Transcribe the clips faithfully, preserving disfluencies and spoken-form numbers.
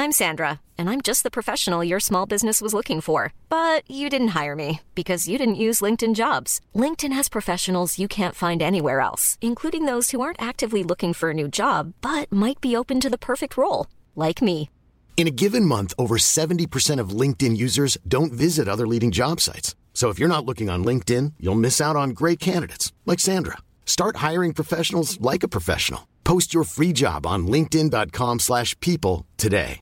I'm Sandra, and I'm just the professional your small business was looking for. But you didn't hire me because you didn't use LinkedIn Jobs. LinkedIn has professionals you can't find anywhere else, including those who aren't actively looking for a new job, but might be open to the perfect role, like me. In a given month, over seventy percent of LinkedIn users don't visit other leading job sites. So if you're not looking on LinkedIn, you'll miss out on great candidates like Sandra. Start hiring professionals like a professional. Post your free job on linkedin.com slash people today.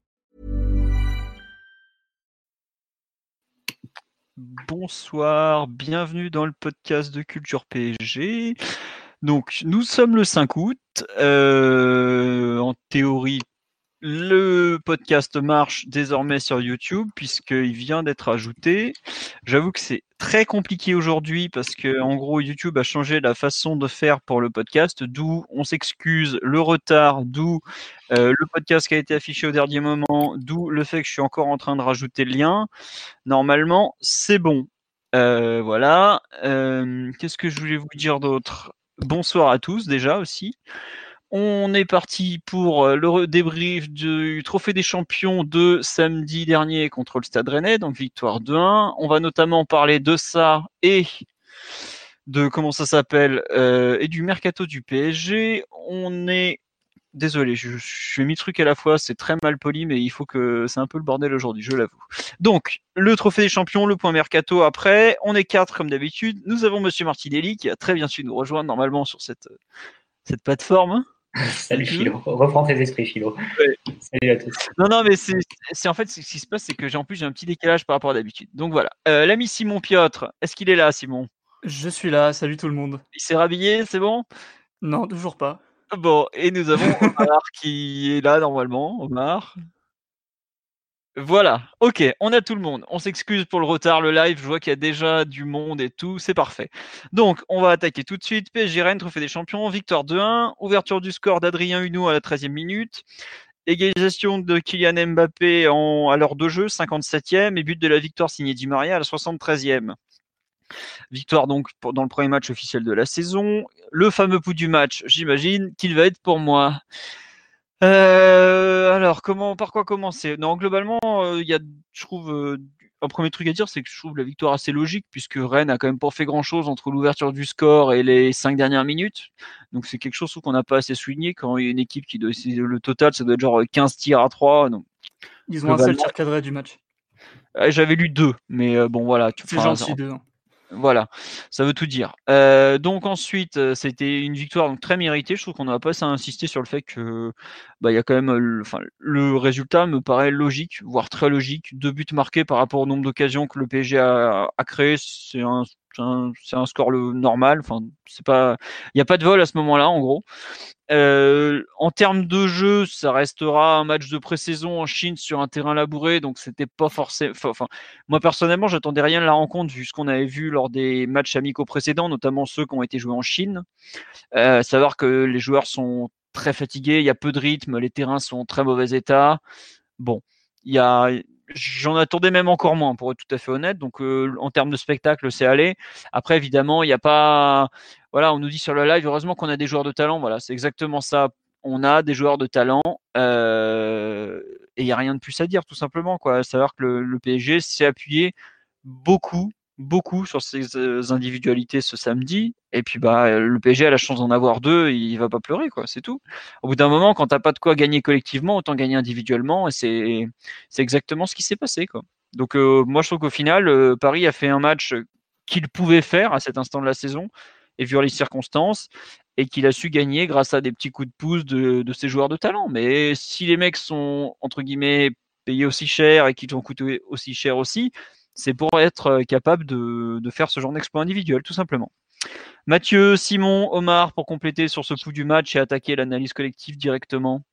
Bonsoir, bienvenue dans le podcast de Culture P S G. Donc, nous sommes le cinq août. Euh, en théorie, le podcast marche désormais sur YouTube puisqu'il vient d'être ajouté. J'avoue que c'est très compliqué aujourd'hui parce que, en gros, YouTube a changé la façon de faire pour le podcast, d'où on s'excuse le retard, d'où euh, le podcast qui a été affiché au dernier moment, d'où le fait que je suis encore en train de rajouter le lien. Normalement, c'est bon. Euh, voilà. Euh, qu'est-ce que je voulais vous dire d'autre ? Bonsoir à tous déjà aussi. On est parti pour le débrief du Trophée des Champions de samedi dernier contre le Stade Rennais, donc victoire deux un. On va notamment parler de ça et de comment ça s'appelle euh, et du mercato du P S G. On est désolé, je, je fais mille trucs à la fois, c'est très mal poli, mais il faut que c'est un peu le bordel aujourd'hui, je l'avoue. Donc le Trophée des Champions, le point mercato après. On est quatre comme d'habitude. Nous avons Monsieur Martinelli qui a très bien su nous rejoindre normalement sur cette cette plateforme. Salut Philo, reprends tes esprits Philo. Ouais. Salut à tous. Non, non, mais c'est, c'est en fait ce qui se passe, c'est que j'ai en plus j'ai un petit décalage par rapport à d'habitude. Donc voilà. Euh, l'ami Simon Piotr, est-ce qu'il est là, Simon ? Je suis là, salut tout le monde. Il s'est rhabillé, c'est bon ? Non, toujours pas. Bon, et nous avons Omar qui est là normalement. Omar. Voilà, ok, on a tout le monde. On s'excuse pour le retard, le live, je vois qu'il y a déjà du monde et tout, c'est parfait. Donc, on va attaquer tout de suite. P S G Rennes, Trophée des Champions, victoire deux un, ouverture du score d'Adrien Huneau à la treizième minute, égalisation de Kylian Mbappé en, à l'heure de jeu, cinquante-septième, et but de la victoire signé Di Maria à la soixante-treizième. Victoire donc pour, dans le premier match officiel de la saison. Le fameux pouls du match, j'imagine qu'il va être pour moi. Euh, alors, comment, par quoi commencer ? Non, globalement, il euh, y a, je trouve, euh, un premier truc à dire, c'est que je trouve la victoire assez logique, puisque Rennes a quand même pas fait grand-chose entre l'ouverture du score et les cinq dernières minutes. Donc, c'est quelque chose qu'on n'a pas assez souligné quand il y a une équipe qui doit essayer le total, ça doit être genre quinze tirs à trois. Donc, ils ont un seul tir cadré du match. J'avais lu deux, mais euh, bon, voilà. C'est gentil, deux. Hein. Voilà, ça veut tout dire. Euh, donc ensuite, c'était une victoire donc très méritée. Je trouve qu'on n'a pas assez insisté sur le fait que bah il y a quand même, le, enfin le résultat me paraît logique, voire très logique. Deux buts marqués par rapport au nombre d'occasions que le P S G a, a créé, c'est un, c'est un, c'est un score le normal. Enfin, c'est pas, il y a pas de vol à ce moment-là, en gros. Euh, en termes de jeu, ça restera un match de pré-saison en Chine sur un terrain labouré, donc c'était pas forcément. Enfin, moi personnellement, j'attendais rien de la rencontre vu ce qu'on avait vu lors des matchs amicaux précédents, notamment ceux qui ont été joués en Chine. Euh, savoir que les joueurs sont très fatigués, il y a peu de rythme, les terrains sont en très mauvais état. Bon, il y a. J'en attendais même encore moins, pour être tout à fait honnête. Donc, euh, en termes de spectacle, c'est allé. Après, évidemment, il n'y a pas. Voilà, on nous dit sur le live, heureusement qu'on a des joueurs de talent. Voilà, c'est exactement ça. On a des joueurs de talent euh, et il n'y a rien de plus à dire, tout simplement. Quoi. À savoir que le, le P S G s'est appuyé beaucoup, beaucoup sur ses individualités ce samedi. Et puis, bah, le P S G a la chance d'en avoir deux. Il va pas pleurer, quoi. C'est tout. Au bout d'un moment, quand t'as pas de quoi gagner collectivement, autant gagner individuellement. Et c'est, c'est exactement ce qui s'est passé, quoi. Donc, euh, moi, je trouve qu'au final, euh, Paris a fait un match qu'il pouvait faire à cet instant de la saison et vu les circonstances, et qu'il a su gagner grâce à des petits coups de pouce de, de ses joueurs de talent. Mais si les mecs sont, entre guillemets, payés aussi cher et qu'ils ont coûté aussi cher aussi, c'est pour être capable de, de faire ce genre d'exploit individuel, tout simplement. Mathieu, Simon, Omar, pour compléter sur ce coup du match et attaquer l'analyse collective directement.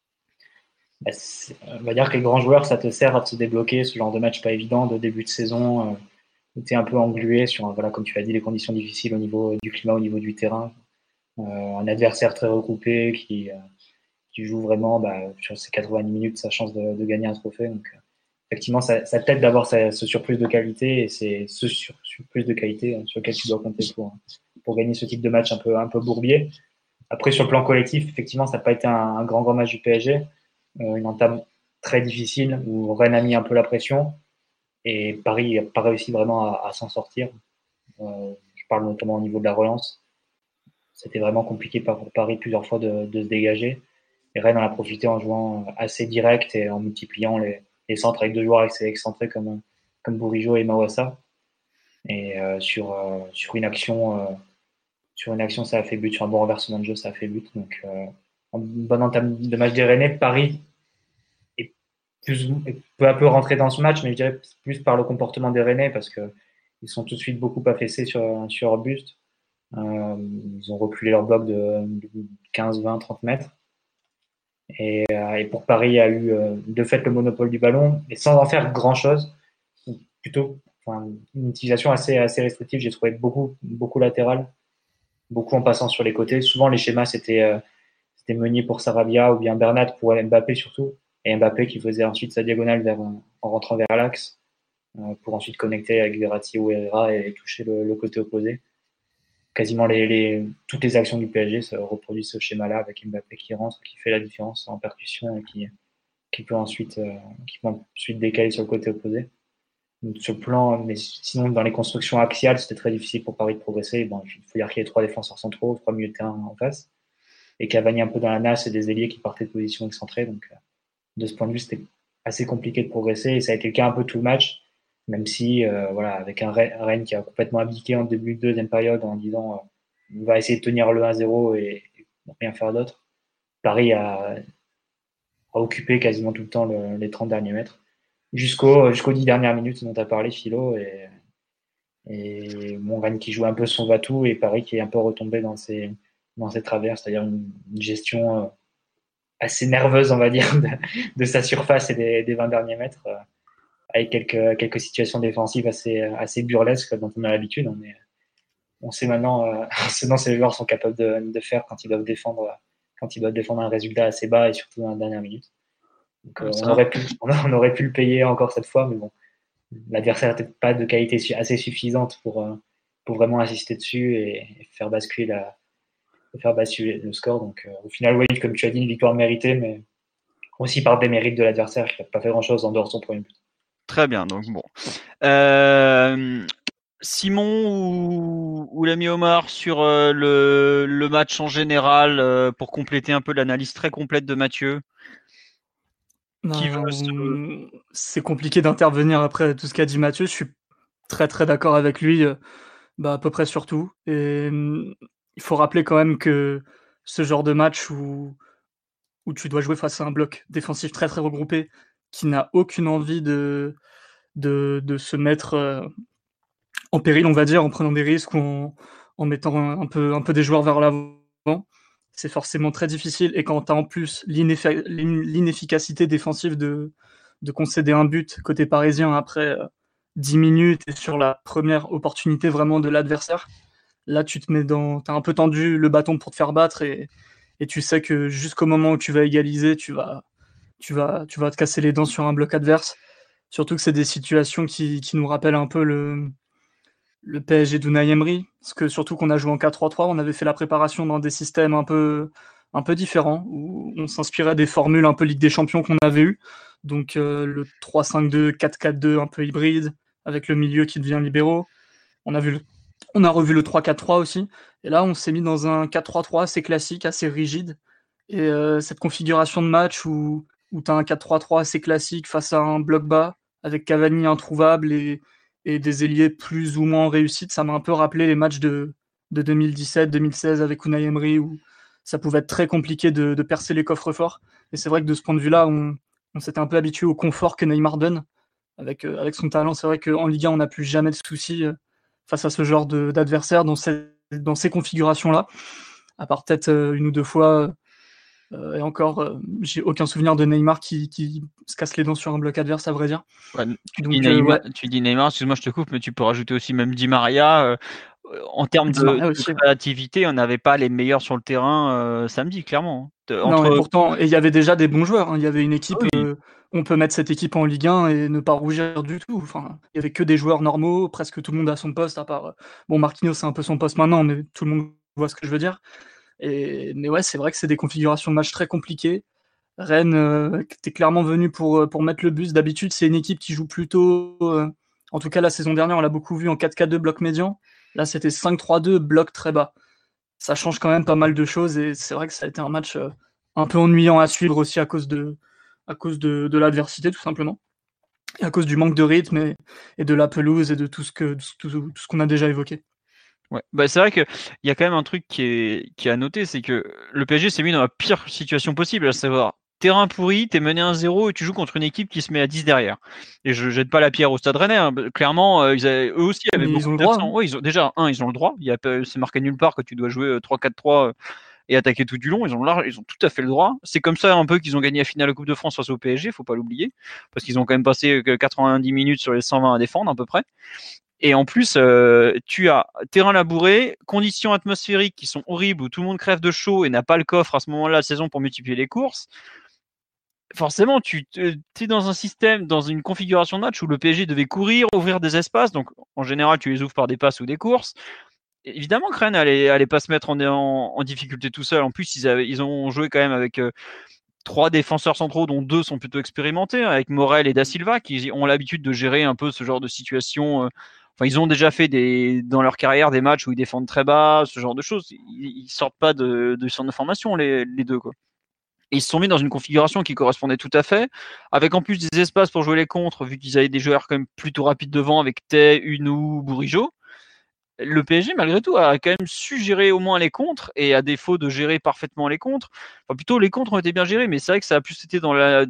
Bah, on va dire que les grands joueurs, ça te sert à te débloquer ce genre de match pas évident de début de saison, euh, où tu es un peu englué sur, voilà, comme tu l'as dit, les conditions difficiles au niveau du climat, au niveau du terrain. Euh, un adversaire très regroupé qui, euh, qui joue vraiment bah, sur ces quatre-vingt-dix minutes sa chance de, de gagner un trophée. Donc, euh, effectivement, ça, ça t'aide d'avoir ce, ce surplus de qualité et c'est ce sur, surplus de qualité hein, sur lequel tu dois compter pour, pour gagner ce type de match un peu, un peu bourbier. Après, sur le plan collectif, effectivement, ça n'a pas été un, un grand, grand match du P S G. Euh, une entame très difficile où Rennes a mis un peu la pression et Paris n'a pas réussi vraiment à, à s'en sortir. Euh, je parle notamment au niveau de la relance. C'était vraiment compliqué pour Paris plusieurs fois de, de se dégager. Et Rennes en a profité en jouant assez direct et en multipliant les, les centres avec deux joueurs assez excentrés comme, comme Bourigeaud et Mawassa. Et euh, sur, euh, sur, une action, euh, sur une action, ça a fait but. Sur un bon renversement de jeu, ça a fait but. Donc, euh, en bonne entame de match des Rennais, Paris est, plus, est peu à peu rentré dans ce match, mais je dirais plus par le comportement des Rennais parce qu'ils sont tout de suite beaucoup affaissés sur, sur leur buste. Euh, ils ont reculé leur bloc de, de quinze, vingt, trente mètres. Et, euh, et pour Paris, il y a eu euh, de fait le monopole du ballon, mais sans en faire grand-chose. Plutôt enfin, une utilisation assez, assez restrictive. J'ai trouvé beaucoup, beaucoup latéral, beaucoup en passant sur les côtés. Souvent, les schémas, c'était, euh, c'était Meunier pour Sarabia ou bien Bernat pour Mbappé surtout. Et Mbappé qui faisait ensuite sa diagonale vers, en rentrant vers l'axe euh, pour ensuite connecter avec Verratti ou Herrera et toucher le, le côté opposé. Quasiment les, les, toutes les actions du P S G se reproduisent ce schéma-là avec Mbappé qui rentre, qui fait la différence en percussion et qui, qui peut ensuite, euh, qui peut ensuite décaler sur le côté opposé. Donc, sur le plan, mais sinon, dans les constructions axiales, c'était très difficile pour Paris de progresser. Bon, il faut dire qu'il y a trois défenseurs centraux, trois milieux de terrain en face. Et Cavani un peu dans la nasse et des ailiers qui partaient de position excentrée. Donc, de ce point de vue, c'était assez compliqué de progresser. Et ça a été le cas un peu tout le match. Même si, euh, voilà, avec un Rennes qui a complètement abdiqué en début de deuxième période en disant euh, on va essayer de tenir le un zéro et, et rien faire d'autre. Paris a, a occupé quasiment tout le temps le, les trente derniers mètres. Jusqu'aux jusqu'aux dix dernières minutes dont tu as parlé, Philo, et, et bon, Rennes qui joue un peu son va-tout et Paris qui est un peu retombé dans ses, dans ses travers, c'est-à-dire une, une gestion euh, assez nerveuse, on va dire, de, de sa surface et des, des vingt derniers mètres, euh, avec quelques, quelques situations défensives assez, assez burlesques dont on a l'habitude. On, est, on sait maintenant euh, ce dont ces joueurs sont capables de, de faire quand ils doivent défendre, quand ils doivent défendre un résultat assez bas et surtout dans la dernière minute. Donc, euh, on, aurait pu, on aurait pu le payer encore cette fois, mais bon, l'adversaire n'était pas de qualité assez suffisante pour, euh, pour vraiment insister dessus et, et faire basculer, la, faire basculer le score. Donc, euh, au final, oui, comme tu as dit, une victoire méritée, mais aussi par des mérites de l'adversaire qui n'a pas fait grand-chose en dehors de son premier but. Très bien, donc bon. Euh, Simon ou, ou l'ami Omar sur euh, le, le match en général euh, pour compléter un peu l'analyse très complète de Mathieu. Qui veut se... C'est compliqué d'intervenir après tout ce qu'a dit Mathieu. Je suis très très d'accord avec lui, bah, à peu près sur tout. Et il faut rappeler quand même que ce genre de match où, où tu dois jouer face à un bloc défensif très très regroupé qui n'a aucune envie de, de, de se mettre euh, en péril, on va dire, en prenant des risques ou en, en mettant un, un, peu, un peu des joueurs vers l'avant, c'est forcément très difficile. Et quand tu as en plus l'ineffi- l'inefficacité défensive de, de concéder un but côté parisien après euh, dix minutes et sur la première opportunité vraiment de l'adversaire, là tu te mets dans, t'as un peu tendu le bâton pour te faire battre et, et tu sais que jusqu'au moment où tu vas égaliser, tu vas, tu vas, tu vas te casser les dents sur un bloc adverse. Surtout que c'est des situations qui, qui nous rappellent un peu le, le P S G d'Unai Emery, parce que surtout qu'on a joué en quatre trois trois, on avait fait la préparation dans des systèmes un peu, un peu différents, où on s'inspirait des formules un peu Ligue des Champions qu'on avait eues, donc euh, le trois cinq deux, quatre quatre deux un peu hybride, avec le milieu qui devient libéraux. On a, vu le, on a revu le trois quatre trois aussi, et là on s'est mis dans un quatre trois trois assez classique, assez rigide, et euh, cette configuration de match où, où tu as un quatre trois trois assez classique face à un bloc bas, avec Cavani introuvable et et des ailiers plus ou moins en réussite, ça m'a un peu rappelé les matchs de, de deux mille dix-sept deux mille seize avec Unai Emery où ça pouvait être très compliqué de, de percer les coffres forts. Et c'est vrai que de ce point de vue-là, on, on s'était un peu habitué au confort que Neymar donne avec, euh, avec son talent. C'est vrai qu'en Ligue un, on n'a plus jamais de soucis euh, face à ce genre de, d'adversaire dans, cette, dans ces configurations-là. À part peut-être euh, une ou deux fois, euh, et encore, euh, j'ai aucun souvenir de Neymar qui, qui se casse les dents sur un bloc adverse, à vrai dire. Ouais, tu, Donc, dis Neymar, euh, ouais. tu dis Neymar, excuse-moi, je te coupe, mais tu peux rajouter aussi même Di Maria. Euh, en termes de, Maria aussi, de créativité, on n'avait pas les meilleurs sur le terrain euh, samedi, clairement. De, non, entre... et pourtant, et il y avait déjà des bons joueurs. Hein. Il y avait une équipe, oui. euh, on peut mettre cette équipe en Ligue un et ne pas rougir du tout. Enfin, il y avait que des joueurs normaux, presque tout le monde à son poste, à part. Bon, Marquinhos, c'est un peu son poste maintenant, mais tout le monde voit ce que je veux dire. Et, mais ouais, c'est vrai que c'est des configurations de match très compliquées. Rennes euh, était clairement venu pour, pour mettre le bus. D'habitude, c'est une équipe qui joue plutôt... Euh, en tout cas, la saison dernière, on l'a beaucoup vu en quatre quatre deux, bloc médian. Là, c'était cinq trois deux, bloc très bas. Ça change quand même pas mal de choses et c'est vrai que ça a été un match euh, un peu ennuyant à suivre aussi à cause de, à cause de, de l'adversité, tout simplement. Et à cause du manque de rythme et, et de la pelouse et de tout ce, que, tout, tout ce qu'on a déjà évoqué. Ouais, bah c'est vrai qu'il y a quand même un truc qui est, qui est à noter, c'est que le P S G s'est mis dans la pire situation possible, à savoir terrain pourri, t'es mené un zéro et tu joues contre une équipe qui se met à dix derrière. Et je jette pas la pierre au Stade Rennais, hein. Clairement, euh, ils avaient, eux aussi avaient Mais beaucoup ils ont le droit. d'absents. Hein. Ouais, ils ont, déjà, un, ils ont le droit. Il y a, c'est marqué nulle part que tu dois jouer trois quatre trois et attaquer tout du long. Ils ont, large, ils ont tout à fait le droit. C'est comme ça un peu qu'ils ont gagné la finale de Coupe de France face au P S G, faut pas l'oublier. Parce qu'ils ont quand même passé quatre-vingt-dix minutes sur les cent vingt à défendre à peu près. Et en plus, euh, tu as terrain labouré, conditions atmosphériques qui sont horribles où tout le monde crève de chaud et n'a pas le coffre à ce moment-là de la saison pour multiplier les courses. Forcément, tu es dans un système, dans une configuration de match où le P S G devait courir, ouvrir des espaces. Donc, en général, tu les ouvres par des passes ou des courses. Et évidemment, Rennes allait, allait pas se mettre en, en, en difficulté tout seul. En plus, ils, avaient, ils ont joué quand même avec euh, trois défenseurs centraux, dont deux sont plutôt expérimentés, avec Morel et Da Silva, qui ont l'habitude de gérer un peu ce genre de situation. Euh, Enfin, ils ont déjà fait des, dans leur carrière des matchs où ils défendent très bas, ce genre de choses. Ils, ils sortent pas de, de centre de formation, les, les deux, quoi. Et ils se sont mis dans une configuration qui correspondait tout à fait, avec en plus des espaces pour jouer les contres, vu qu'ils avaient des joueurs quand même plutôt rapides devant, avec Tay, Unou, Bourigeaud. Le P S G, malgré tout, a quand même su gérer au moins les contres, et à défaut de gérer parfaitement les contres, enfin plutôt les contres ont été bien gérés, mais c'est vrai que ça a plus été dans la,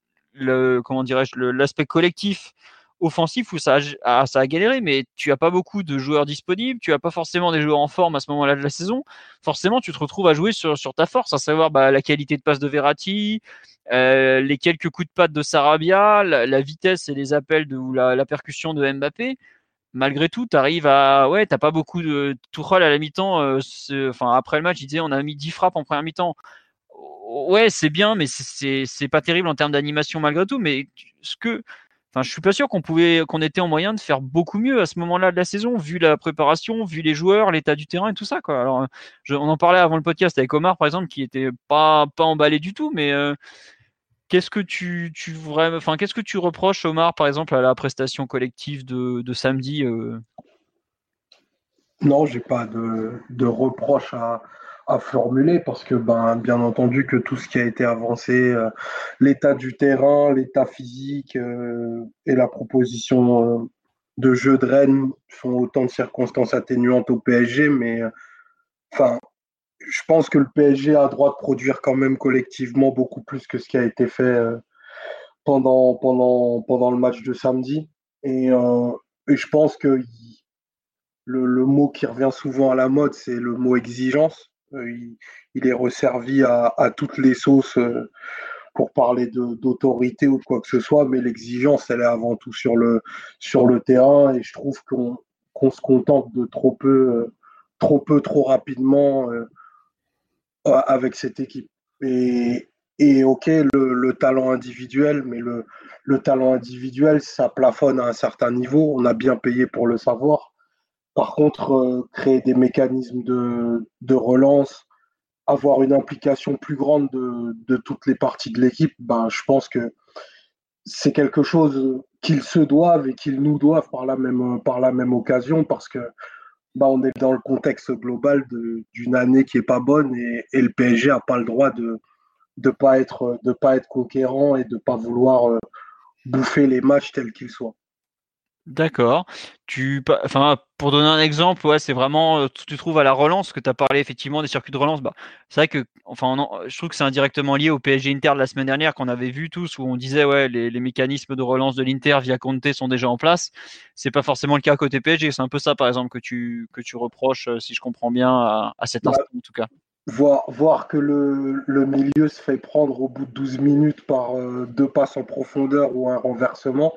le, comment dirais-je, le, l'aspect collectif offensif où ça a, ça a galéré, mais tu as pas beaucoup de joueurs disponibles, tu as pas forcément des joueurs en forme à ce moment-là de la saison. Forcément, tu te retrouves à jouer sur, sur ta force, à savoir bah, la qualité de passe de Verratti, euh, les quelques coups de patte de Sarabia, la, la vitesse et les appels de, ou la, la percussion de Mbappé. Malgré tout, tu arrives à. Ouais, t'as pas beaucoup de. Tuchel à la mi-temps, euh, enfin, après le match, il disait on a mis dix frappes en première mi-temps. Ouais, c'est bien, mais c'est, c'est, c'est pas terrible en termes d'animation malgré tout. Mais ce que. Enfin, je suis pas sûr qu'on pouvait, qu'on était en moyen de faire beaucoup mieux à ce moment-là de la saison, vu la préparation, vu les joueurs, l'état du terrain et tout ça, quoi. Alors, je, on en parlait avant le podcast avec Omar, par exemple, qui était pas, pas emballé du tout, mais euh, qu'est-ce que tu, tu vraiment, enfin, qu'est-ce que tu reproches, Omar, par exemple, à la prestation collective de, de samedi euh... Non, j'ai pas de, de reproche à, à formuler parce que, ben, bien entendu, que tout ce qui a été avancé, euh, l'état du terrain, l'état physique euh, et la proposition euh, de jeu de Rennes sont autant de circonstances atténuantes au P S G, mais enfin, je pense que le P S G a droit de produire quand même collectivement beaucoup plus que ce qui a été fait euh, pendant, pendant, pendant le match de samedi. Et, euh, et je pense que le, le mot qui revient souvent à la mode, c'est le mot exigence. Euh, il, il est resservi à, à toutes les sauces euh, pour parler de, d'autorité ou de quoi que ce soit, mais l'exigence, elle est avant tout sur le, sur le terrain et je trouve qu'on, qu'on se contente de trop peu, euh, trop peu, trop rapidement euh, avec cette équipe. Et, et ok, le, le talent individuel, mais le, le talent individuel, ça plafonne à un certain niveau. On a bien payé pour le savoir. Par contre, euh, créer des mécanismes de, de relance, avoir une implication plus grande de, de toutes les parties de l'équipe, ben, je pense que c'est quelque chose qu'ils se doivent et qu'ils nous doivent par la même, par la même occasion parce que ben, on est dans le contexte global de, d'une année qui est pas bonne et, et le P S G n'a pas le droit de de pas être de pas être conquérant et de pas vouloir euh, bouffer les matchs tels qu'ils soient. D'accord. Tu, enfin, pour donner un exemple, ouais, c'est vraiment, tu trouves à la relance que tu as parlé effectivement des circuits de relance. Bah, c'est vrai que, enfin, on, je trouve que c'est indirectement lié au P S G Inter de la semaine dernière qu'on avait vu tous où on disait ouais, les, les mécanismes de relance de l'Inter via Conte sont déjà en place. C'est pas forcément le cas côté P S G. C'est un peu ça, par exemple, que tu que tu reproches, si je comprends bien, à, à cet instant en tout cas. Voir, voir que le, le milieu se fait prendre au bout de douze minutes par euh, deux passes en profondeur ou un renversement,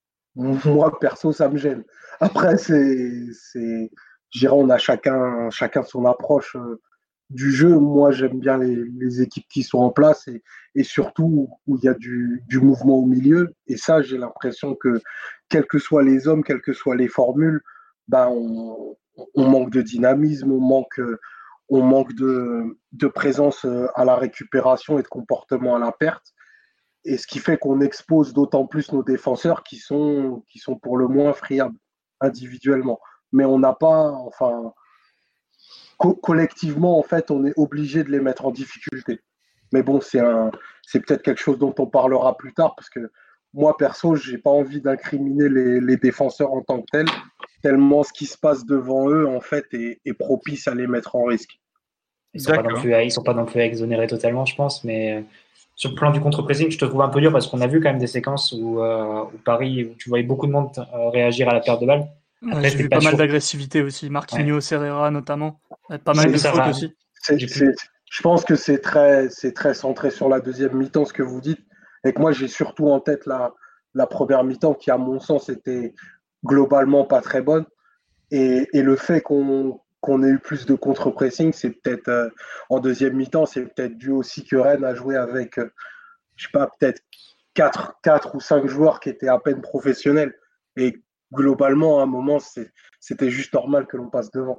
moi, perso, ça me gêne. Après, c'est, c'est, je dirais, on a chacun, chacun son approche euh, du jeu. Moi, j'aime bien les, les équipes qui sont en place et, et surtout où il y a du, du mouvement au milieu. Et ça, j'ai l'impression que, quels que soient les hommes, quelles que soient les formules, ben, on, on manque de dynamisme, on manque, on manque de, de présence à la récupération et de comportement à la perte. Et ce qui fait qu'on expose d'autant plus nos défenseurs qui sont, qui sont pour le moins friables individuellement. Mais on n'a pas, enfin, co- collectivement, en fait, on est obligé de les mettre en difficulté. Mais bon, c'est un, c'est peut-être quelque chose dont on parlera plus tard, parce que moi, perso, j'ai pas envie d'incriminer les, les défenseurs en tant que tels, tellement ce qui se passe devant eux, en fait, est, est propice à les mettre en risque. Ils sont pas non plus, ils sont pas non plus exonérés totalement, je pense, mais sur le plan du contre-pressing, je te trouve un peu dur parce qu'on a vu quand même des séquences où, euh, où Paris, où tu voyais beaucoup de monde euh, réagir à la perte de balle. Après, ouais, j'ai vu pas, pas mal d'agressivité aussi, Marquinhos, ouais. Herrera notamment, pas mal c'est de fautes va. aussi. C'est, c'est, je pense que c'est très, c'est très centré sur la deuxième mi-temps, ce que vous dites, et que moi j'ai surtout en tête la, la première mi-temps qui, à mon sens, était globalement pas très bonne. Et, et le fait qu'on, qu'on ait eu plus de contre-pressing, c'est peut-être euh, en deuxième mi-temps, c'est peut-être dû aussi que Rennes a joué avec, euh, je sais pas, peut-être quatre, quatre ou cinq joueurs qui étaient à peine professionnels. Et globalement, à un moment, c'est, c'était juste normal que l'on passe devant.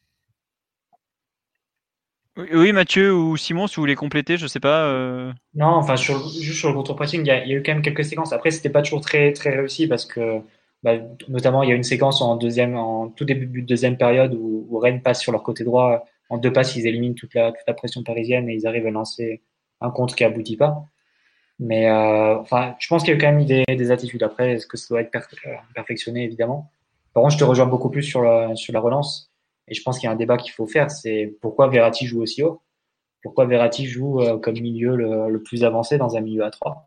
Oui, Mathieu ou Simon, si vous voulez compléter, je sais pas. Euh... Non, enfin, sur, juste sur le contre-pressing, il y, a, il y a eu quand même quelques séquences. Après, c'était pas toujours très, très réussi parce que, bah, notamment, il y a une séquence en deuxième, en tout début de deuxième période où, où Rennes passe sur leur côté droit. En deux passes, ils éliminent toute la, toute la pression parisienne et ils arrivent à lancer un contre qui aboutit pas. Mais, euh, enfin, je pense qu'il y a eu quand même des, des attitudes. Après, est-ce que ça doit être perf- perfectionné, évidemment. Par contre, je te rejoins beaucoup plus sur la, sur la relance. Et je pense qu'il y a un débat qu'il faut faire, c'est pourquoi Verratti joue aussi haut? Pourquoi Verratti joue euh, comme milieu le, le plus avancé dans un milieu à trois?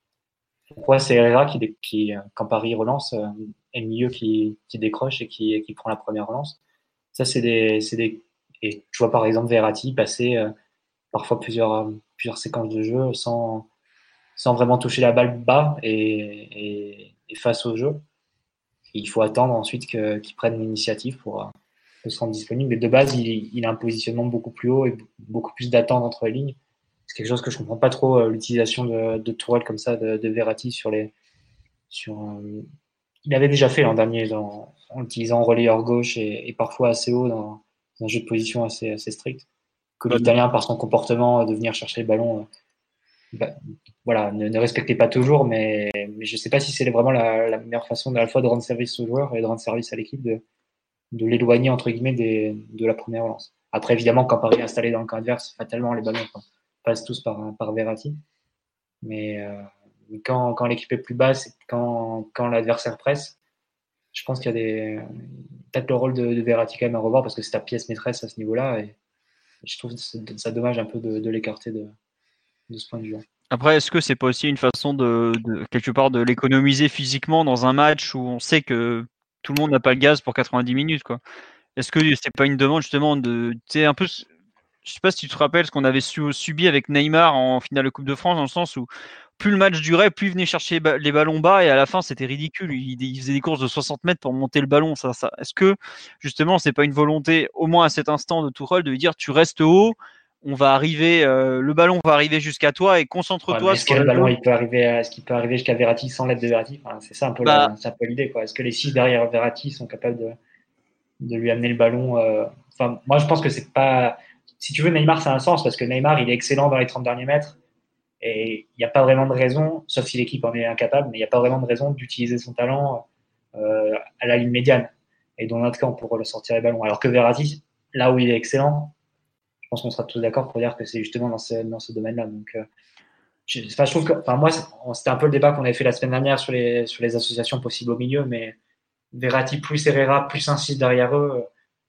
Pourquoi c'est Herrera qui, qui, quand Paris relance, euh, est le milieu qui, qui décroche et qui, qui prend la première relance? Ça, c'est des, c'est des, et tu vois par exemple Verratti passer euh, parfois plusieurs, plusieurs séquences de jeu sans, sans vraiment toucher la balle bas et, et, et face au jeu. Et il faut attendre ensuite que, qu'il prenne l'initiative pour, pour se rendre disponible. Mais de base, il, il a un positionnement beaucoup plus haut et beaucoup plus d'attente entre les lignes. C'est quelque chose que je comprends pas trop, euh, l'utilisation de, de Tourelle comme ça, de, de Verratti sur les. Sur, euh, il avait déjà fait l'an dernier dans, en utilisant relayeur gauche et, et parfois assez haut dans, dans un jeu de position assez, assez strict. Que bah, l'Italien, par son comportement, de venir chercher le ballon, euh, bah, voilà, ne, ne respectait pas toujours, mais, mais je sais pas si c'est vraiment la, la meilleure façon à la fois de rendre service aux joueurs et de rendre service à l'équipe, de, de l'éloigner entre guillemets des, de la première relance. Après, évidemment, quand Paris est installé dans le camp adverse, fatalement les ballons enfin, passent tous par, par Verratti. Mais, euh, mais quand, quand l'équipe est plus basse, quand, quand l'adversaire presse, je pense qu'il y a des peut-être le rôle de, de Verratti quand même à revoir parce que c'est ta pièce maîtresse à ce niveau-là et je trouve ça dommage un peu de, de l'écarter de, de ce point de vue. Après, est-ce que c'est pas aussi une façon de, de quelque part de l'économiser physiquement dans un match où on sait que tout le monde n'a pas le gaz pour quatre-vingt-dix minutes, quoi? Est-ce que c'est pas une demande justement de, tu sais, un peu, je sais pas si tu te rappelles ce qu'on avait su, subi avec Neymar en finale de Coupe de France, dans le sens où plus le match durait, plus il venait chercher les ballons bas et à la fin c'était ridicule. Il, il faisait des courses de soixante mètres pour monter le ballon. Ça, ça. Est-ce que justement c'est pas une volonté, au moins à cet instant de Tourelle, de lui dire tu restes haut, on va arriver, euh, le ballon va arriver jusqu'à toi et concentre-toi. Ouais, est-ce que le ballon il peut arriver, à, est-ce qu'il peut arriver jusqu'à Verratti sans l'aide de Verratti? Enfin, c'est ça un peu, bah, la, c'est un peu l'idée, quoi. Est-ce que les six derrière Verratti sont capables de, de lui amener le ballon? euh... Enfin, moi je pense que c'est pas. Si tu veux, Neymar ça a un sens parce que Neymar il est excellent dans les trente derniers mètres et il n'y a pas vraiment de raison, sauf si l'équipe en est incapable, mais il n'y a pas vraiment de raison d'utiliser son talent euh, à la ligne médiane et dans notre camp pour sortir les ballons. Alors que Verratti, là où il est excellent, je pense qu'on sera tous d'accord pour dire que c'est justement dans ce, dans ce domaine-là. Donc, euh, je, enfin, je trouve que, enfin, moi, c'était un peu le débat qu'on avait fait la semaine dernière sur les, sur les associations possibles au milieu, mais Verratti plus Herrera plus un six derrière eux,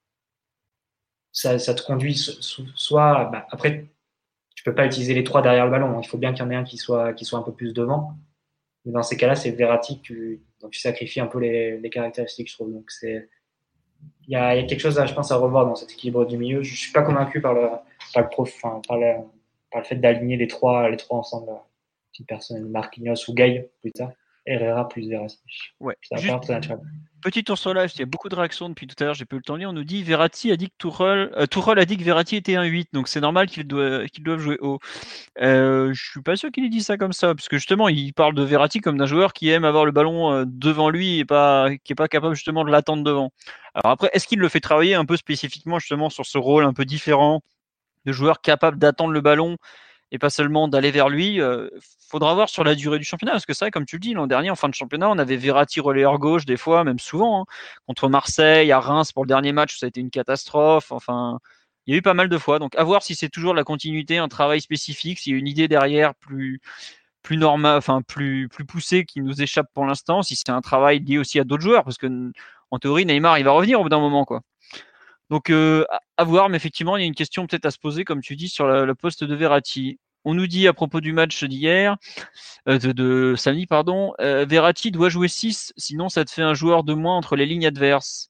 ça, ça te conduit soit, bah, après, tu peux pas utiliser les trois derrière le ballon. Il faut bien qu'il y en ait un qui soit, qui soit un peu plus devant. Mais dans ces cas-là, c'est Verratti que tu, donc tu sacrifies un peu les, les caractéristiques, je trouve. Donc c'est, il y a, y a quelque chose, à, je pense, à revoir dans cet équilibre du milieu. Je suis pas convaincu par le, par le prof, enfin, par le, par le fait d'aligner les trois, les trois ensemble. Petite personne, Marquinhos ou Gaï plus tard, Herrera plus Verratti. Ouais. Juste, petit tour sur live, il y a beaucoup de réactions depuis tout à l'heure, j'ai pas eu le temps de lire. On nous dit Verratti a dit que Tuchel, euh, Tuchel a dit que Verratti était un huit, donc c'est normal qu'ils doivent, qu'ils doivent jouer haut. Euh, je suis pas sûr qu'il ait dit ça comme ça, parce que justement, il parle de Verratti comme d'un joueur qui aime avoir le ballon euh, devant lui et pas, qui est pas capable justement de l'attendre devant. Alors après, est-ce qu'il le fait travailler un peu spécifiquement justement sur ce rôle un peu différent de joueur capable d'attendre le ballon et pas seulement d'aller vers lui. Euh, faudra voir sur la durée du championnat, parce que c'est vrai, comme tu le dis, l'an dernier, en fin de championnat, on avait Verratti relayeur gauche, des fois, même souvent, hein, contre Marseille, à Reims, pour le dernier match, ça a été une catastrophe. Enfin, il y a eu pas mal de fois. Donc, à voir si c'est toujours la continuité, un travail spécifique, s'il y a une idée derrière plus plus normal, enfin plus plus poussée qui nous échappe pour l'instant, si c'est un travail lié aussi à d'autres joueurs, parce que en théorie, Neymar, il va revenir au bout d'un moment, quoi. Donc, euh, à voir, mais effectivement, il y a une question peut-être à se poser, comme tu dis, sur la, le poste de Verratti. On nous dit à propos du match d'hier, euh, de, de samedi, pardon, euh, Verratti doit jouer six, sinon ça te fait un joueur de moins entre les lignes adverses.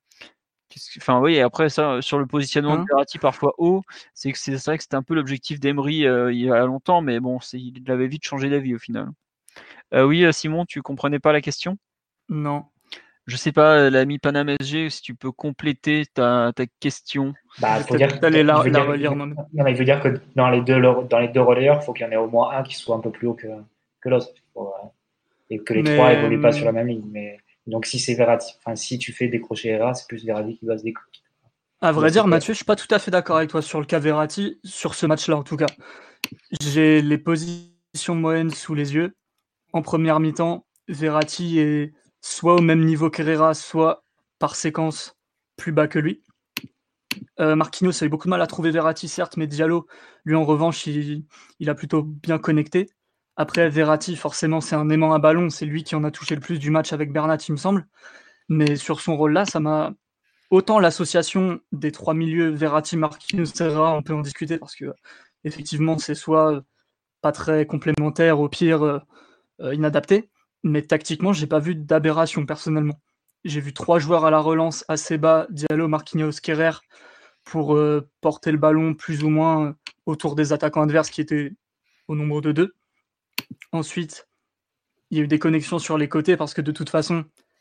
Enfin, oui, et après, ça, sur le positionnement hein de Verratti parfois haut, c'est que c'est, c'est vrai que c'était un peu l'objectif d'Emery euh, il y a longtemps, mais bon, c'est, il avait vite changé d'avis au final. Euh, oui, Simon, tu comprenais pas la question ? Non. Je sais pas, l'ami Panam S G, si tu peux compléter ta, ta question. Bah, faut dire, la, la il, veut dire, relire, non, non, il veut dire que dans les deux, dans les deux relayeurs, il faut qu'il y en ait au moins un qui soit un peu plus haut que, que l'autre. Faut, euh, et que les mais... trois évoluent pas sur la même ligne. Mais, donc, si c'est Verratti, enfin, si tu fais décrocher Herrera, c'est plus Verratti qui va se décrocher. À vrai dire, Mathieu, je suis pas tout à fait d'accord avec toi sur le cas Verratti, sur ce match-là en tout cas. J'ai les positions moyennes sous les yeux. En première mi-temps, Verratti est soit au même niveau qu'Herrera, soit par séquence plus bas que lui. Euh, Marquinhos a eu beaucoup de mal à trouver Verratti, certes, mais Diallo, lui en revanche, il, il a plutôt bien connecté. Après, Verratti, forcément, c'est un aimant à ballon, c'est lui qui en a touché le plus du match avec Bernat, il me semble. Mais sur son rôle-là, ça m'a... Autant l'association des trois milieux, Verratti, Marquinhos, Herrera, on peut en discuter parce que, effectivement, c'est soit pas très complémentaire, au pire, euh, euh, inadapté. Mais tactiquement, j'ai pas vu d'aberration personnellement. J'ai vu trois joueurs à la relance assez bas, Diallo, Marquinhos, Kerrer, pour euh, porter le ballon plus ou moins autour des attaquants adverses qui étaient au nombre de deux. Ensuite, il y a eu des connexions sur les côtés parce que de toute façon,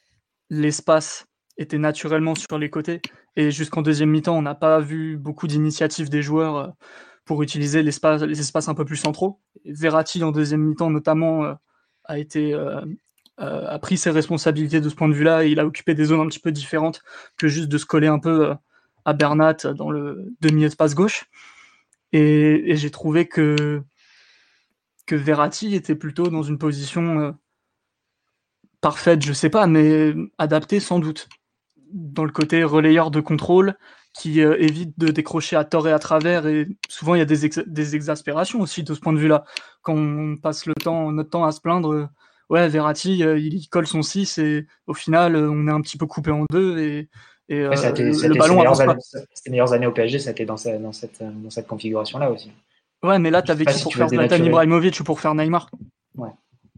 l'espace était naturellement sur les côtés. Et jusqu'en deuxième mi-temps, on n'a pas vu beaucoup d'initiatives des joueurs pour utiliser l'espace, les espaces un peu plus centraux. Verratti, en deuxième mi-temps, notamment, euh, a été... Euh, euh, a pris ses responsabilités de ce point de vue-là et il a occupé des zones un petit peu différentes que juste de se coller un peu euh, à Bernat dans le demi-espace gauche. Et, et j'ai trouvé que, que Verratti était plutôt dans une position euh, parfaite, je sais pas, mais adaptée sans doute. Dans le côté relayeur de contrôle qui euh, évite de décrocher à tort et à travers. Et souvent, il y a des, ex- des exaspérations aussi de ce point de vue-là. Quand on passe le temps, notre temps à se plaindre... Euh, ouais, Verratti, euh, il colle son six et au final, euh, on est un petit peu coupé en deux et, et euh, ça a été, le, ça a le été ballon avance pas. Ses meilleures années au P S G, ça a été dans, cette, dans, cette, dans cette configuration-là aussi. Ouais, mais là, t'avais qui si pour tu faire Zlatan Ibrahimovic ou pour faire Neymar. Ouais.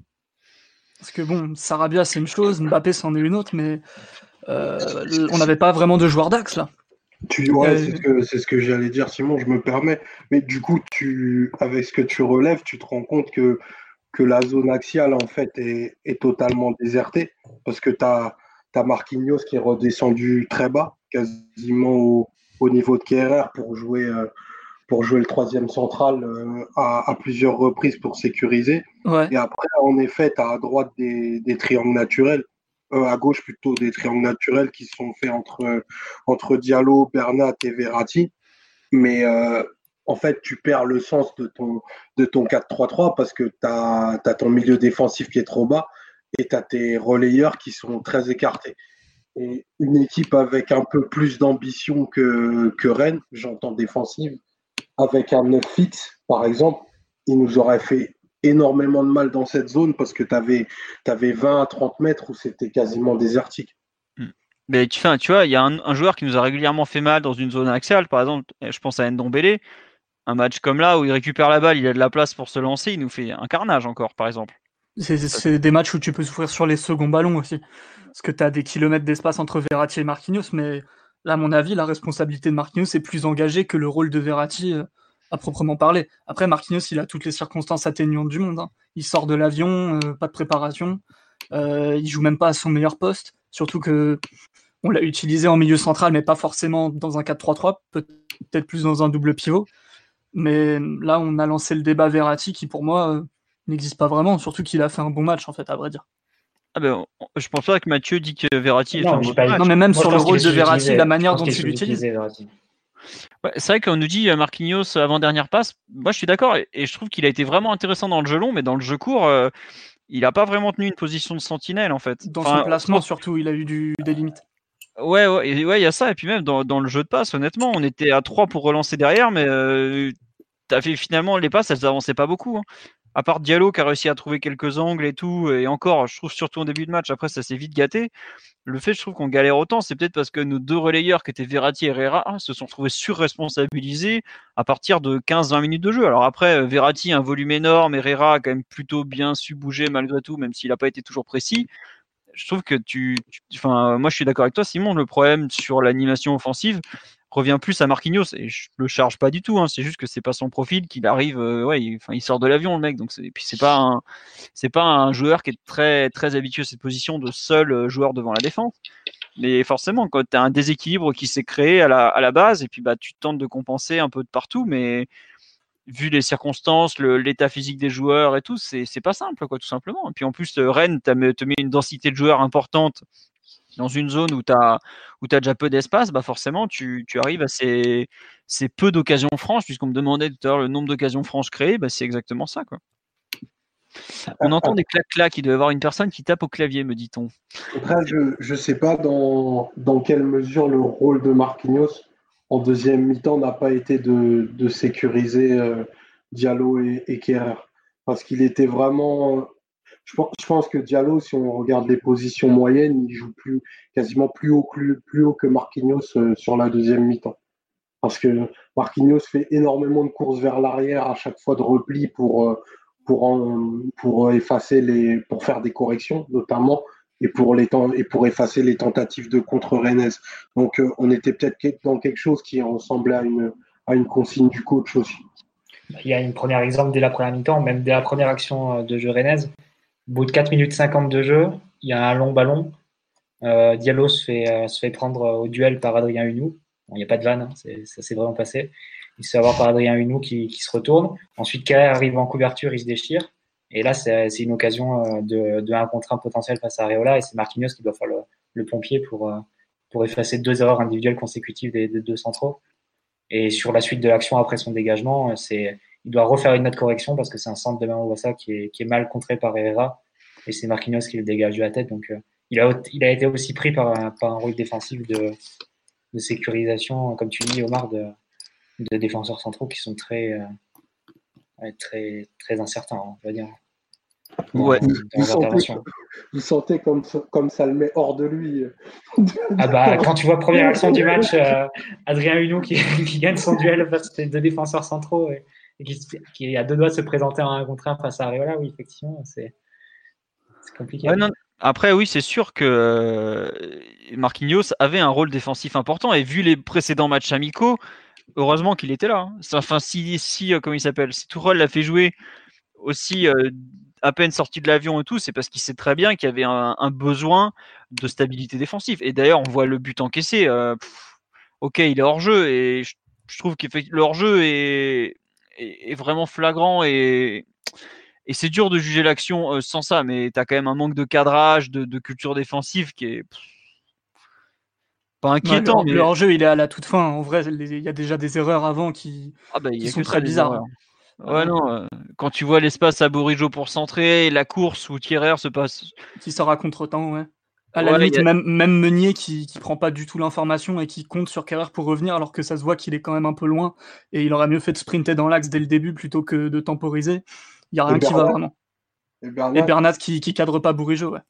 Parce que bon, Sarabia, c'est une chose, Mbappé, c'en est une autre, mais euh, on n'avait pas vraiment de joueur d'axe, là. Tu, ouais, euh... c'est ce que, c'est ce que j'allais dire, Simon, je me permets. Mais du coup, tu, avec ce que tu relèves, tu te rends compte que que la zone axiale, en fait, est, est totalement désertée parce que tu as Marquinhos qui est redescendu très bas, quasiment au, au niveau de Kerrer pour jouer, euh, pour jouer le troisième central euh, à, à plusieurs reprises pour sécuriser. Ouais. Et après, en effet, tu as à droite des, des triangles naturels, euh, à gauche plutôt des triangles naturels qui sont faits entre, entre Diallo, Bernat et Verratti. Mais... Euh, en fait, tu perds le sens de ton, de ton quatre trois trois parce que tu as ton milieu défensif qui est trop bas et tu as tes relayeurs qui sont très écartés. Et une équipe avec un peu plus d'ambition que, que Rennes, j'entends défensive, avec un neuf fixe, par exemple, il nous aurait fait énormément de mal dans cette zone parce que tu avais, t'avais vingt à trente mètres où c'était quasiment désertique. Mais tu, tu vois, il y a un, un joueur qui nous a régulièrement fait mal dans une zone axiale, par exemple, je pense à Ndombele. Un match comme là où il récupère la balle, il a de la place pour se lancer, il nous fait un carnage encore, par exemple. C'est des matchs où tu peux souffrir sur les seconds ballons aussi. Parce que tu as des kilomètres d'espace entre Verratti et Marquinhos, mais là, à mon avis, la responsabilité de Marquinhos est plus engagée que le rôle de Verratti euh, à proprement parler. Après, Marquinhos, il a toutes les circonstances atténuantes du monde. Hein. Il sort de l'avion, euh, pas de préparation. Euh, il joue même pas à son meilleur poste, surtout que on l'a utilisé en milieu central, mais pas forcément dans un quatre trois trois, peut-être plus dans un double pivot. Mais là, on a lancé le débat Verratti, qui pour moi euh, n'existe pas vraiment, surtout qu'il a fait un bon match, en fait, à vrai dire. Ah ben, je pense pas que Mathieu dit que Verratti non, est un bon match. Non, mais même Moi, sur le rôle de Verratti, la manière dont il l'utilise. Ouais, c'est vrai qu'on nous dit Marquinhos avant dernière passe. Moi, je suis d'accord et, et je trouve qu'il a été vraiment intéressant dans le jeu long, mais dans le jeu court, euh, il a pas vraiment tenu une position de sentinelle en fait. Dans enfin, son placement, surtout, il a eu du, des limites. Ouais, ouais, il ouais, y a ça. Et puis même dans, dans le jeu de passe, honnêtement, on était à trois pour relancer derrière, mais euh, t'as fait finalement les passes, elles avançaient pas beaucoup. Hein. À part Diallo qui a réussi à trouver quelques angles et tout, et encore, je trouve surtout en début de match, après ça s'est vite gâté. Le fait, je trouve qu'on galère autant, c'est peut-être parce que nos deux relayeurs qui étaient Verratti et Herrera se sont trouvés surresponsabilisés à partir de quinze vingt minutes de jeu. Alors après, Verratti a un volume énorme, Herrera a quand même plutôt bien su bouger malgré tout, même s'il n'a pas été toujours précis. Je trouve que tu, tu, enfin, moi je suis d'accord avec toi, Simon. Le problème sur l'animation offensive revient plus à Marquinhos et je le charge pas du tout. Hein, c'est juste que c'est pas son profil qu'il arrive. Euh, ouais, il, enfin, il sort de l'avion le mec. Donc c'est, et puis c'est pas un, c'est pas un joueur qui est très très habitué à cette position de seul joueur devant la défense. Mais forcément, quand tu as un déséquilibre qui s'est créé à la à la base et puis bah tu tentes de compenser un peu de partout, mais vu les circonstances, le, l'état physique des joueurs et tout, c'est, c'est pas simple, quoi, tout simplement. Et puis en plus, Rennes te met, te met une densité de joueurs importante dans une zone où tu as où t'as déjà peu d'espace, bah forcément, tu, tu arrives à ces, ces peu d'occasions franches, puisqu'on me demandait tout à l'heure le nombre d'occasions franches créées, bah c'est exactement ça, quoi. On entend des clac-clac, il doit y avoir une personne qui tape au clavier, me dit-on. Après, je ne sais pas dans, dans quelle mesure le rôle de Marquinhos en deuxième mi-temps n'a pas été de, de sécuriser euh, Diallo et, et Kehrer. Parce qu'il était vraiment. Je pense, je pense que Diallo, si on regarde les positions moyennes, il joue plus, quasiment plus haut, plus, plus haut que Marquinhos euh, sur la deuxième mi-temps. Parce que Marquinhos fait énormément de courses vers l'arrière à chaque fois de repli pour, euh, pour, en, pour effacer les, pour faire des corrections, notamment. Et pour, les temps, et pour effacer les tentatives de contre-Rennes. Donc, euh, on était peut-être dans quelque chose qui ressemblait à une, à une consigne du coach aussi. Il y a un premier exemple dès la première mi-temps, même dès la première action de jeu Rennes. Au bout de quatre minutes cinquante de jeu, il y a un long ballon. Euh, Diallo se fait, euh, se fait prendre au duel par Adrien Hunou. Bon, il n'y a pas de vanne, hein, c'est, ça s'est vraiment passé. Il se fait avoir par Adrien Hunou qui, qui se retourne. Ensuite, Kehrer arrive en couverture, il se déchire. Et là, c'est, c'est une occasion de, de un contre un potentiel face à Areola et c'est Marquinhos qui doit faire le, le pompier pour, pour effacer deux erreurs individuelles consécutives des, des deux centraux. Et sur la suite de l'action après son dégagement, c'est, il doit refaire une autre correction parce que c'est un centre de Mawassa qui est, qui est mal contré par Herrera et c'est Marquinhos qui le dégage de la tête. Donc, il a, il a été aussi pris par un, par un rôle défensif de, de sécurisation, comme tu dis, Omar, de, de défenseurs centraux qui sont très, très, très incertain, on va dire. Ouais. Vous sentez, vous sentez comme, comme ça le met hors de lui. Ah bah, quand tu vois première action du match, euh, Adrien Hunou qui, qui gagne son duel face à deux défenseurs centraux et, et qui, qui a deux doigts de se présenter en un contre un face à Areola, oui, effectivement, c'est, c'est compliqué. Ouais, non, après, oui, c'est sûr que euh, Marquinhos avait un rôle défensif important et vu les précédents matchs amicaux, heureusement qu'il était là. Hein. Enfin, si, si euh, comment il s'appelle, si Tourelle l'a fait jouer aussi euh, à peine sorti de l'avion et tout, c'est parce qu'il sait très bien qu'il y avait un, un besoin de stabilité défensive. Et d'ailleurs, on voit le but encaissé. Euh, pff, ok, il est hors jeu et je, je trouve que le hors jeu est, est, est vraiment flagrant et et c'est dur de juger l'action euh, sans ça, mais tu as quand même un manque de cadrage, de, de culture défensive qui est pff, pas inquiétant. Ouais, le, mais... le hors-jeu, il est à la toute fin. En vrai, il y a déjà des erreurs avant qui, ah bah, qui sont très bizarres. Ouais, ouais, non. Euh, quand tu vois l'espace à Bourigeaud pour centrer, la course où Thierry se passe. Qui sort à contre-temps, ouais. À la ouais, limite, a... même, même Meunier qui, qui prend pas du tout l'information et qui compte sur Kehrer pour revenir, alors que ça se voit qu'il est quand même un peu loin. Et il aurait mieux fait de sprinter dans l'axe dès le début plutôt que de temporiser. Il n'y a rien qui va vraiment. Et Bernat, et Bernat qui, qui cadre pas Bourigeaud, ouais.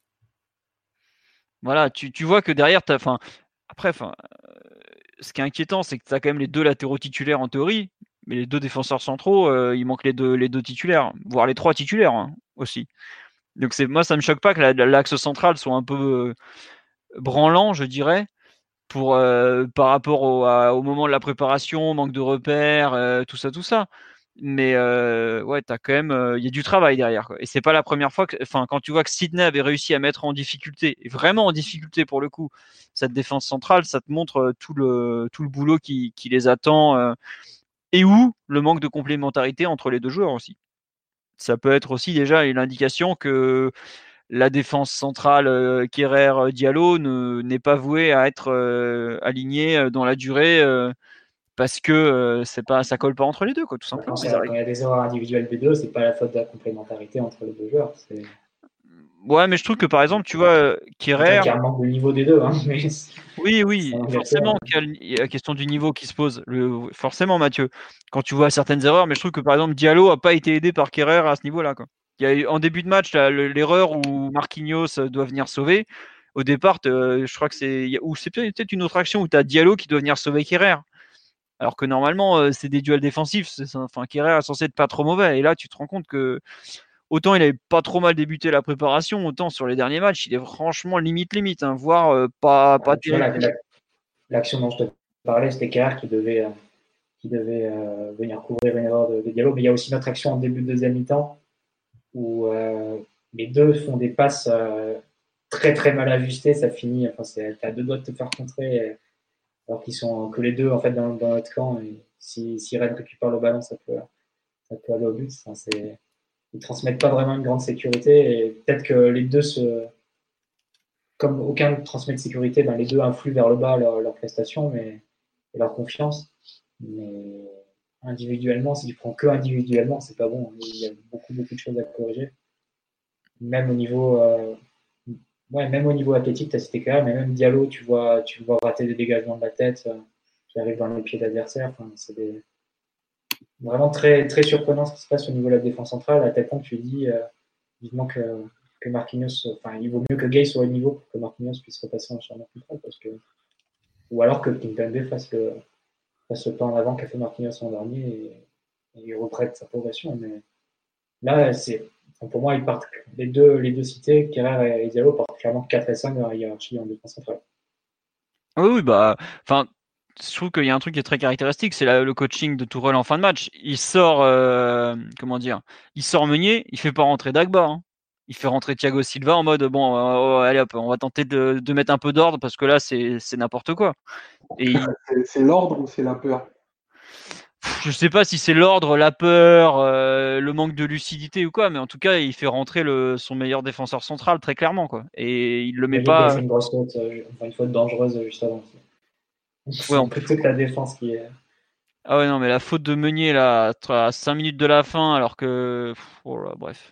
Voilà, tu, tu vois que derrière, t'as, fin, après, fin, euh, ce qui est inquiétant, c'est que tu as quand même les deux latéraux titulaires en théorie, mais les deux défenseurs centraux, euh, il manque les deux, les deux titulaires, voire les trois titulaires hein, aussi. Donc c'est, moi, ça me choque pas que la, l'axe central soit un peu euh, branlant, je dirais, pour, euh, par rapport au, à, au moment de la préparation, manque de repères, euh, tout ça, tout ça. Mais euh, ouais, t'as quand même, il euh, y a du travail derrière, quoi. Et c'est pas la première fois que, enfin, quand tu vois que Sydney avait réussi à mettre en difficulté, et vraiment en difficulté pour le coup, cette défense centrale, ça te montre euh, tout le tout le boulot qui, qui les attend euh, et où le manque de complémentarité entre les deux joueurs aussi. Ça peut être aussi déjà une indication que la défense centrale euh, Kerrer-Diallo ne, n'est pas vouée à être euh, alignée dans la durée. Euh, parce que euh, c'est pas, ça colle pas entre les deux, quoi, tout simplement. Quand il y a des erreurs individuelles des deux, c'est pas la faute de la complémentarité entre les deux joueurs. C'est... Ouais, mais je trouve que par exemple, tu vois, Kerrer. Il y a un manque de niveau des deux. Hein, mais... Oui, oui, forcément qu'il y a la question du niveau qui se pose. Le... Forcément, Mathieu, quand tu vois certaines erreurs, mais je trouve que par exemple, Diallo a pas été aidé par Kerrer à ce niveau-là, quoi. Il y a eu en début de match là, l'erreur où Marquinhos doit venir sauver. Au départ, euh, je crois que c'est. Ou c'est peut-être une autre action où tu as Diallo qui doit venir sauver Kerrer. Alors que normalement, euh, c'est des duels défensifs. C'est, enfin, Kerrer est censé être pas trop mauvais. Et là, tu te rends compte que autant il avait pas trop mal débuté la préparation, autant sur les derniers matchs, il est franchement limite limite, hein, voire euh, pas pas terrible. La, la, l'action dont je te parlais, c'était Kerrer qui devait euh, qui devait euh, venir couvrir une erreur de, de Diallo. Mais il y a aussi notre action en début de deuxième mi-temps où euh, les deux font des passes euh, très très mal ajustées. Ça finit. Enfin, c'est, t'as deux doigts de te faire contrer. Et, alors qu'ils sont que les deux en fait dans, dans notre camp, et si, si Rennes récupère le ballon, ça peut, ça peut aller au but. Enfin, c'est, ils transmettent pas vraiment une grande sécurité, et peut-être que les deux se, comme aucun ne transmet de sécurité, ben les deux influent vers le bas leur, leur prestation mais, et leur confiance. Mais individuellement, si tu prends que individuellement, c'est pas bon. Il y a beaucoup beaucoup de choses à corriger. Même au niveau euh, Ouais, même au niveau athlétique, tu as cité quand même, mais même Diallo, tu vois, tu vois rater des dégagements de la tête euh, qui arrivent dans les pieds d'adversaires. Enfin, c'est des... vraiment très, très surprenant ce qui se passe au niveau de la défense centrale, à tel point que tu dis euh, vivement que, que Marquinhos, enfin, il vaut mieux que Gay soit au niveau pour que Marquinhos puisse repasser en charnière centrale, parce que... ou alors que Kimpembe fasse le, fasse le pas en avant qu'a fait Marquinhos en dernier et, et il reprête sa progression. Mais là, c'est. Pour moi, ils partent, les deux, les deux cités, Kerrer et Diallo, partent clairement quatre et cinq dans la hiérarchie en défense centrale. Oui, oui, bah, enfin, je trouve qu'il y a un truc qui est très caractéristique, c'est la, le coaching de Tourelle en fin de match. Il sort, euh, comment dire, il sort Meunier, il fait pas rentrer Dagba, hein. Il fait rentrer Thiago Silva en mode bon, euh, allez hop, on va tenter de, de mettre un peu d'ordre parce que là, c'est, c'est n'importe quoi. Et il... c'est, c'est l'ordre ou c'est la peur? Je sais pas si c'est l'ordre, la peur, euh, le manque de lucidité ou quoi, mais en tout cas, il fait rentrer le, son meilleur défenseur central très clairement, quoi. Et il le met il pas. Il a fait une grosse faute, euh, enfin une faute dangereuse juste avant. C'est ouais, on peut toute la défense qui est. Ah ouais, non, mais la faute de Meunier là, à cinq minutes de la fin, alors que. Oh là, bref.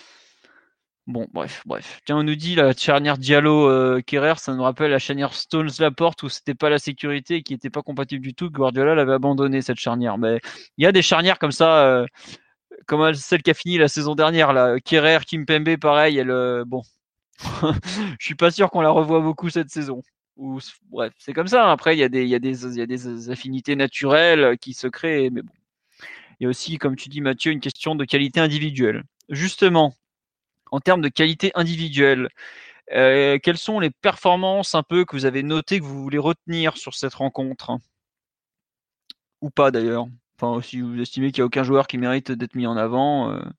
Bon, bref, bref. Tiens, on nous dit la charnière Diallo-Kerrer, euh, ça nous rappelle la charnière Stones-Laporte où c'était pas la sécurité et qui était pas compatible du tout. Guardiola l'avait abandonné cette charnière. Mais il y a des charnières comme ça, euh, comme celle qui a fini la saison dernière là. Kerrer, Kimpembe, pareil. Elle, euh, bon, je suis pas sûr qu'on la revoie beaucoup cette saison. Ou, bref, c'est comme ça. Après, il y a des, il y a des, il y a des affinités naturelles qui se créent, mais bon. Il y a aussi, comme tu dis, Mathieu, une question de qualité individuelle. Justement, en termes de qualité individuelle, euh, quelles sont les performances un peu que vous avez notées que vous voulez retenir sur cette rencontre? Ou pas d'ailleurs. Enfin, si vous estimez qu'il n'y a aucun joueur qui mérite d'être mis en avant. Euh...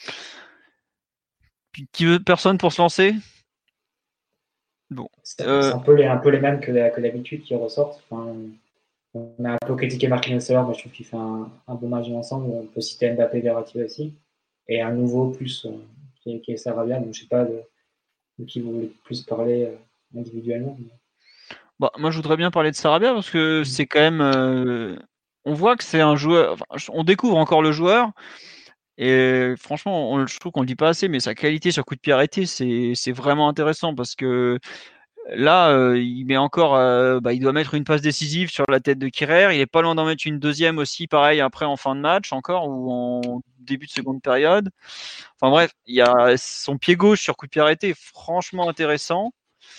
Qui veut personne pour se lancer? Bon. C'est, euh... c'est un, peu les, un peu les mêmes que, que d'habitude qui ressortent. Enfin, on a un peu critiqué Marquinhos tout à l'heure, mais je trouve qu'il fait un, un bon match ensemble. On peut citer Mbappé, Verratti aussi. Et un nouveau plus euh, qui, est, qui est Sarabia. Donc je ne sais pas de, de qui vous voulez plus parler euh, individuellement. Mais... Bah, moi, je voudrais bien parler de Sarabia parce que mmh. c'est quand même. Euh, on voit que c'est un joueur. Enfin, on découvre encore le joueur. Et franchement, on, je trouve qu'on le dit pas assez, mais sa qualité sur coup de pied arrêté, c'est, c'est vraiment intéressant parce que là, euh, il met encore, euh, bah, il doit mettre une passe décisive sur la tête de Kerrer. Il est pas loin d'en mettre une deuxième aussi, pareil après en fin de match encore ou en début de seconde période. Enfin bref, il y a son pied gauche sur coup de pied arrêté, franchement intéressant.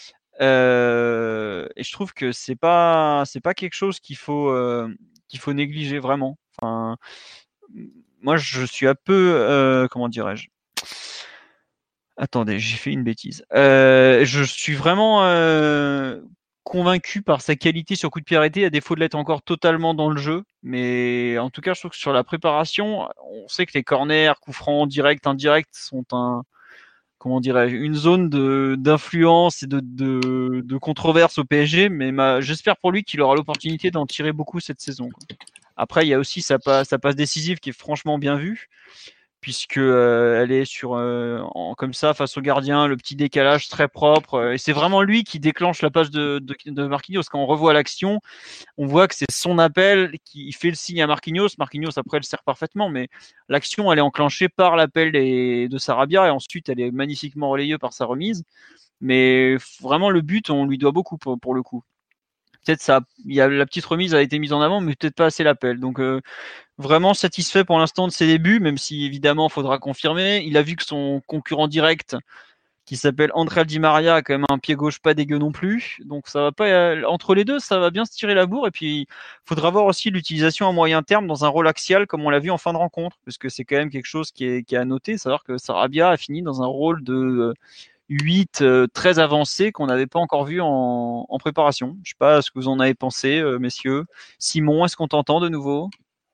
Euh, et je trouve que c'est pas, c'est pas quelque chose qu'il faut, euh, qu'il faut négliger vraiment. Enfin, moi, je suis un peu, euh, comment dirais-je? Attendez, j'ai fait une bêtise. Euh, je suis vraiment euh, convaincu par sa qualité sur coup de pied arrêté, à défaut de l'être encore totalement dans le jeu. Mais en tout cas, je trouve que sur la préparation, on sait que les corners, coups francs, directs, indirects sont un, comment dirais-je, une zone de, d'influence et de, de, de controverse au P S G. Mais ma, j'espère pour lui qu'il aura l'opportunité d'en tirer beaucoup cette saison, quoi. Après, il y a aussi sa passe, sa passe décisive qui est franchement bien vue, puisque euh, elle est sur euh, en, comme ça face au gardien, le petit décalage très propre, euh, et c'est vraiment lui qui déclenche la passe de, de, de Marquinhos. Quand on revoit l'action, on voit que c'est son appel qui fait le signe à Marquinhos. Marquinhos après le sert parfaitement, mais l'action elle est enclenchée par l'appel des, de Sarabia, et ensuite elle est magnifiquement relayée par sa remise. Mais vraiment le but, on lui doit beaucoup pour, pour le coup. Peut-être ça, il y a la petite remise a été mise en avant, mais peut-être pas assez l'appel. Donc euh, vraiment satisfait pour l'instant de ses débuts, même si évidemment il faudra confirmer. Il a vu que son concurrent direct, qui s'appelle André Di Maria, a quand même un pied gauche pas dégueu non plus. Donc ça va pas, entre les deux, ça va bien se tirer la bourre. Et puis il faudra voir aussi l'utilisation à moyen terme dans un rôle axial, comme on l'a vu en fin de rencontre, parce que c'est quand même quelque chose qui est, qui est à noter, savoir que Sarabia a fini dans un rôle de huit euh, très avancé qu'on n'avait pas encore vu en, en préparation. Je sais pas ce que vous en avez pensé, euh, messieurs. Simon, est-ce qu'on t'entend de nouveau ?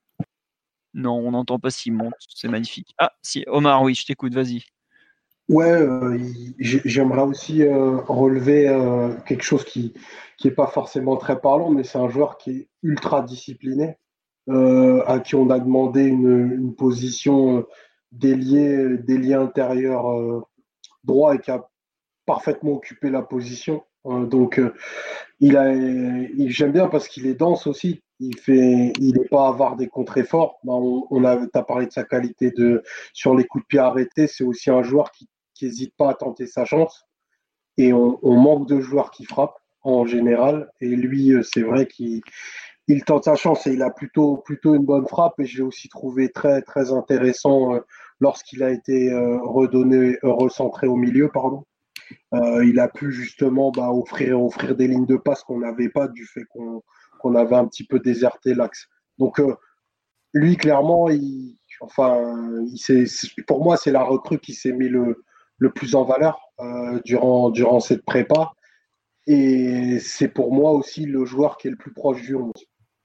Non, on n'entend pas Simon, c'est magnifique. Ah, si, Omar, oui, je t'écoute, vas-y. Ouais, euh, il- j'ai- j'aimerais aussi euh, relever euh, quelque chose qui qui est pas forcément très parlant, mais c'est un joueur qui est ultra discipliné, euh, à qui on a demandé une, une position euh, d'ailier d'ailier intérieur euh, droit et qui a parfaitement occupé la position. Euh, donc, euh, il a, il- j'aime bien parce qu'il est dense aussi. Il fait, il n'est pas avare des contrées forts. Ben, on, on a, t'as parlé de sa qualité de sur les coups de pied arrêtés. C'est aussi un joueur qui qui n'hésite pas à tenter sa chance. Et on, on manque de joueurs qui frappent en général. Et lui, euh, c'est vrai qu'il il tente sa chance et il a plutôt plutôt une bonne frappe. Et j'ai aussi trouvé très très intéressant euh, lorsqu'il a été euh, redonné, euh, recentré au milieu, pardon. Euh, il a pu justement bah, offrir, offrir des lignes de passe qu'on n'avait pas du fait qu'on qu'on avait un petit peu déserté l'axe. Donc euh, lui, clairement, il, enfin, il s'est- pour moi, c'est la recrue qui s'est mis le, le plus en valeur euh, durant, durant cette prépa. Et c'est pour moi aussi le joueur qui est le plus proche du onze.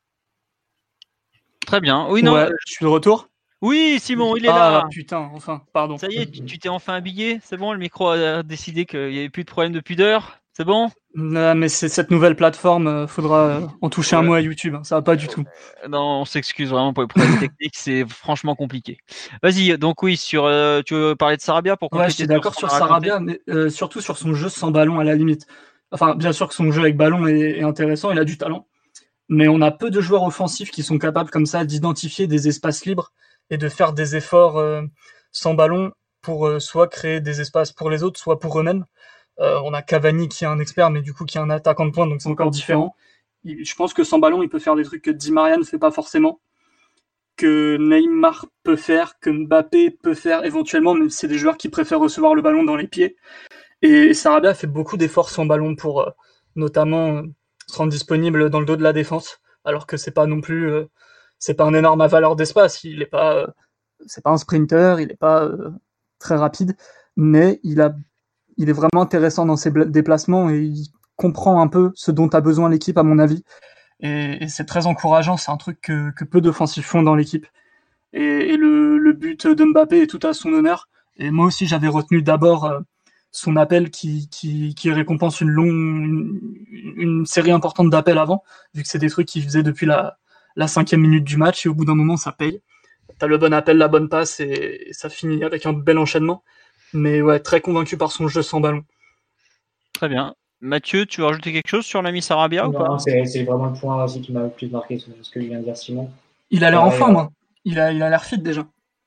Très bien. Oui, non. Ouais, euh, je suis de retour. Oui, Simon, il est Ah là. putain, enfin, pardon. Ça y est, tu, tu t'es enfin habillé. C'est bon, le micro a décidé qu'il n'y avait plus de problème de pudeur. C'est bon ? Non, mais c'est cette nouvelle plateforme, euh, faudra euh, en toucher un Ouais. mot à YouTube, hein, ça va pas du tout. Non, on s'excuse vraiment pour les problèmes techniques, c'est franchement compliqué. Vas-y, donc oui, sur, euh, tu veux parler de Sarabia pour Ouais, je compléter suis sur d'accord ce qu'on sur a raconté ? Sarabia, mais euh, surtout sur son jeu sans ballon à la limite. Enfin, bien sûr que son jeu avec ballon est, est intéressant, il a du talent, mais on a peu de joueurs offensifs qui sont capables comme ça d'identifier des espaces libres et de faire des efforts euh, sans ballon pour euh, soit créer des espaces pour les autres, soit pour eux-mêmes. Euh, on a Cavani qui est un expert, mais du coup qui est un attaquant de pointe, donc c'est encore différent. Il- je pense que sans ballon, il peut faire des trucs que Di Maria ne fait pas forcément, que Neymar peut faire, que Mbappé peut faire éventuellement, mais c'est des joueurs qui préfèrent recevoir le ballon dans les pieds. Et Sarabia fait beaucoup d'efforts sans ballon pour euh, notamment euh, se rendre disponible dans le dos de la défense, alors que c'est pas non plus, euh, c'est pas un énorme avaleur d'espace. Il est pas, euh, c'est pas un sprinter, il est pas euh, très rapide, mais il a, il est vraiment intéressant dans ses déplacements et il comprend un peu ce dont a besoin l'équipe à mon avis. Et, et c'est très encourageant. C'est un truc que, que peu d'offensifs font dans l'équipe. Et, et le, le but de Mbappé est tout à son honneur. Et moi aussi, j'avais retenu d'abord euh, son appel qui, qui, qui récompense une longue, une, une série importante d'appels avant, vu que c'est des trucs qu'il faisait depuis la, la cinquième minute du match, et au bout d'un moment, ça paye. T'as le bon appel, la bonne passe, et, et ça finit avec un bel enchaînement. Mais ouais, très convaincu par son jeu sans ballon. Très bien. Mathieu, tu veux rajouter quelque chose sur l'ami Sarabia ou pas ? Non, c'est c'est vraiment le point aussi qui m'a le plus marqué, ce que vient de dire Simon. Il a l'air en Pareil, forme, euh, hein. Il a, il a l'air fit déjà.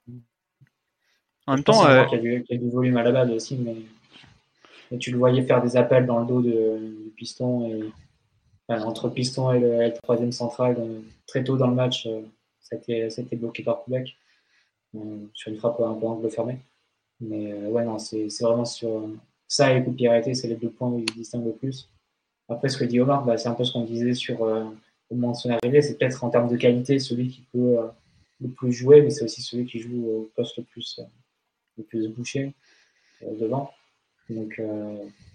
En je même pense que temps, c'est un euh, joueur qui a, du, qui a du volume à la base aussi, mais, mais tu le voyais faire des appels dans le dos de, du piston, et, enfin, entre le piston et le, et le troisième central, euh, très tôt dans le match, euh, ça, a été, ça a été bloqué par Koubek, euh, sur une frappe un peu angle fermé. Mais euh, ouais, non, c'est vraiment sur euh, ça et le coup de pied arrêté, c'est les deux points où il se distingue le plus. Après, ce que dit Omar, bah, c'est un peu ce qu'on disait sur euh, au moment de son arrivée, c'est peut-être en termes de qualité celui qui peut euh, le plus jouer, mais c'est aussi celui qui joue au poste le plus, euh, le plus bouché euh, devant. Donc, euh,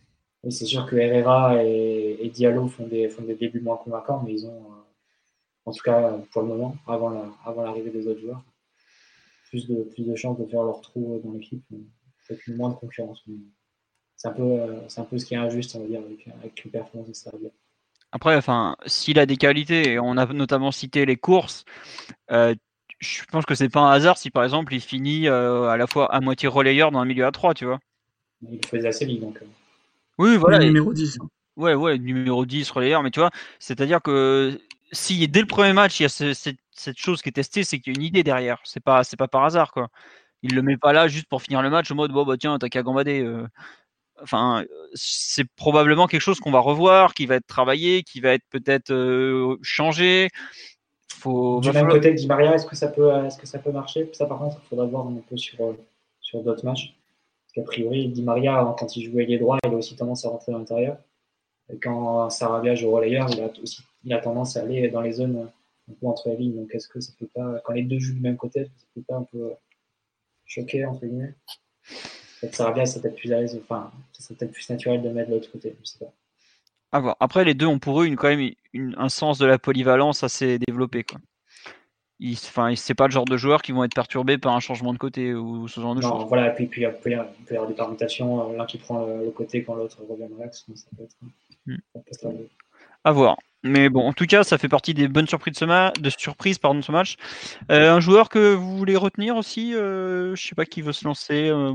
Et c'est sûr que Herrera et, et Diallo font des, font des débuts moins convaincants, mais ils ont, euh, en tout cas pour le moment, avant, la, avant l'arrivée des autres joueurs, plus de, plus de chances de faire leur trou dans l'équipe, peut-être moins de concurrence. Mais c'est, un peu, euh, c'est un peu ce qui est injuste, on va dire, avec, avec les performances de Sarabia. Après, enfin, s'il a des qualités, et on a notamment cité les courses, euh, je pense que c'est pas un hasard si par exemple il finit euh, à la fois à moitié relayeur dans un milieu à trois, tu vois. Il faisait assez libre, donc. Euh... Oui, voilà. Le numéro dix. Ouais, ouais, numéro dix relayeur, mais tu vois, c'est-à-dire que si dès le premier match il y a ce, cette, cette chose qui est testée, c'est qu'il y a une idée derrière. C'est pas, c'est pas par hasard, quoi. Il le met pas là juste pour finir le match au mode bon bah tiens t'as qu'à gambader. Euh. Enfin, c'est probablement quelque chose qu'on va revoir, qui va être travaillé, qui va être peut-être euh, changé. Faut, du même falloir... côté que Di Maria, est-ce que ça peut, est-ce que ça peut marcher? Ça, par contre, il faudra voir un peu sur, sur d'autres matchs. Parce qu'a priori, Di Maria, quand il joue ailier droit, il a aussi tendance à rentrer à l'intérieur. Et quand Sarabia joue relayeur, il a aussi, il a tendance à aller dans les zones un peu entre les lignes. Donc, est-ce que ça peut pas, quand les deux jouent du même côté, ça peut pas un peu choquer entre guillemets? Peut-être Sarabia, c'est peut-être plus à l'aise. Enfin, c'est peut-être plus naturel de mettre de l'autre côté. Je sais pas. À voir. Après, les deux ont pour eux une, quand même une, un sens de la polyvalence assez développé, quoi. Ils, enfin, c'est pas le genre de joueurs qui vont être perturbés par un changement de côté ou ce genre de non, choses. Non, voilà, et puis, puis il peut y avoir des permutations, l'un qui prend le, le côté quand l'autre revient dans l'axe, ça peut être. Hmm. Ça peut être à voir. Mais bon, en tout cas, ça fait partie des bonnes surprises de ce, ma- de surprises, pardon, de ce match. Euh, un joueur que vous voulez retenir aussi, euh, je sais pas qui veut se lancer, euh,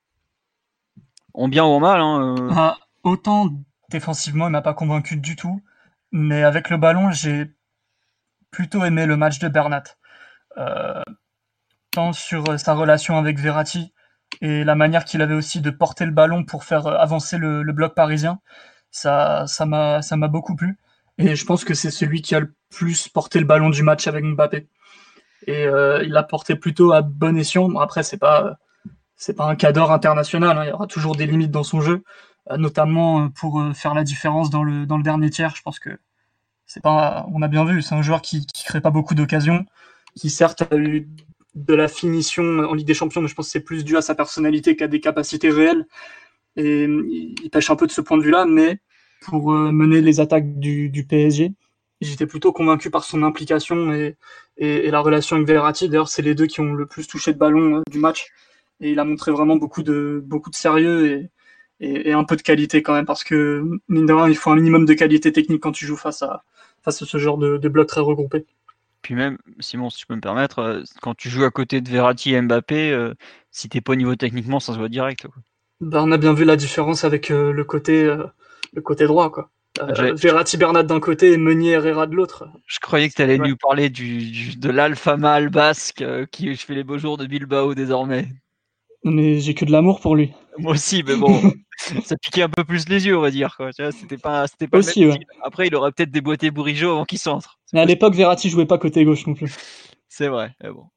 en bien ou en mal. Hein, euh. ah, autant défensivement, il m'a pas convaincu du tout, mais avec le ballon, j'ai plutôt aimé le match de Bernat. Euh, tant sur sa relation avec Verratti et la manière qu'il avait aussi de porter le ballon pour faire avancer le, le bloc parisien, ça, ça m'a, ça m'a beaucoup plu. Et je pense que c'est celui qui a le plus porté le ballon du match avec Mbappé. Et euh, il l'a porté plutôt à bon escient. Bon, après, c'est pas, c'est pas un cadre international. Hein. Il y aura toujours des limites dans son jeu, notamment pour faire la différence dans le dans le dernier tiers. Je pense que c'est pas, on a bien vu, c'est un joueur qui qui crée pas beaucoup d'occasions, qui certes a eu de la finition en Ligue des Champions, mais je pense que c'est plus dû à sa personnalité qu'à des capacités réelles. Et il pêche un peu de ce point de vue-là, mais pour mener les attaques du, du P S G, j'étais plutôt convaincu par son implication et, et, et la relation avec Verratti. D'ailleurs, c'est les deux qui ont le plus touché de ballon du match. Et il a montré vraiment beaucoup de, beaucoup de sérieux et, et, et un peu de qualité quand même, parce que, mine de rien, il faut un minimum de qualité technique quand tu joues face à, face à ce genre de, de bloc très regroupé. Puis même, Simon, si je peux me permettre, quand tu joues à côté de Verratti et Mbappé, euh, si t'es pas au niveau techniquement, ça se voit direct, quoi. Ben, on a bien vu la différence avec euh, le côté euh, le côté droit, quoi. Euh, Verratti, Bernat d'un côté et Meunier, Herrera de l'autre. Je croyais que tu allais ouais. nous parler du, du, de l'alpha mâle basque euh, qui fait les beaux jours de Bilbao désormais. Mais j'ai que de l'amour pour lui. Moi aussi, mais bon, ça piquait un peu plus les yeux, on va dire, quoi. Tu vois, c'était pas, c'était pas aussi, ouais. Après, il aurait peut-être déboîté Bourigeaud avant qu'il s'entre. Mais à l'époque, Verratti jouait pas côté gauche non plus. C'est vrai, mais bon.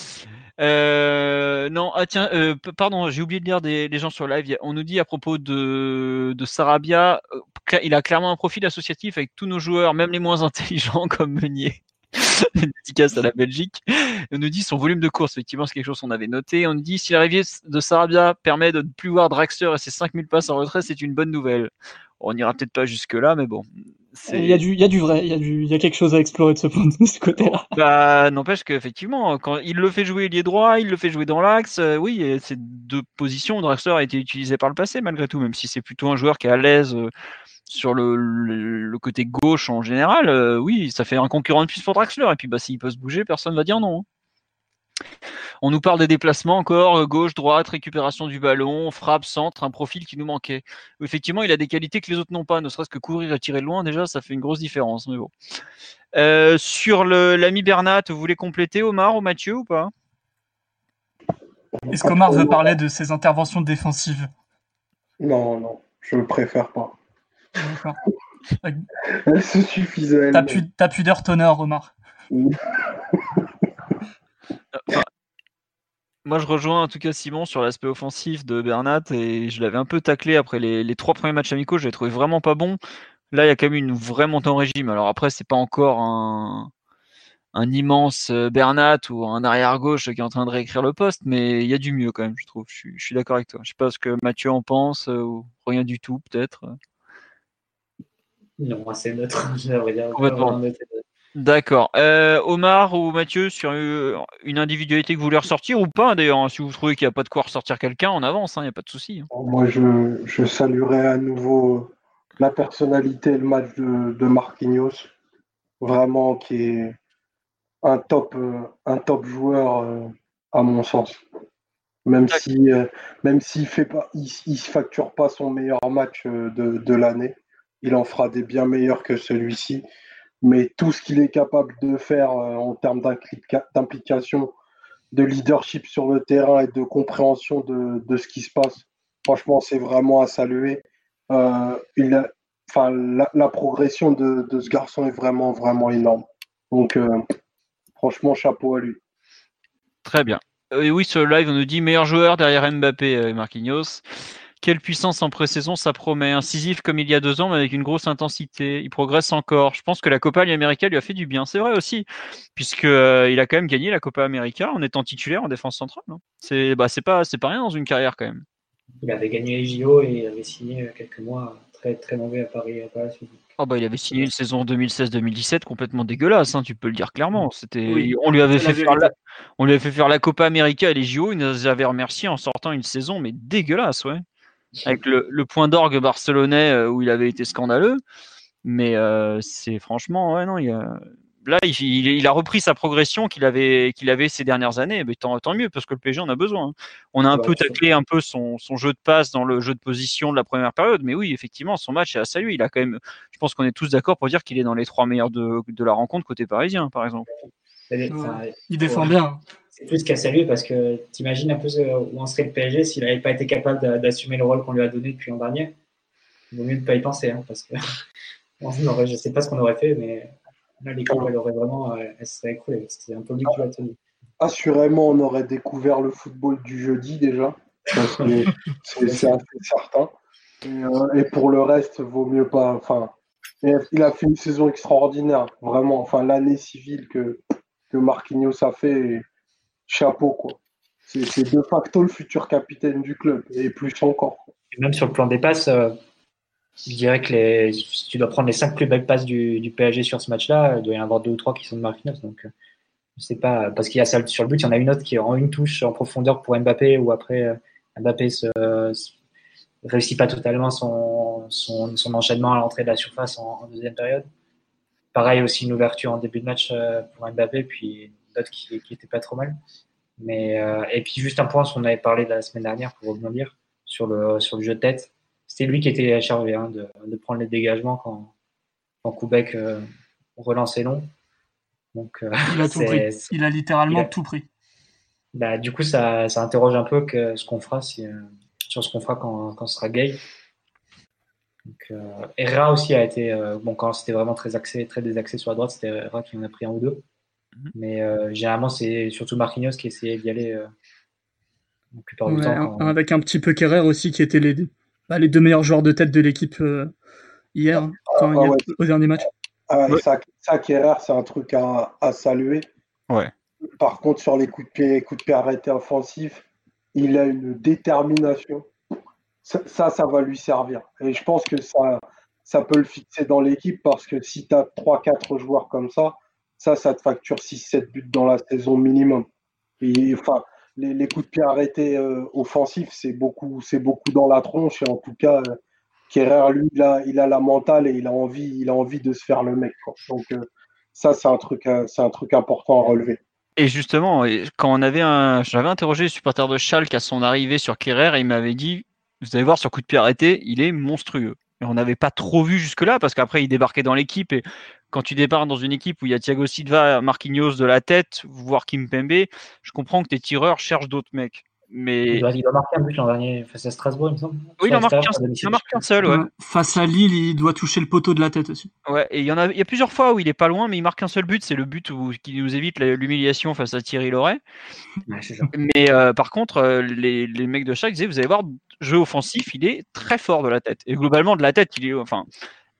Euh, non, ah tiens, euh, pardon, j'ai oublié de lire des, des gens sur live. On nous dit à propos de, de Sarabia, euh, il a clairement un profil associatif avec tous nos joueurs, même les moins intelligents comme Meunier. Une dédicace à la Belgique. On nous dit son volume de course, effectivement, c'est quelque chose qu'on avait noté. On nous dit si l'arrivée de Sarabia permet de ne plus voir Draxler et ses cinq mille passes en retrait, c'est une bonne nouvelle. On n'ira peut-être pas jusque-là, mais bon. Il y a du, il y a du vrai, il y a du, il y a quelque chose à explorer de ce point de ce côté-là. Bah, n'empêche qu'effectivement, quand il le fait jouer ailier droit, il le fait jouer dans l'axe, euh, oui, et ces deux positions, Draxler a été utilisé par le passé, malgré tout, même si c'est plutôt un joueur qui est à l'aise euh, sur le, le, le côté gauche en général, euh, oui, ça fait un concurrent de plus pour Draxler, et puis bah, s'il peut se bouger, personne va dire non. On nous parle des déplacements encore, gauche, droite, récupération du ballon, frappe, centre, un profil qui nous manquait. Effectivement, il a des qualités que les autres n'ont pas, ne serait-ce que courir et tirer loin, déjà, ça fait une grosse différence. Mais bon. Euh, sur le, l'ami Bernat, vous voulez compléter, Omar ou Mathieu, ou pas? Est-ce qu'Omar veut parler de ses interventions défensives? Non, non, je préfère pas. D'accord. Elle se suffisait. T'as plus, t'as plus d'heure tonnerre, Omar. Enfin, moi, je rejoins en tout cas Simon sur l'aspect offensif de Bernat et je l'avais un peu taclé après les, les trois premiers matchs amicaux. Je l'avais trouvé vraiment pas bon. Là, il y a quand même une vraie montée en régime. Alors après, c'est pas encore un, un immense Bernat ou un arrière-gauche qui est en train de réécrire le poste, mais il y a du mieux quand même, je trouve. Je suis, je suis d'accord avec toi. Je sais pas ce que Mathieu en pense, ou rien du tout, peut-être. Non, assez neutre. Dire, complètement. Neutre. D'accord. Euh, Omar ou Mathieu, sur une individualité que vous voulez ressortir ou pas, d'ailleurs, hein, si vous trouvez qu'il n'y a pas de quoi ressortir quelqu'un, on avance, il hein, n'y a pas de souci. Hein. Moi, je, je saluerai à nouveau la personnalité et le match de, de Marquinhos, vraiment qui est un top, euh, un top joueur euh, à mon sens. Même D'accord. si, euh, même s'il fait pas, il, il facture pas son meilleur match euh, de, de l'année, il en fera des bien meilleurs que celui-ci. Mais tout ce qu'il est capable de faire euh, en termes d'implication, de leadership sur le terrain et de compréhension de, de ce qui se passe, franchement, c'est vraiment à saluer. Euh, il a, enfin, la, la progression de, de ce garçon est vraiment, vraiment énorme. Donc, euh, franchement, chapeau à lui. Très bien. Et oui, ce live, on nous dit meilleur joueur derrière Mbappé et Marquinhos. Quelle puissance en pré-saison, ça promet. Incisif comme il y a deux ans, mais avec une grosse intensité. Il progresse encore. Je pense que la Copa América lui a fait du bien. C'est vrai aussi, puisque euh, il a quand même gagné la Copa América en étant titulaire en défense centrale. Hein. C'est, bah, c'est pas, c'est pas rien dans une carrière quand même. Il avait gagné les J O et il avait signé quelques mois très, très mauvais à Paris par la suite. Oh bah, il avait signé une saison deux mille seize deux mille dix-sept complètement dégueulasse, hein, tu peux le dire clairement. C'était, oui, on lui avait fait faire la, on lui avait fait faire la Copa América et les J O. Il nous avait remercié en sortant une saison mais dégueulasse, ouais. Avec le, le point d'orgue barcelonais euh, où il avait été scandaleux, mais euh, c'est franchement, ouais non, il a, là il, il, il a repris sa progression qu'il avait qu'il avait ces dernières années, mais tant, tant mieux parce que le P S G en a besoin. On a un ouais, peu taclé un peu son, son jeu de passe dans le jeu de position de la première période, mais oui effectivement son match est à saluer. Il a quand même, je pense qu'on est tous d'accord pour dire qu'il est dans les trois meilleurs de, de la rencontre côté parisien par exemple. Enfin, il défend bien. C'est plus qu'à saluer parce que t'imagines un peu où en serait le P S G s'il n'avait pas été capable d'assumer le rôle qu'on lui a donné depuis l'an dernier. Il vaut mieux ne pas y penser hein, parce que aurait, je ne sais pas ce qu'on aurait fait, mais là l'équipe elle aurait vraiment, elle serait écroulée. C'est un peu lui qui l'a tenu. Assurément, on aurait découvert le football du jeudi déjà, parce que c'est, c'est assez certain. Et, euh, et pour le reste, vaut mieux pas. Enfin, il a fait une saison extraordinaire, vraiment. Enfin, l'année civile que que Marquinhos a fait. Et, chapeau, quoi. C'est, c'est de facto le futur capitaine du club, et plus encore. Et même sur le plan des passes, euh, je dirais que les, si tu dois prendre les cinq plus belles passes du, du P S G sur ce match-là, il doit y en avoir deux ou trois qui sont de Marquinhos. Donc, euh, je sais pas, parce qu'il y a ça sur le but, il y en a une autre qui est en une touche en profondeur pour Mbappé, ou après euh, Mbappé se, euh, se réussit pas totalement son, son, son enchaînement à l'entrée de la surface en, en deuxième période. Pareil aussi une ouverture en début de match euh, pour Mbappé, puis d'autres qui, qui étaient pas trop mal. Mais, euh, et puis juste un point sur on avait parlé de la semaine dernière pour rebondir sur le, sur le jeu de tête. C'était lui qui était chargé hein, de, de prendre les dégagements quand, quand Koubek euh, relançait long. Donc, euh, il a tout pris. Il a littéralement il a, tout pris. Bah, du coup, ça, ça interroge un peu que ce qu'on fera si, euh, sur ce qu'on fera quand, quand ce sera Gay. Donc, euh, Herrera aussi a été euh, bon quand c'était vraiment très axé, très désaxé sur la droite, c'était Herrera qui en a pris un ou deux. Mm-hmm. Mais euh, généralement, c'est surtout Marquinhos qui essayait d'y aller euh, la plupart ouais, du temps. Quand... Avec un petit peu Kerrer aussi, qui étaient les, bah, les deux meilleurs joueurs de tête de l'équipe euh, hier, hein, quand, ah, hier ouais. au dernier match. Ah, ouais. Ça, ça Kerrer, c'est un truc à, à saluer. Ouais. Par contre, sur les coups de pied, coups de pied arrêtés offensifs, il a une détermination. Ça, ça, ça va lui servir. Et je pense que ça, ça peut le fixer dans l'équipe parce que si tu as trois quatre joueurs comme ça, ça, ça te facture six sept buts dans la saison minimum. Et, enfin, les, les coups de pied arrêtés euh, offensifs, c'est beaucoup, c'est beaucoup dans la tronche. Et en tout cas, euh, Kerrer, lui, il a, il a la mentale et il a envie, il a envie de se faire le mec, quoi. Donc, euh, ça, c'est un truc, euh, c'est un truc important à relever. Et justement, quand on avait un, j'avais interrogé le supporter de Schalke à son arrivée sur Kerrer, et il m'avait dit, vous allez voir, sur coup de pied arrêté, il est monstrueux. Et on n'avait pas trop vu jusque-là, parce qu'après, il débarquait dans l'équipe. Et quand tu débarques dans une équipe où il y a Thiago Silva, Marquinhos de la tête, voire Kimpembe, je comprends que tes tireurs cherchent d'autres mecs. Mais... Il doit, il doit marquer un but l'an dernier face à Strasbourg, il me semble. Oui, il en marque un, un seul. Ouais. Face à Lille, il doit toucher le poteau de la tête aussi. Ouais, et il y en a, il y a plusieurs fois où il est pas loin, mais il marque un seul but. C'est le but où, qui nous évite l'humiliation face à Thierry Loret. Ouais, c'est ça. Mais euh, par contre, euh, les, les mecs de Schalke disaient, vous allez voir, jeu offensif, il est très fort de la tête. Et globalement, de la tête, il est, enfin,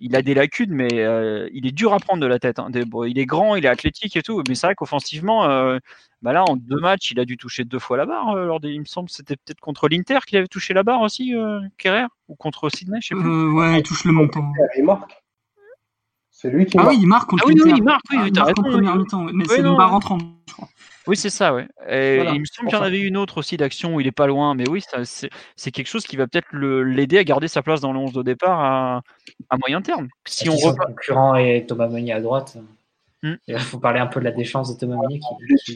il a des lacunes, mais euh, il est dur à prendre de la tête. Hein. Des, bon, il est grand, il est athlétique et tout, mais c'est vrai qu'offensivement, euh, bah là, en deux matchs, il a dû toucher deux fois la barre. Euh, lors des, il me semble que c'était peut-être contre l'Inter qu'il avait touché la barre aussi, euh, Kerrer, ou contre Sydney, je sais plus. Euh, ouais, il touche le montant. Il marque. C'est lui qui ah marque. oui, il marque contre ah oui, l'Inter. oui, il marque, oui, ah, il t'as marque raison, en première oui. mi-temps, mais Oui, c'est non, une barre ouais. rentrante, je crois. Oui, c'est ça, ouais. Et Voilà. il me semble qu'il y en Enfin. avait une autre aussi d'action où il est pas loin, mais oui, ça, c'est, c'est quelque chose qui va peut-être le, l'aider à garder sa place dans le onze de départ à, à moyen terme. Si on son concurrent est Thomas Meunier à droite, hmm. il faut parler un peu de la défense de Thomas Meunier. Qui...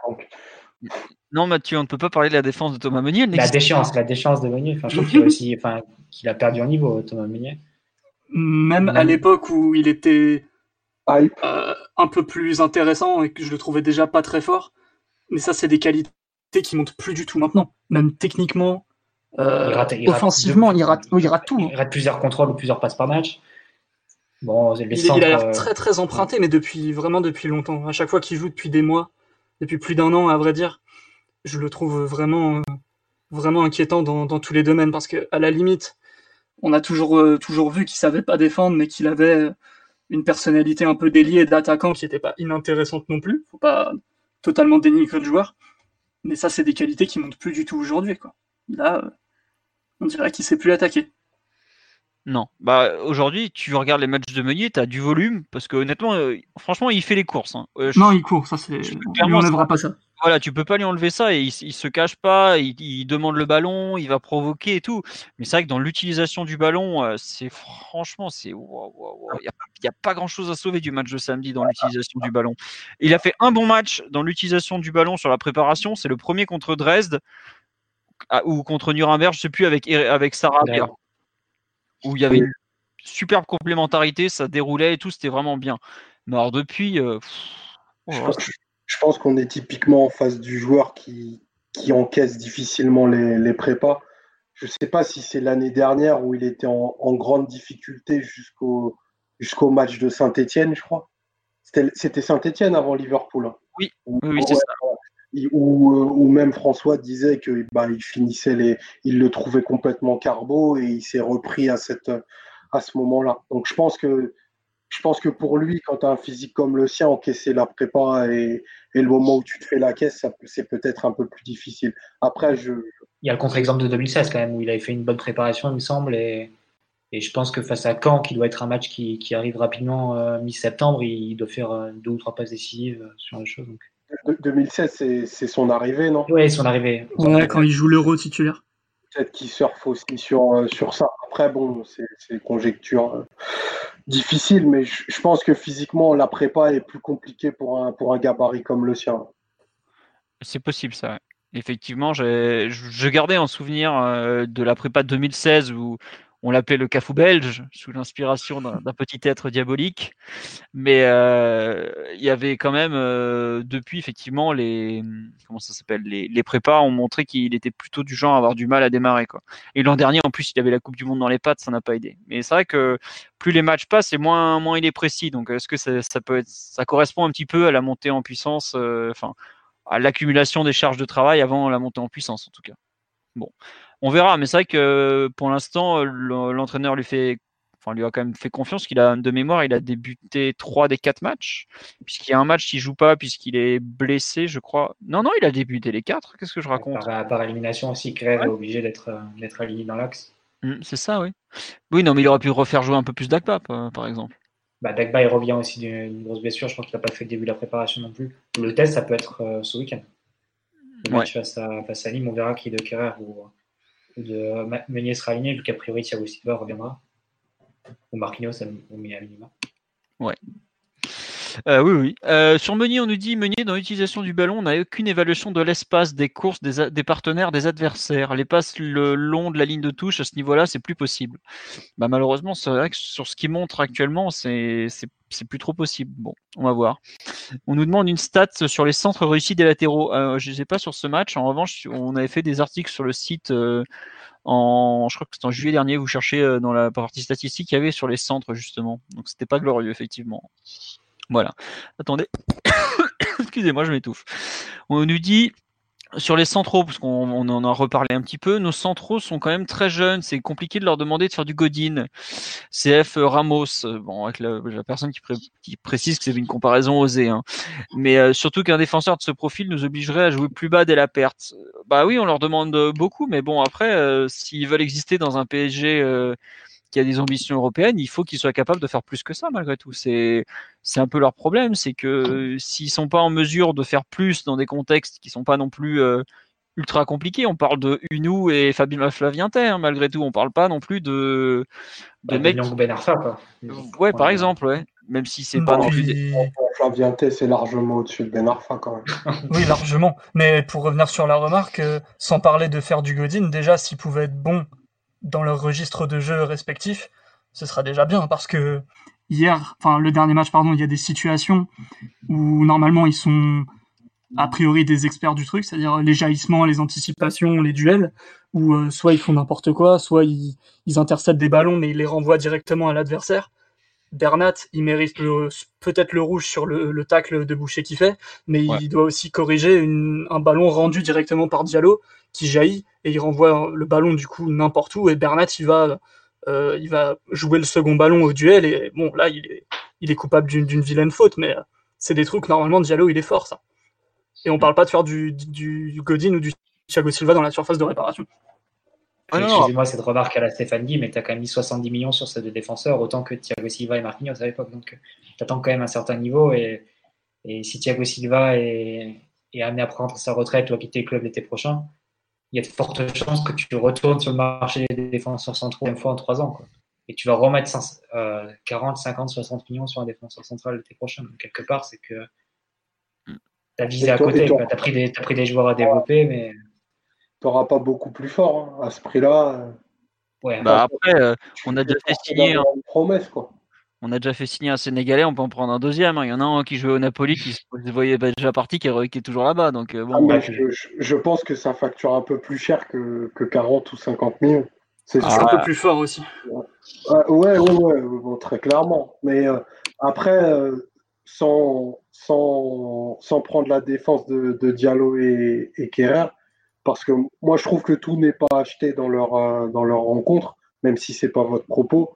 Non, Mathieu, on ne peut pas parler de la défense de Thomas Meunier. La déchéance, la déchéance de Meunier. Enfin, je trouve qu'il a aussi, enfin, qu'il a perdu en niveau, Thomas Meunier. Même, Même à l'époque où il était euh, un peu plus intéressant et que je le trouvais déjà pas très fort, mais ça, c'est des qualités qui montent plus du tout maintenant. Même techniquement, euh, il rate, il offensivement, rate, il, rate, il rate tout. Il rate plusieurs contrôles ou plusieurs passes par match. Bon, les il, centres, il a l'air très très emprunté, mais depuis vraiment depuis longtemps. À chaque fois qu'il joue depuis des mois, depuis plus d'un an, à vrai dire, je le trouve vraiment, vraiment inquiétant dans, dans tous les domaines, parce que à la limite, on a toujours, euh, toujours vu qu'il savait pas défendre, mais qu'il avait une personnalité un peu déliée d'attaquant qui était pas inintéressante non plus. Faut pas totalement dénigrer le joueur, mais ça, c'est des qualités qui montent plus du tout aujourd'hui, quoi. Là, euh, on dirait qu'il sait plus attaquer. Non, bah aujourd'hui, tu regardes les matchs de Meunier, t'as du volume, parce que honnêtement, euh, franchement, il fait les courses. Hein. Euh, je... Non, il court, ça c'est. On lui enlèvera pas ça. Voilà, tu peux pas lui enlever ça et il, il se cache pas, il, il demande le ballon, il va provoquer et tout. Mais c'est vrai que dans l'utilisation du ballon, euh, c'est franchement, c'est wow, wow, wow. Il y a, il y a pas grand chose à sauver du match de samedi dans l'utilisation du ballon. Il a fait un bon match dans l'utilisation du ballon sur la préparation, c'est le premier contre Dresde ou contre Nuremberg, je sais plus, avec avec Sarabia. Où il y avait une superbe complémentarité, ça déroulait et tout, c'était vraiment bien. Mais alors depuis, euh, pff, oh, je, pense, je pense qu'on est typiquement en face du joueur qui, qui encaisse difficilement les, les prépas. Je ne sais pas si c'est l'année dernière où il était en, en grande difficulté jusqu'au, jusqu'au match de Saint-Étienne, je crois. C'était, c'était Saint-Étienne avant Liverpool. Hein. Oui, où, oui, c'est ouais, ça. Où, où même François disait que bah, il finissait les, il le trouvait complètement carbo et il s'est repris à cette, à ce moment-là. Donc je pense que, je pense que pour lui, quand tu as un physique comme le sien, encaisser la prépa et, et le moment où tu te fais la caisse, ça, c'est peut-être un peu plus difficile. Après, je. Il y a le contre-exemple de deux mille seize quand même où il avait fait une bonne préparation, il me semble, et, et je pense que face à Caen, qui doit être un match qui, qui arrive rapidement euh, mi-septembre, il doit faire euh, deux ou trois passes décisives euh, sur les choses. Donc. deux mille seize, c'est, c'est son arrivée, non ? Oui, son arrivée. Ouais, quand il joue l'Euro titulaire. Peut-être qu'il surfe aussi sur, euh, sur ça. Après, bon, c'est, c'est conjecture euh, difficile, mais je, je pense que physiquement, la prépa est plus compliquée pour un, pour un gabarit comme le sien. C'est possible, ça. Ouais. Effectivement, j'ai, je gardais en souvenir euh, de la prépa de deux mille seize où on l'appelait le Cafou belge, sous l'inspiration d'un, d'un petit être diabolique. Mais euh, il y avait quand même, euh, depuis, effectivement, les comment ça s'appelle, les, les prépas ont montré qu'il était plutôt du genre à avoir du mal à démarrer, quoi. Et l'an dernier, en plus, il avait la Coupe du Monde dans les pattes, ça n'a pas aidé. Mais c'est vrai que plus les matchs passent, et moins, moins il est précis. Donc, est-ce que ça, ça peut être, ça correspond un petit peu à la montée en puissance, euh, enfin, à l'accumulation des charges de travail avant la montée en puissance, en tout cas. Bon, on verra, mais c'est vrai que pour l'instant, l'entraîneur lui fait, enfin, lui a quand même fait confiance, qu'il a de mémoire, il a débuté trois des quatre matchs, puisqu'il y a un match qu'il joue pas, puisqu'il est blessé, je crois. Non, non, il a débuté les quatre. Qu'est-ce que je raconte ? Par, par élimination aussi, Crève ouais. est obligé d'être, d'être aligné dans l'axe. Mmh, c'est ça, oui. Oui, non, mais il aurait pu refaire jouer un peu plus d'Agba, par exemple. Bah, Dagba, il revient aussi d'une grosse blessure. Je crois qu'il n'a pas fait le début de la préparation non plus. Le test, ça peut être euh, ce week-end. Le match ouais. face, à, face à Nîmes, on verra qui de Kerrer ou, ou de Meunier sera aligné, vu qu'a priori Thiago Silva reviendra. Ou Marquinhos, on met à minima. Ouais. Euh, oui, oui. Euh, sur Meunier, on nous dit Meunier, dans l'utilisation du ballon, on n'a aucune évaluation de l'espace, des courses, des, a- des partenaires, des adversaires. Les passes le long de la ligne de touche, à ce niveau-là, c'est plus possible. Bah, malheureusement, c'est vrai que sur ce qu'il montre actuellement, c'est, c'est, c'est plus trop possible. Bon, on va voir. On nous demande une stat sur les centres réussis des latéraux. Euh, je ne sais pas sur ce match. En revanche, on avait fait des articles sur le site euh, en, je crois que c'était en juillet dernier. Vous cherchez euh, dans la partie statistique, il y avait sur les centres justement. Donc c'était pas glorieux effectivement. Voilà. Attendez. Excusez-moi, je m'étouffe. On nous dit Sur les centraux, parce qu'on on en a reparlé un petit peu, nos centraux sont quand même très jeunes. C'est compliqué de leur demander de faire du Godin. C F Ramos, bon, avec la, la personne qui, pré, qui précise que c'est une comparaison osée, hein. Mais euh, surtout qu'un défenseur de ce profil nous obligerait à jouer plus bas dès la perte. Bah oui, on leur demande beaucoup, mais bon, après, euh, s'ils veulent exister dans un P S G euh, qui a des ambitions européennes, il faut qu'ils soient capables de faire plus que ça, malgré tout. C'est, c'est un peu leur problème, c'est que euh, s'ils sont pas en mesure de faire plus dans des contextes qui sont pas non plus euh, ultra compliqués, on parle de Unou et Fabien Flavienté, hein, malgré tout, on parle pas non plus de, de bah, mecs. De Ben Arfa, quoi. Ouais, par exemple, ouais. Même si c'est pas non plus. Des... Flavienté, c'est largement au-dessus de Ben Arfa, quand même. Oui, largement. Mais pour revenir sur la remarque, euh, sans parler de faire du Godin, déjà, s'ils pouvaient être bons dans leur registre de jeu respectif, ce sera déjà bien, parce que hier, enfin le dernier match, pardon, il y a des situations où normalement ils sont a priori des experts du truc, c'est-à-dire les jaillissements, les anticipations, les duels, où euh, soit ils font n'importe quoi, soit ils, ils interceptent des ballons mais ils les renvoient directement à l'adversaire. Bernat, il mérite le, peut-être le rouge sur le, le tacle de Boucher qu'il fait, mais ouais. Il doit aussi corriger une, un ballon rendu directement par Diallo qui jaillit et il renvoie le ballon du coup n'importe où et Bernat il va, euh, il va jouer le second ballon au duel et bon là il est, il est coupable d'une, d'une vilaine faute, mais c'est des trucs normalement Diallo il est fort ça. Et on parle pas de faire du, du, du Godin ou du Thiago Silva dans la surface de réparation. Ah non, excusez-moi cette remarque à la Stéphane Guy, mais tu as quand même mis soixante-dix millions sur ces deux défenseurs, autant que Thiago Silva et Marquinhos à l'époque. Donc tu attends quand même un certain niveau. Et, et si Thiago Silva est, est amené à prendre sa retraite ou à quitter le club l'été prochain, il y a de fortes chances que tu retournes sur le marché des défenseurs centraux une fois en trois ans. Quoi. Et tu vas remettre euh, quarante, cinquante, soixante millions sur un défenseur central l'été prochain. Donc quelque part, c'est que tu as visé à côté. Tu as pris, des, pris des joueurs à développer, mais. Tu n'auras pas beaucoup plus fort hein, à ce prix-là. Ouais, bah après, euh, on a déjà fait signer un... une promesse, quoi. On a déjà fait signer un Sénégalais, on peut en prendre un deuxième. Hein. Il y en a un qui jouait au Napoli, qui se voyait déjà parti, qui est, qui est toujours là-bas. Donc bon. Ah, mais je, je, je pense que ça facture un peu plus cher que, que quarante ou cinquante millions. C'est ah, un peu plus fort aussi. Ouais, ouais, ouais, ouais bon, très clairement. Mais euh, après, euh, sans, sans, sans prendre la défense de, de Diallo et, et Kerrer, parce que moi, je trouve que tout n'est pas acheté dans leur, euh, dans leur rencontre, même si ce n'est pas votre propos.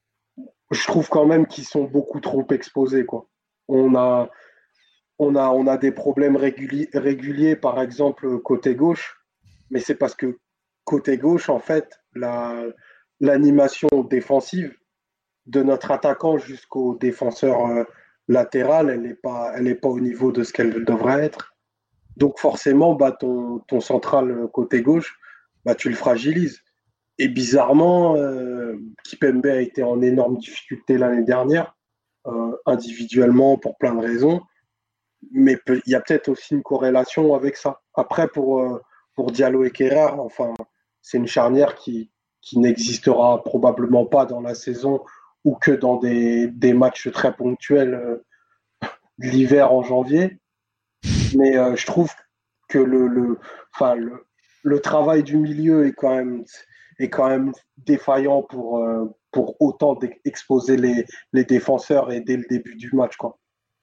Je trouve quand même qu'ils sont beaucoup trop exposés, quoi. On a, on a, on a des problèmes réguliers, réguliers, par exemple, côté gauche, mais c'est parce que côté gauche, en fait, la, l'animation défensive de notre attaquant jusqu'au défenseur euh, latéral, elle n'est pas, elle n'est pas au niveau de ce qu'elle devrait être. Donc forcément, bah, ton, ton central côté gauche, bah, tu le fragilises. Et bizarrement, euh, Kipembe a été en énorme difficulté l'année dernière, euh, individuellement pour plein de raisons. Mais il y a peut-être aussi une corrélation avec ça. Après, pour, euh, pour Diallo et Kerrer, enfin, c'est une charnière qui, qui n'existera probablement pas dans la saison ou que dans des, des matchs très ponctuels euh, l'hiver en janvier. Mais euh, je trouve que le, le, enfin, le, le travail du milieu est quand même, est quand même défaillant pour, euh, pour autant exposer les, les défenseurs et dès le début du match, quoi.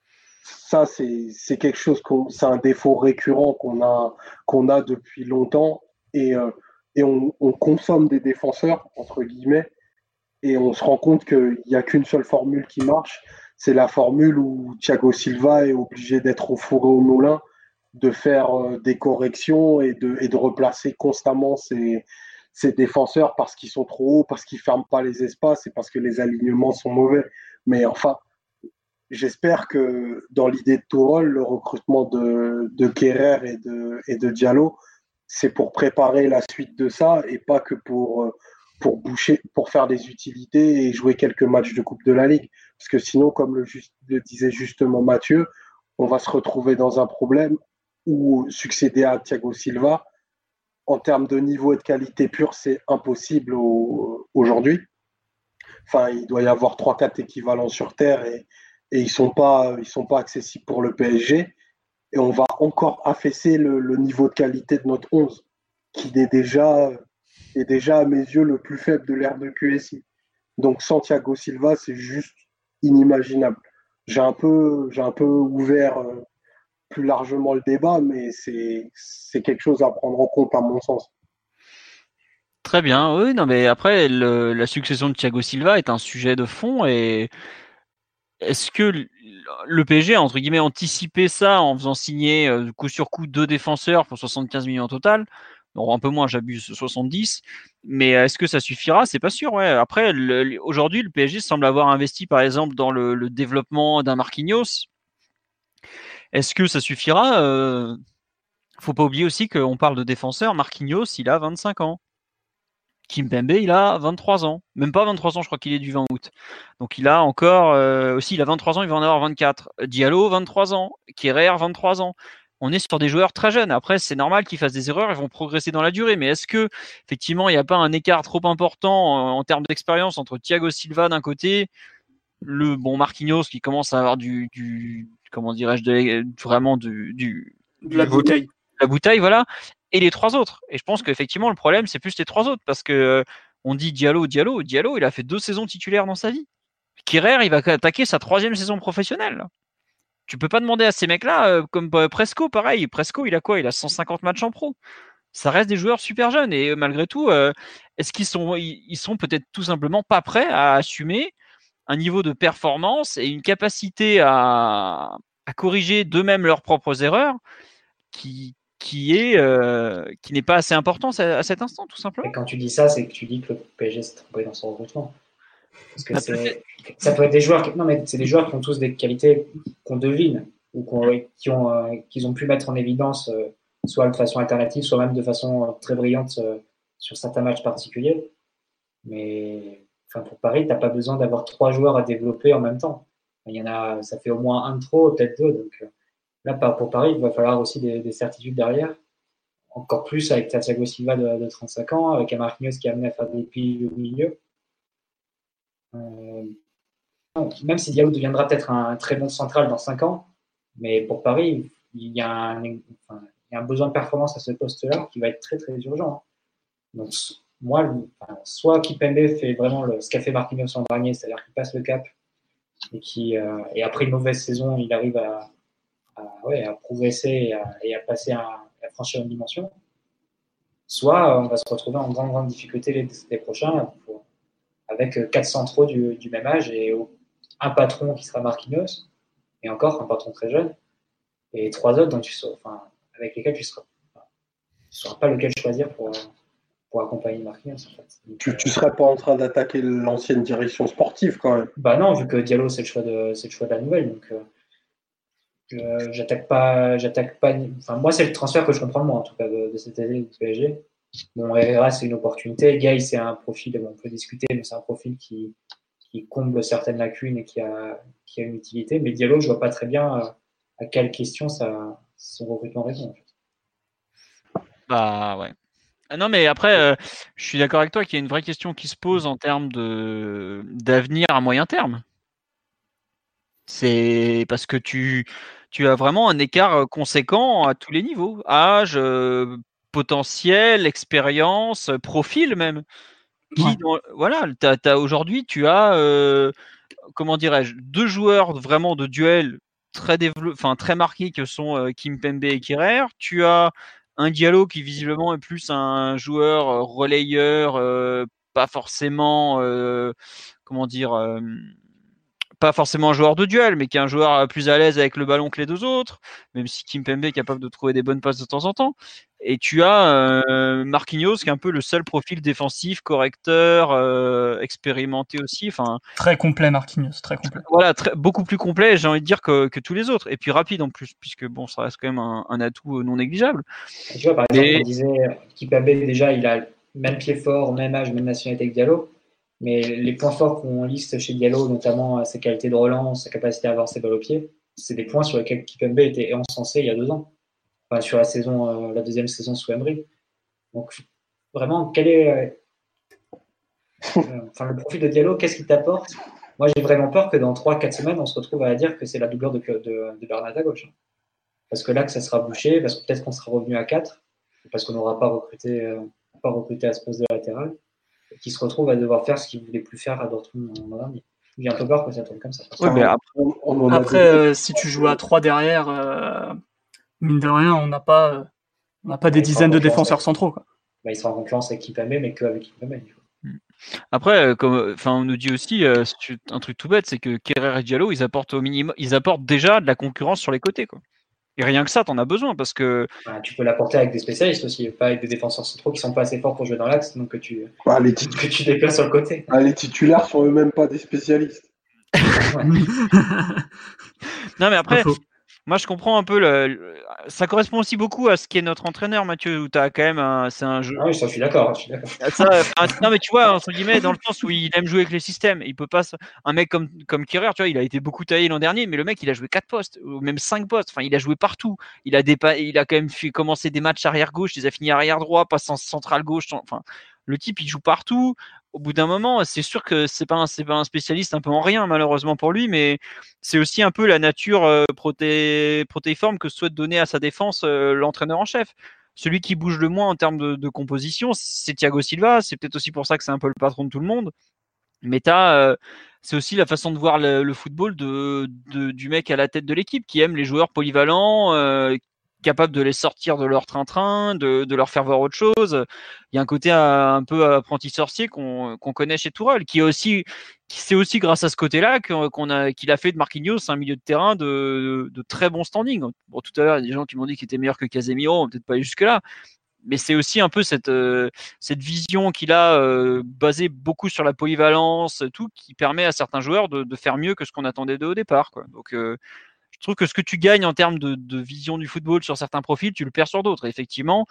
Ça, c'est, c'est quelque chose, qu'on, c'est un défaut récurrent qu'on a, qu'on a depuis longtemps et, euh, et on, on consomme des défenseurs, entre guillemets, et on se rend compte qu'il n'y a qu'une seule formule qui marche, c'est la formule où Thiago Silva est obligé d'être au four et au moulin, de faire euh, des corrections et de, et de replacer constamment ses, ses défenseurs parce qu'ils sont trop hauts, parce qu'ils ne ferment pas les espaces et parce que les alignements sont mauvais. Mais enfin, j'espère que dans l'idée de Tourelle, le recrutement de, de Kerrer et de, et de Diallo, c'est pour préparer la suite de ça et pas que pour, pour boucher, pour faire des utilités et jouer quelques matchs de Coupe de la Ligue. Parce que sinon, comme le, just, le disait justement Mathieu, on va se retrouver dans un problème où succéder à Thiago Silva, en termes de niveau et de qualité pure, c'est impossible au, aujourd'hui. Enfin, il doit y avoir trois quatre équivalents sur Terre et, et ils ne sont pas, ils sont pas accessibles pour le P S G. Et on va encore affaisser le, le niveau de qualité de notre onze, qui est déjà, est déjà, à mes yeux, le plus faible de l'ère de Q S I. Donc, sans Thiago Silva, c'est juste inimaginable. J'ai un peu, j'ai un peu ouvert... Euh, plus largement le débat, mais c'est, c'est quelque chose à prendre en compte à mon sens. Très bien, oui, non, mais après, le, la succession de Thiago Silva est un sujet de fond et est-ce que le P S G a, entre guillemets, anticipé ça en faisant signer euh, coup sur coup deux défenseurs pour soixante-quinze millions au total? Bon, un peu moins, j'abuse, soixante-dix. Mais est-ce que ça suffira? C'est pas sûr. Ouais. Après, le, aujourd'hui, le P S G semble avoir investi, par exemple, dans le, le développement d'un Marquinhos. Est-ce que ça suffira? euh, Faut pas oublier aussi qu'on parle de défenseur. Marquinhos, il a vingt-cinq ans. Kimpembe, il a vingt-trois ans. Même pas vingt-trois ans, je crois qu'il est du vingt août. Donc il a encore... Euh, aussi, il a vingt-trois ans, il va en avoir vingt-quatre. Diallo, vingt-trois ans. Kerrer, vingt-trois ans. On est sur des joueurs très jeunes. Après, c'est normal qu'ils fassent des erreurs, ils vont progresser dans la durée. Mais est-ce que, effectivement, il n'y a pas un écart trop important en, en termes d'expérience entre Thiago Silva d'un côté, le bon Marquinhos qui commence à avoir du... du comment dirais-je, de, vraiment du... du de la bouteille. La bouteille, voilà. Et les trois autres. Et je pense qu'effectivement, le problème, c'est plus les trois autres. Parce que euh, on dit Diallo, Diallo. Diallo, il a fait deux saisons titulaires dans sa vie. Kerrer, il va attaquer sa troisième saison professionnelle. Tu peux pas demander à ces mecs-là, euh, comme euh, Presco, pareil. Presco, il a quoi? Il a cent cinquante matchs en pro. Ça reste des joueurs super jeunes. Et euh, malgré tout, euh, est-ce qu'ils sont, ils, ils sont peut-être tout simplement pas prêts à assumer un niveau de performance et une capacité à, à corriger d'eux-mêmes leurs propres erreurs qui qui est euh, qui n'est pas assez important à cet instant, tout simplement. Et quand tu dis ça, c'est que tu dis que le P S G s'est trompé dans son recrutement. Parce que c'est, ça peut être des joueurs qui, non mais c'est des joueurs qui ont tous des qualités qu'on devine ou qu'on, qui ont euh, qu'ils ont pu mettre en évidence euh, soit de façon alternative, soit même de façon euh, très brillante euh, sur certains matchs particuliers. Mais enfin pour Paris, t'as pas besoin d'avoir trois joueurs à développer en même temps. Il y en a, ça fait au moins un de trop, peut-être deux. Donc euh, là, pour Paris, il va falloir aussi des, des certitudes derrière. Encore plus avec Thiago Silva de, de trente-cinq ans, avec un Marquinhos qui est amené à faire des piles au milieu. Euh, même si Diallo deviendra peut-être un très bon central dans cinq ans, mais pour Paris, il y a un, enfin, il y a un besoin de performance à ce poste-là qui va être très très urgent. Donc, moi, enfin, soit Kimpembe fait vraiment le, ce qu'a fait Marquinhos l'an dernier, c'est-à-dire qu'il passe le cap et, qui, euh, et après une mauvaise saison, il arrive à À, ouais, à progresser et à, et à passer à, à franchir une dimension, soit on va se retrouver en grande, grande difficulté les, les prochains pour, avec quatre centraux du, du même âge et un patron qui sera Marquinhos, et encore un patron très jeune, et trois autres dont tu seras, enfin, avec lesquels tu ne seras, enfin, sauras pas lequel choisir pour, pour accompagner Marquinhos. En fait. Donc, tu ne euh, serais pas en train d'attaquer l'ancienne direction sportive quand même? Bah non, vu que Diallo c'est le choix de, c'est le choix de la nouvelle, donc euh, Je, j'attaque pas, j'attaque pas. Enfin, moi, c'est le transfert que je comprends le moins, en tout cas, de, de cette année du P S G. Bon, Herrera, c'est une opportunité. Gay, c'est un profil, bon, on peut discuter, mais c'est un profil qui, qui comble certaines lacunes et qui a, qui a une utilité. Mais Diallo, je vois pas très bien à, à quelle question ça, son recrutement répond. En fait. Bah ouais. Ah non, mais après, euh, je suis d'accord avec toi qu'il y a une vraie question qui se pose en termes de d'avenir à moyen terme. C'est parce que tu, tu as vraiment un écart conséquent à tous les niveaux. Âge, euh, potentiel, expérience, profil même. Qui, Ouais. dans- voilà, t'as, t'as, aujourd'hui, tu as, euh, comment dirais-je, deux joueurs vraiment de duel très, dévelop- enfin, très marqués que sont euh, Kimpembe et Kerrer. Tu as un Diallo qui visiblement est plus un joueur euh, relayeur, euh, pas forcément, euh, comment dire... euh, pas forcément un joueur de duel, mais qui est un joueur plus à l'aise avec le ballon que les deux autres, même si Kimpembe est capable de trouver des bonnes passes de temps en temps. Et tu as euh, Marquinhos, qui est un peu le seul profil défensif, correcteur, euh, expérimenté aussi. Enfin, très complet, Marquinhos, très complet. Voilà, très, beaucoup plus complet, j'ai envie de dire, que, que tous les autres. Et puis rapide en plus, puisque bon, ça reste quand même un, un atout non négligeable. Et tu vois, par exemple, Mais... on disait Kimpembe, déjà, il a même pied fort, même âge, même nationalité que Diallo. Mais les points forts qu'on liste chez Diallo, notamment ses qualités de relance, sa capacité à avoir ses balles au pied, c'est des points sur lesquels Kimpembe était encensé il y a deux ans. Enfin, sur la saison, euh, la deuxième saison sous Emery. Donc, vraiment, quel est euh, enfin, le profil de Diallo, qu'est-ce qu'il t'apporte? Moi, j'ai vraiment peur que dans trois quatre semaines, on se retrouve à dire que c'est la doublure de, de, de Bernat à gauche. Parce que là, que ça sera bouché, parce que peut-être qu'on sera revenu à quatre, parce qu'on n'aura pas recruté, euh, pas recruté à ce poste de latéral, qui se retrouve à devoir faire ce qu'il ne voulait plus faire à Dortmund en dernier. J'ai un peu peur que ça tombe comme ça. Ouais, mais après, après euh, si tu joues à trois derrière, euh, mine de rien, on n'a pas, on n'a pas des Ouais, dizaines de avec- défenseurs centraux, quoi. Bah, ils sont en concurrence avec Kipembe, mais que avec Kipembe. du coup. Après, comme, enfin, on nous dit aussi euh, un truc tout bête, c'est que Kerrer et Diallo, ils apportent au minimum, ils apportent déjà de la concurrence sur les côtés, quoi. Et rien que ça, t'en as besoin parce que. Bah, tu peux l'apporter avec des spécialistes aussi, pas avec des défenseurs centraux qui sont pas assez forts pour jouer dans l'axe, donc que tu, Bah, les, titu- que tu déplaces sur le côté. ah, les titulaires sont eux-mêmes pas des spécialistes. Non, mais après, Pas faux. moi, je comprends un peu. Le, le- ça correspond aussi beaucoup à ce qu'est notre entraîneur, Mathieu, où t'as quand même un, c'est un jeu. Ah oui, ça, je suis d'accord. Je suis d'accord. Ça, enfin, non, mais tu vois, entre guillemets, dans le sens où il aime jouer avec les systèmes. Il peut pas. se- Un mec comme comme Kerrer, tu vois, il a été beaucoup taillé l'an dernier, mais le mec, il a joué quatre postes, ou même cinq postes. Enfin, il a joué partout. Il a dépa... il a quand même fait commencer des matchs arrière gauche, il les a fini arrière droit, passant central gauche. Enfin, le type, il joue partout. Au bout d'un moment, c'est sûr que c'est pas un, c'est pas un spécialiste un peu en rien, malheureusement pour lui, mais c'est aussi un peu la nature euh, proté... protéiforme que souhaite donner à sa défense euh, l'entraîneur en chef. Celui qui bouge le moins en termes de, de composition, c'est Thiago Silva. C'est peut-être aussi pour ça que c'est un peu le patron de tout le monde. Mais t'as, euh, c'est aussi la façon de voir le, le football de, de, du mec à la tête de l'équipe qui aime les joueurs polyvalents, euh, capable de les sortir de leur train-train, de, de leur faire voir autre chose. Il y a un côté euh, un peu apprenti sorcier qu'on, qu'on connaît chez Tourelle, qui est aussi, qui c'est aussi grâce à ce côté-là qu'on a, qu'il a fait de Marquinhos un milieu de terrain de, de, de très bon standing. Bon, tout à l'heure, il y a des gens qui m'ont dit qu'il était meilleur que Casemiro, on peut peut-être pas aller jusque-là. Mais c'est aussi un peu cette, euh, cette vision qu'il a euh, basée beaucoup sur la polyvalence, tout, qui permet à certains joueurs de, de faire mieux que ce qu'on attendait d'eux au départ, quoi. Donc, euh, je trouve que ce que tu gagnes en termes de, de vision du football sur certains profils, tu le perds sur d'autres. Et effectivement,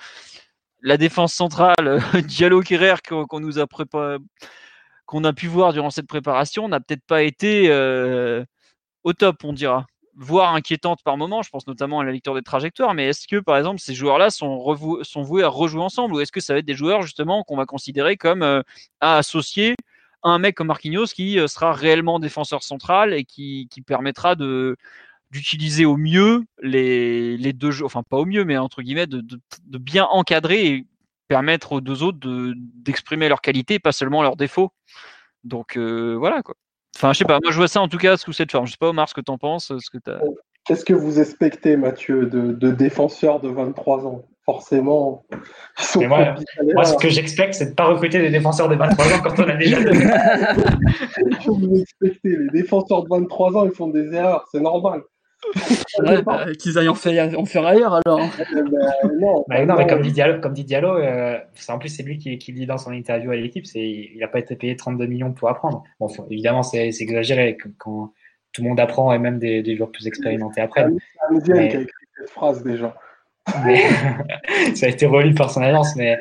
la défense centrale, Diallo Kerrer qu'on, qu'on nous a préparé, qu'on a pu voir durant cette préparation, n'a peut-être pas été euh, au top, on dira. Voire inquiétante par moment, je pense notamment à la lecture des trajectoires, mais est-ce que par exemple ces joueurs-là sont, revou- sont voués à rejouer ensemble, ou est-ce que ça va être des joueurs justement qu'on va considérer comme euh, à associer à un mec comme Marquinhos qui euh, sera réellement défenseur central et qui, qui permettra de d'utiliser au mieux les, les deux jeux, enfin pas au mieux, mais entre guillemets, de, de, de bien encadrer et permettre aux deux autres de, d'exprimer leurs qualités, pas seulement leurs défauts. Donc euh, voilà quoi. Enfin, je sais pas, moi je vois ça en tout cas sous cette forme. Je sais pas, Omar, ce que t'en penses, ce que t'as. Qu'est-ce que vous expectez, Mathieu, de, de défenseurs de vingt-trois ans? Forcément, ils sont Mais moi, pas bien moi, ce que j'expecte, c'est de ne pas recruter des défenseurs de vingt-trois ans quand on a déjà deux. Qu'est-ce que vous expectez? Les défenseurs de vingt-trois ans, ils font des erreurs, c'est normal. Ouais, bah, qu'ils aillent en faire, en faire ailleurs alors. Eh ben, non, Bah, non, mais non. comme dit Diallo, comme dit Diallo euh, c'est, en plus c'est lui qui, qui dit dans son interview à l'équipe, c'est, il n'a pas été payé trente-deux millions pour apprendre. Bon, faut- évidemment, c'est, c'est exagéré quand, quand tout le monde apprend et même des, des joueurs plus expérimentés après. C'est Amedian Mais- qui a écrit cette phrase déjà. Mais ça a été relu par son agence, mais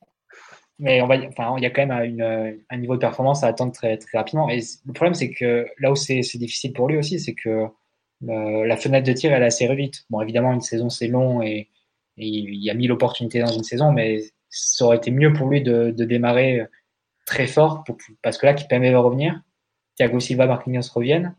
mais on va, enfin, il y a quand même une, un niveau de performance à attendre très très rapidement. Et le problème, c'est que là où c'est, c'est difficile pour lui aussi, c'est que euh, la fenêtre de tir elle est assez réduite. Bon, évidemment, une saison c'est long et, et il y a mille opportunités dans une saison, mais ça aurait été mieux pour lui de, de démarrer très fort pour, parce que là, Kipembe va revenir, Thiago Silva, Marquinhos reviennent.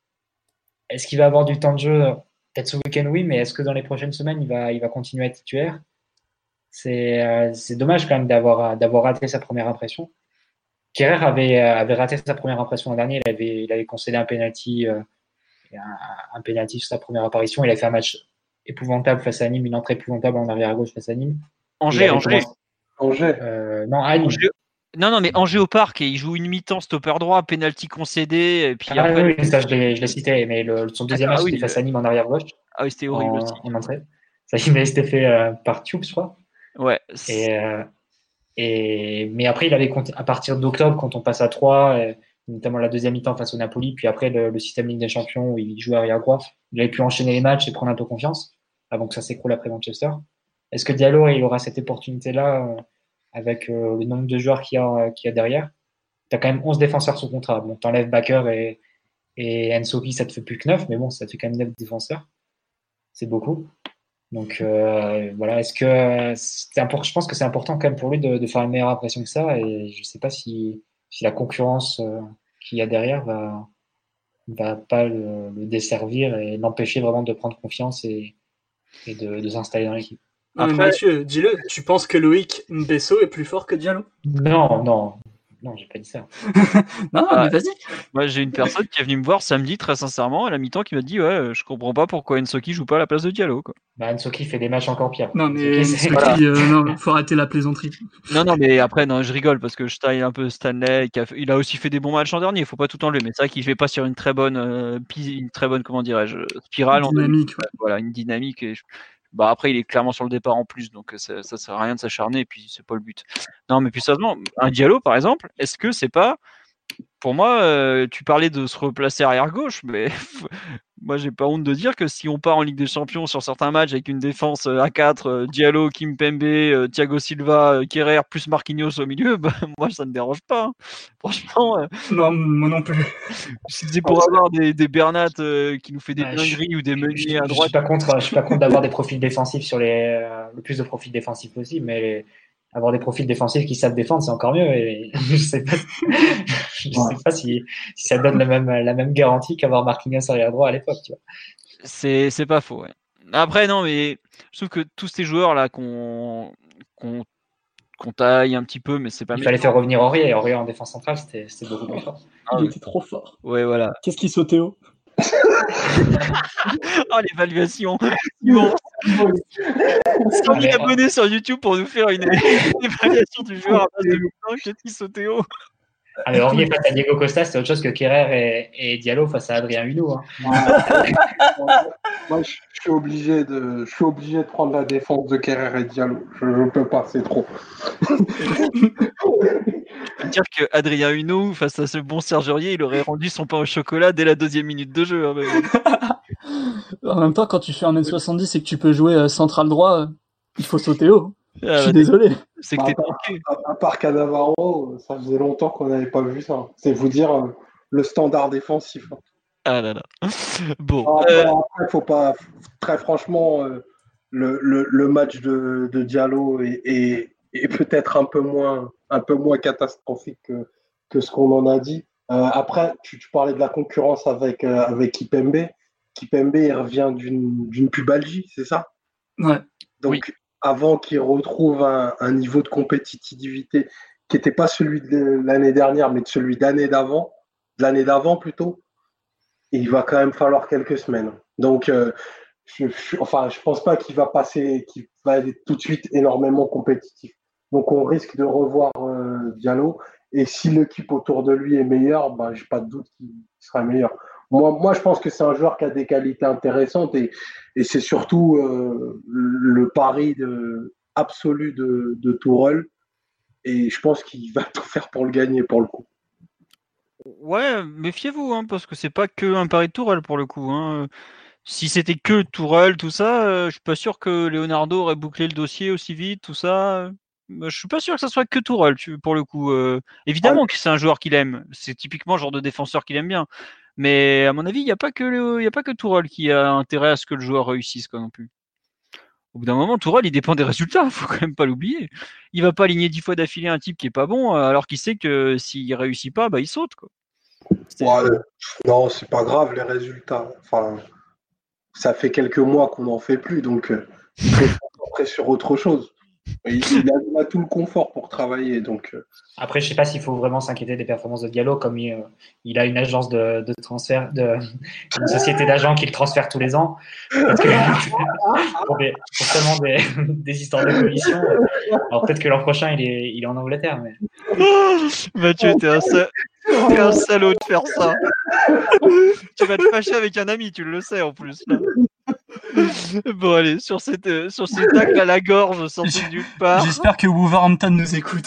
Est-ce qu'il va avoir du temps de jeu? Peut-être ce week-end, oui, mais est-ce que dans les prochaines semaines, il va, il va continuer à être titulaire? C'est, euh, c'est dommage quand même d'avoir, d'avoir raté sa première impression. Kerrer avait, avait raté sa première impression l'an dernier. Il avait, il avait concédé un penalty, euh, un, un penalty sur sa première apparition. Il a fait un match épouvantable face à Nîmes, une entrée épouvantable en arrière à gauche face à Nîmes. Angers, Angers. Commencé, Angers. euh, non, à Nîmes. Angers. Non, non, mais Angers au parc, et il joue une mi-temps stopper droit, penalty concédé, et puis Ah après. oui, oui, ça je l'ai, je l'ai cité, mais le, son deuxième Ah, match oui, c'était le... face à Nîmes en arrière gauche. Ah oui, c'était horrible en, aussi. En entrée. Ça, il avait été fait euh, par Tube, je crois. Ouais. Et, euh, et, mais après, il avait à partir d'octobre, quand on passe à trois, et, notamment la deuxième mi-temps face au Napoli, puis après le, le système Ligue des Champions où il jouait arrière droit, il avait pu enchaîner les matchs et prendre un peu confiance avant que ça s'écroule après Manchester. Est-ce que Diallo il aura cette opportunité-là euh, avec euh, le nombre de joueurs qu'il y a, qu'il y a derrière? Tu as quand même onze défenseurs sous contrat. Bon, t'enlèves Bakker et, et Ensoki, ça te fait plus que neuf, mais bon, ça te fait quand même neuf défenseurs. C'est beaucoup. Donc euh, voilà, est-ce que c'est important, je pense que c'est important quand même pour lui de, de faire une meilleure impression que ça, et je sais pas si, si la concurrence euh, qu'il y a derrière va, va pas le, le desservir et l'empêcher vraiment de prendre confiance et, et de, de s'installer dans l'équipe. Non, mais Après- Mathieu, dis-le, tu penses que Loïc Mbesso est plus fort que Diallo? Non, non, Non, j'ai pas dit ça. non, Ah, mais vas-y. Moi, j'ai une personne qui est venue me voir samedi, très sincèrement, à la mi-temps, qui m'a dit ouais, je comprends pas pourquoi Ensoki joue pas à la place de Diallo, quoi. Bah, Nsoki fait des matchs encore pires. Non, mais Nsoki, c'est- Nsoki, euh, non, faut arrêter la plaisanterie. Non, non, mais après, non, je rigole parce que je taille un peu Stanley. Qui a fait- il a aussi fait des bons matchs l'an dernier. Il faut pas tout enlever, mais c'est vrai qu'il fait pas sur une très bonne, euh, pi- une très bonne, comment dirais-je, spirale. En Dynamique, ouais. Voilà, une dynamique. Et je- Bah après, il est clairement sur le départ en plus, donc ça, ça sert à rien de s'acharner. Et puis c'est pas le but. Non, mais plus sérieusement, un Diallo, par exemple, est-ce que c'est pas, pour moi, euh, tu parlais de se replacer arrière gauche, mais moi j'ai pas honte de dire que si on part en Ligue des Champions sur certains matchs avec une défense à quatre, euh, Diallo, Kimpembe, euh, Thiago Silva, euh, Kerrer plus Marquinhos au milieu, bah, moi ça me dérange pas. Hein. Franchement, euh, Non, moi non plus. si c'est pour avoir des, des Bernat euh, qui nous fait des Ouais, je- dingueries ou des Je, meuniers à je droite. suis pas contre, je suis pas contre d'avoir des profils défensifs sur les, euh, le plus de profils défensifs possible, mais les- avoir des profils défensifs qui savent défendre, c'est encore mieux. Et je sais pas, je sais pas si, si ça donne la même, la même garantie qu'avoir Marquinhos arrière droit à l'époque, tu vois. C'est, c'est pas faux, ouais. Après, non, mais je trouve que tous ces joueurs-là qu'on, qu'on, qu'on taille un petit peu, mais c'est pas Il fallait faire revenir Aurier, et Aurier en défense centrale, c'était, c'était beaucoup plus fort. Ah, Il ouais. était trop fort. Ouais, voilà. Qu'est-ce qui sautait haut? Oh, l'évaluation. Bon. cent mille abonnés sur YouTube pour nous faire une, une évaluation du joueur à base de putain, qu'est-ce qui sautait haut. Ah, mais Aurier face à Diego Costa, c'est autre chose que Kerrer et, et Diallo face à Adrien Huneau. Hein. Moi, je, je suis obligé de, je suis obligé de prendre la défense de Kerrer et Diallo. Je ne peux pas, c'est trop. Je peux dire que Adrien Huneau, face à ce bon Serge Aurier, il aurait rendu son pain au chocolat dès la deuxième minute de jeu. Hein, mais... En même temps, quand tu fais un mètre soixante-dix et que tu peux jouer euh, central droit, euh, il faut sauter haut. Ah, Je suis bah, désolé. c'est que Bah, t'es à, tanké. à- à part Cannavaro, ça faisait longtemps qu'on n'avait pas vu ça. C'est vous dire euh, le standard défensif. hein. Ah là là. Bon. Après, euh, après, faut pas. Très franchement, euh, le, le, le match de, de Diallo est, est, est peut-être un peu moins, un peu moins catastrophique que, que ce qu'on en a dit. Euh, après, tu, tu parlais de la concurrence avec, euh, avec Kipembe. Kipembe, il revient d'une d'une pubalgie, c'est ça? Ouais. Donc, Oui. avant qu'il retrouve un, un niveau de compétitivité qui n'était pas celui de l'année dernière, mais de celui d'année d'avant, de l'année d'avant plutôt, il va quand même falloir quelques semaines. Donc, euh, je, je, enfin, je pense pas qu'il va passer, qu'il va être tout de suite énormément compétitif. Donc, on risque de revoir euh, Diallo. Et si l'équipe autour de lui est meilleure, ben, j'ai pas de doute qu'il sera meilleur. Moi, moi, je pense que c'est un joueur qui a des qualités intéressantes et, et c'est surtout euh, le pari de, absolu de, de Tourelle. Et je pense qu'il va tout faire pour le gagner pour le coup. Ouais, méfiez-vous, hein, parce que c'est pas que un pari de Tourelle pour le coup. Hein. Si c'était que Tourelle, tout ça, euh, je suis pas sûr que Leonardo aurait bouclé le dossier aussi vite, tout ça. Euh, je suis pas sûr que ça soit que Tourelle, tu, pour le coup. Euh, évidemment Ouais. que c'est un joueur qu'il aime. C'est typiquement le genre de défenseur qu'il aime bien. Mais à mon avis, il n'y a pas que le, il y a pas que Tourelle qui a intérêt à ce que le joueur réussisse, quoi, non plus. Au bout d'un moment, Tourelle, il dépend des résultats, faut quand même pas l'oublier. Il va pas aligner dix fois d'affilée un type qui est pas bon, euh, alors qu'il sait que s'il réussit pas, bah il saute, quoi. C'est- Ouais, non, c'est pas grave les résultats. Enfin, ça fait quelques mois qu'on n'en fait plus, donc euh, il faut se concentrer sur autre chose. Il, il a, il a tout le confort pour travailler, donc. euh, Après, je sais pas s'il faut vraiment s'inquiéter des performances de Diallo, comme il, euh, il a une agence de, de transfert, de, une société d'agents qui le transfère tous les ans. Peut-être que, pour, des, pour seulement des, des histoires de commission. Alors peut-être que l'an prochain, il est, il est en Angleterre. Mais... Mathieu, t'es un, sa- t'es un salaud de faire ça. Tu vas te fâcher avec un ami, tu le sais en plus. Là. Bon, allez, sur cette, euh, sur ces tacles à la gorge sortis de nulle part. J'espère que Wolverhampton nous écoute.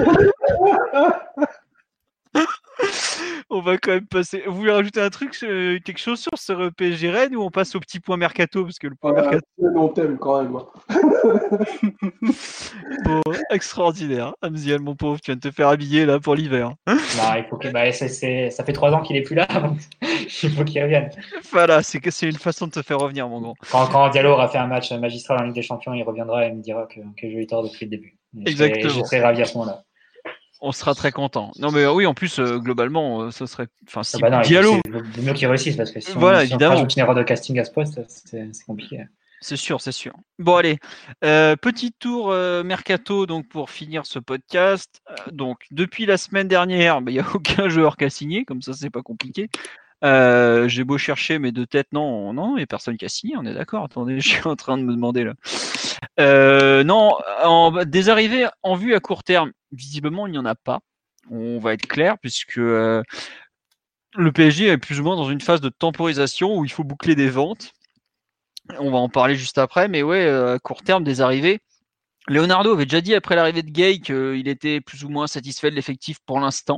On va quand même passer. Vous voulez rajouter un truc, euh, quelque chose sur ce P S G Rennes ou on passe au petit point mercato parce que le point ouais, mercato. on t'aime quand même. hein. Bon, extraordinaire. Amziel, mon pauvre, tu viens de te faire habiller là pour l'hiver. Bah, il faut que, bah, c'est, c'est, ça fait trois ans qu'il est plus là, donc il faut qu'il revienne. Voilà, c'est que c'est une façon de te faire revenir, mon grand. Quand, quand Diallo aura fait un match magistral en Ligue des Champions, il reviendra et me dira que, que j'ai eu tort depuis le début. Et Exactement. Je serai, je serai ravi à ce moment-là. On sera très content. Non, mais oui, en plus, euh, globalement, euh, ça serait. Enfin, si Ah bah non, Diallo. c'est le mieux qu'il réussisse parce que si Voilà, on, si on évidemment. rajoute une erreur de casting à ce poste, c'est, c'est compliqué. C'est sûr, c'est sûr. Bon, allez, euh, petit tour euh, mercato donc pour finir ce podcast. Euh, donc, depuis la semaine dernière, il bah, n'y a aucun joueur qui a signé, comme ça, c'est pas compliqué. Euh, j'ai beau chercher, mais de tête, non, non, il n'y a personne qui a signé, on est d'accord. Attendez, je suis en train de me demander là. Euh, non, en, des arrivées en vue à court terme, visiblement, il n'y en a pas. On va être clair, puisque euh, le P S G est plus ou moins dans une phase de temporisation où il faut boucler des ventes. On va en parler juste après, mais ouais, à court terme, des arrivées. Leonardo avait déjà dit après l'arrivée de Gay qu'il était plus ou moins satisfait de l'effectif pour l'instant.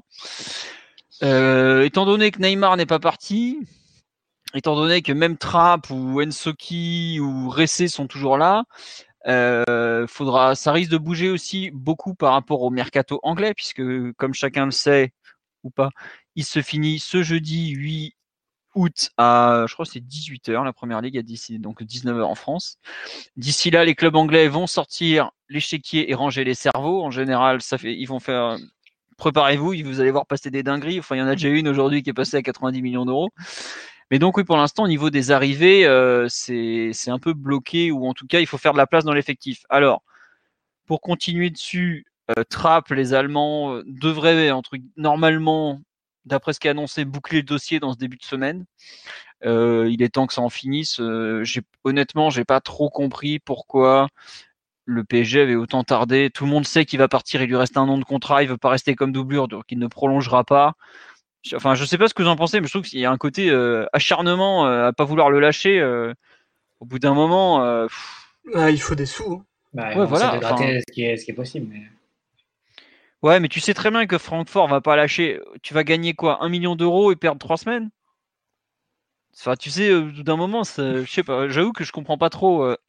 Euh, étant donné que Neymar n'est pas parti, étant donné que même Trapp ou Ensoki ou Ressé sont toujours là, euh, faudra, ça risque de bouger aussi beaucoup par rapport au mercato anglais, puisque comme chacun le sait ou pas, il se finit ce jeudi huit août à, je crois que c'est dix-huit heures, la première ligue a décidé, donc dix-neuf heures en France. D'ici là, les clubs anglais vont sortir l'échiquier et ranger les cerveaux. En général, ça fait, ils vont faire, préparez-vous, vous allez voir passer des dingueries. Enfin, il y en a déjà une aujourd'hui qui est passée à quatre-vingt-dix millions d'euros. Mais donc, oui, pour l'instant, au niveau des arrivées, euh, c'est, c'est un peu bloqué, ou en tout cas, il faut faire de la place dans l'effectif. Alors, pour continuer dessus, euh, Trapp, les Allemands, euh, devraient, entre, normalement, d'après ce qui est annoncé, boucler le dossier dans ce début de semaine. Euh, il est temps que ça en finisse. Euh, j'ai, honnêtement, j'ai pas trop compris pourquoi le P S G avait autant tardé. Tout le monde sait qu'il va partir, il lui reste un an de contrat, il veut pas rester comme doublure, donc il ne prolongera pas. Enfin, je sais pas ce que vous en pensez, mais je trouve qu'il y a un côté euh, acharnement euh, à pas vouloir le lâcher. Euh, au bout d'un moment, euh, ah, il faut des sous. Hein. Bah, ouais, on voilà. essaie de gratter Enfin... ce, qui est, ce qui est possible. Mais... Ouais, mais tu sais très bien que Francfort va pas lâcher. Tu vas gagner quoi, un million d'euros et perdre trois semaines? Enfin, tu sais, au bout d'un moment, je sais pas. J'avoue que je comprends pas trop euh,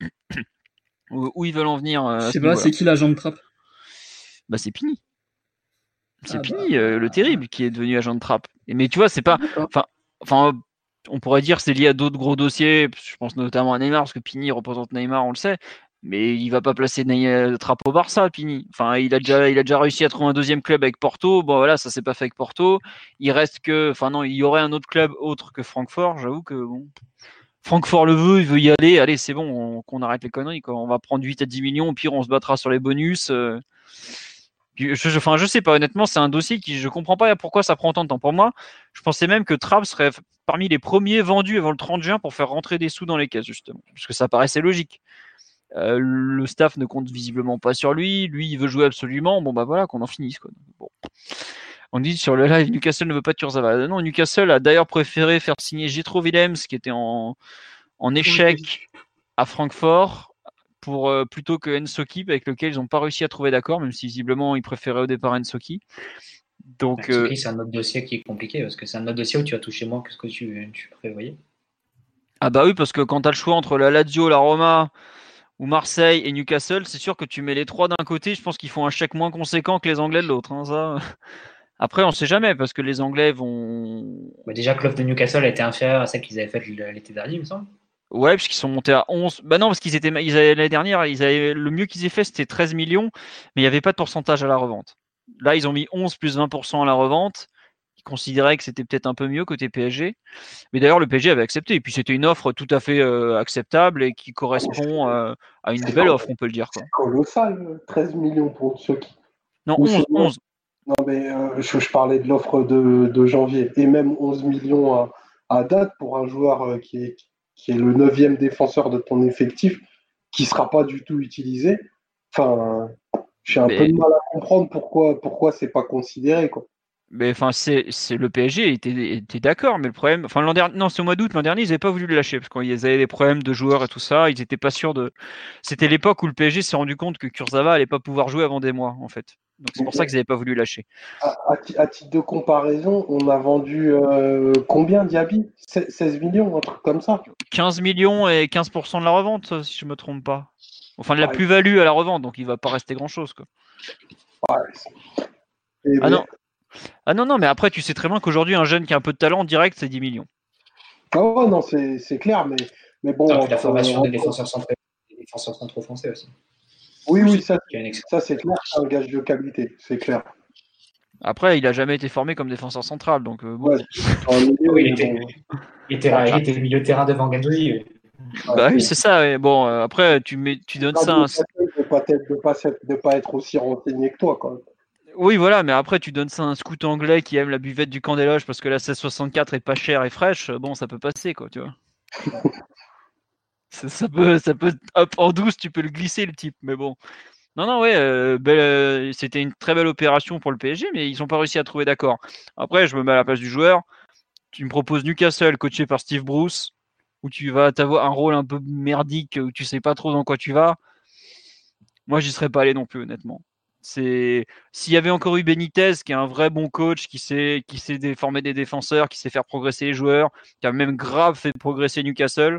où ils veulent en venir. Euh, je sais pas, c'est qui l'agent de Trapp? Bah, c'est Pini. C'est ah Pini, bah, euh, le terrible, qui est devenu agent de Trapp. Mais tu vois, c'est pas. Enfin, enfin, on pourrait dire que c'est lié à d'autres gros dossiers. Je pense notamment à Neymar, parce que Pini représente Neymar, on le sait. Mais il va pas placer Neymar, Trapp au Barça, Pini. Enfin, il a déjà, il a déjà réussi à trouver un deuxième club avec Porto. Bon, voilà, ça s'est pas fait avec Porto. Il reste que, enfin non, il y aurait un autre club autre que Francfort. J'avoue que bon, Francfort le veut, il veut y aller. Allez, c'est bon, on, qu'on arrête les conneries, quoi. On va prendre huit à dix millions, au pire, on se battra sur les bonus. Euh... Je, je, enfin, je sais pas, honnêtement, c'est un dossier qui, je comprends pas pourquoi ça prend tant de temps. Pour moi, je pensais même que Trapp serait parmi les premiers vendus avant le trente juin pour faire rentrer des sous dans les caisses, justement. Parce que ça paraissait logique. Euh, le staff ne compte visiblement pas sur lui. Lui, il veut jouer absolument. Bon, bah voilà, qu'on en finisse, quoi. Bon. On dit sur le live, Newcastle ne veut pas de Kurzawa. Non, Newcastle a d'ailleurs préféré faire signer Jetro Willems, qui était en, en échec à Francfort, pour euh, plutôt que Ensoki, avec lequel ils n'ont pas réussi à trouver d'accord, même si visiblement ils préféraient au départ Ensoki. Donc, Ensoki, euh... c'est un autre dossier qui est compliqué, parce que c'est un autre dossier où tu vas toucher moins que ce que tu, tu prévoyais. Ah bah oui, parce que quand tu as le choix entre la Lazio, la Roma, ou Marseille et Newcastle, c'est sûr que tu mets les trois d'un côté, je pense qu'ils font un chèque moins conséquent que les Anglais de l'autre. Hein, ça. Après, on ne sait jamais, parce que les Anglais vont... Bah déjà que l'offre de Newcastle a été inférieure à celle qu'ils avaient faite l'été dernier, il me semble. Ouais, parce qu'ils sont montés à onze. Bah non, parce qu'ils étaient, ils avaient, l'année dernière, ils avaient, le mieux qu'ils aient fait, c'était treize millions, mais il n'y avait pas de pourcentage à la revente. Là, ils ont mis onze plus vingt pour cent à la revente. Ils considéraient que c'était peut-être un peu mieux côté P S G. Mais d'ailleurs, le P S G avait accepté. Et puis, c'était une offre tout à fait euh, acceptable et qui correspond euh, à une belle offre, on peut le dire. Quoi. C'est colossal, treize millions pour ceux qui... Non, onze, onze. Non, mais euh, je, je parlais de l'offre de, de janvier. Et même onze millions à, à date pour un joueur euh, qui est... qui est le neuvième défenseur de ton effectif, qui ne sera pas du tout utilisé. Enfin, j'ai un mais... peu de mal à comprendre pourquoi, pourquoi c'est pas considéré, quoi. Mais enfin, c'est, c'est le P S G était, était d'accord, mais le problème, enfin l'an dernier, non, c'est au mois d'août, l'an dernier, ils n'avaient pas voulu le lâcher parce qu'ils avaient des problèmes de joueurs et tout ça, ils n'étaient pas sûrs de. C'était l'époque où le P S G s'est rendu compte que Kurzawa allait pas pouvoir jouer avant des mois, en fait. Donc c'est pour okay. ça qu'ils n'avaient pas voulu lâcher. À, à, à titre de comparaison, on a vendu euh, combien Diaby ? seize millions, un truc comme ça. quinze millions et quinze pour cent de la revente, si je me trompe pas. Enfin, de la ouais. plus-value à la revente, donc il va pas rester grand-chose, quoi. Ouais. Et ah mais... non. Ah non, non, mais après, tu sais très bien qu'aujourd'hui, un jeune qui a un peu de talent, direct, c'est dix millions. Ah ouais, non, c'est, c'est clair, mais, mais bon... Ah, la formation des défenseurs centraux, des défenseurs centraux français aussi. Oui, oui, ça, ça c'est clair, c'est un gage de qualité, c'est clair. Après, il n'a jamais été formé comme défenseur central, donc... Euh, bon. Ouais, milieu, oui, il, était, bon. il, était, il était milieu de terrain devant Gattuso. Bah oui, c'est ça. Ouais. Bon, euh, après, tu, mets, tu donnes ça. Un... De pas être, de pas, de pas être aussi renseigné que toi, quand même. Oui, voilà, mais après, tu donnes ça à un scout anglais qui aime la buvette du camp des loges parce que la seize soixante-quatre est pas chère et fraîche. Bon, ça peut passer, quoi, tu vois. ça, ça, peut, ça peut, hop, en douce, tu peux le glisser, le type, mais bon. Non, non, ouais, euh, belle, c'était une très belle opération pour le P S G, mais ils n'ont pas réussi à trouver d'accord. Après, je me mets à la place du joueur. Tu me proposes Newcastle, coaché par Steve Bruce, où tu vas avoir un rôle un peu merdique, où tu sais pas trop dans quoi tu vas. Moi, j'y serais pas allé non plus, honnêtement. C'est s'il y avait encore eu Benitez, qui est un vrai bon coach, qui sait, qui sait former des défenseurs, qui sait faire progresser les joueurs, qui a même grave fait progresser Newcastle.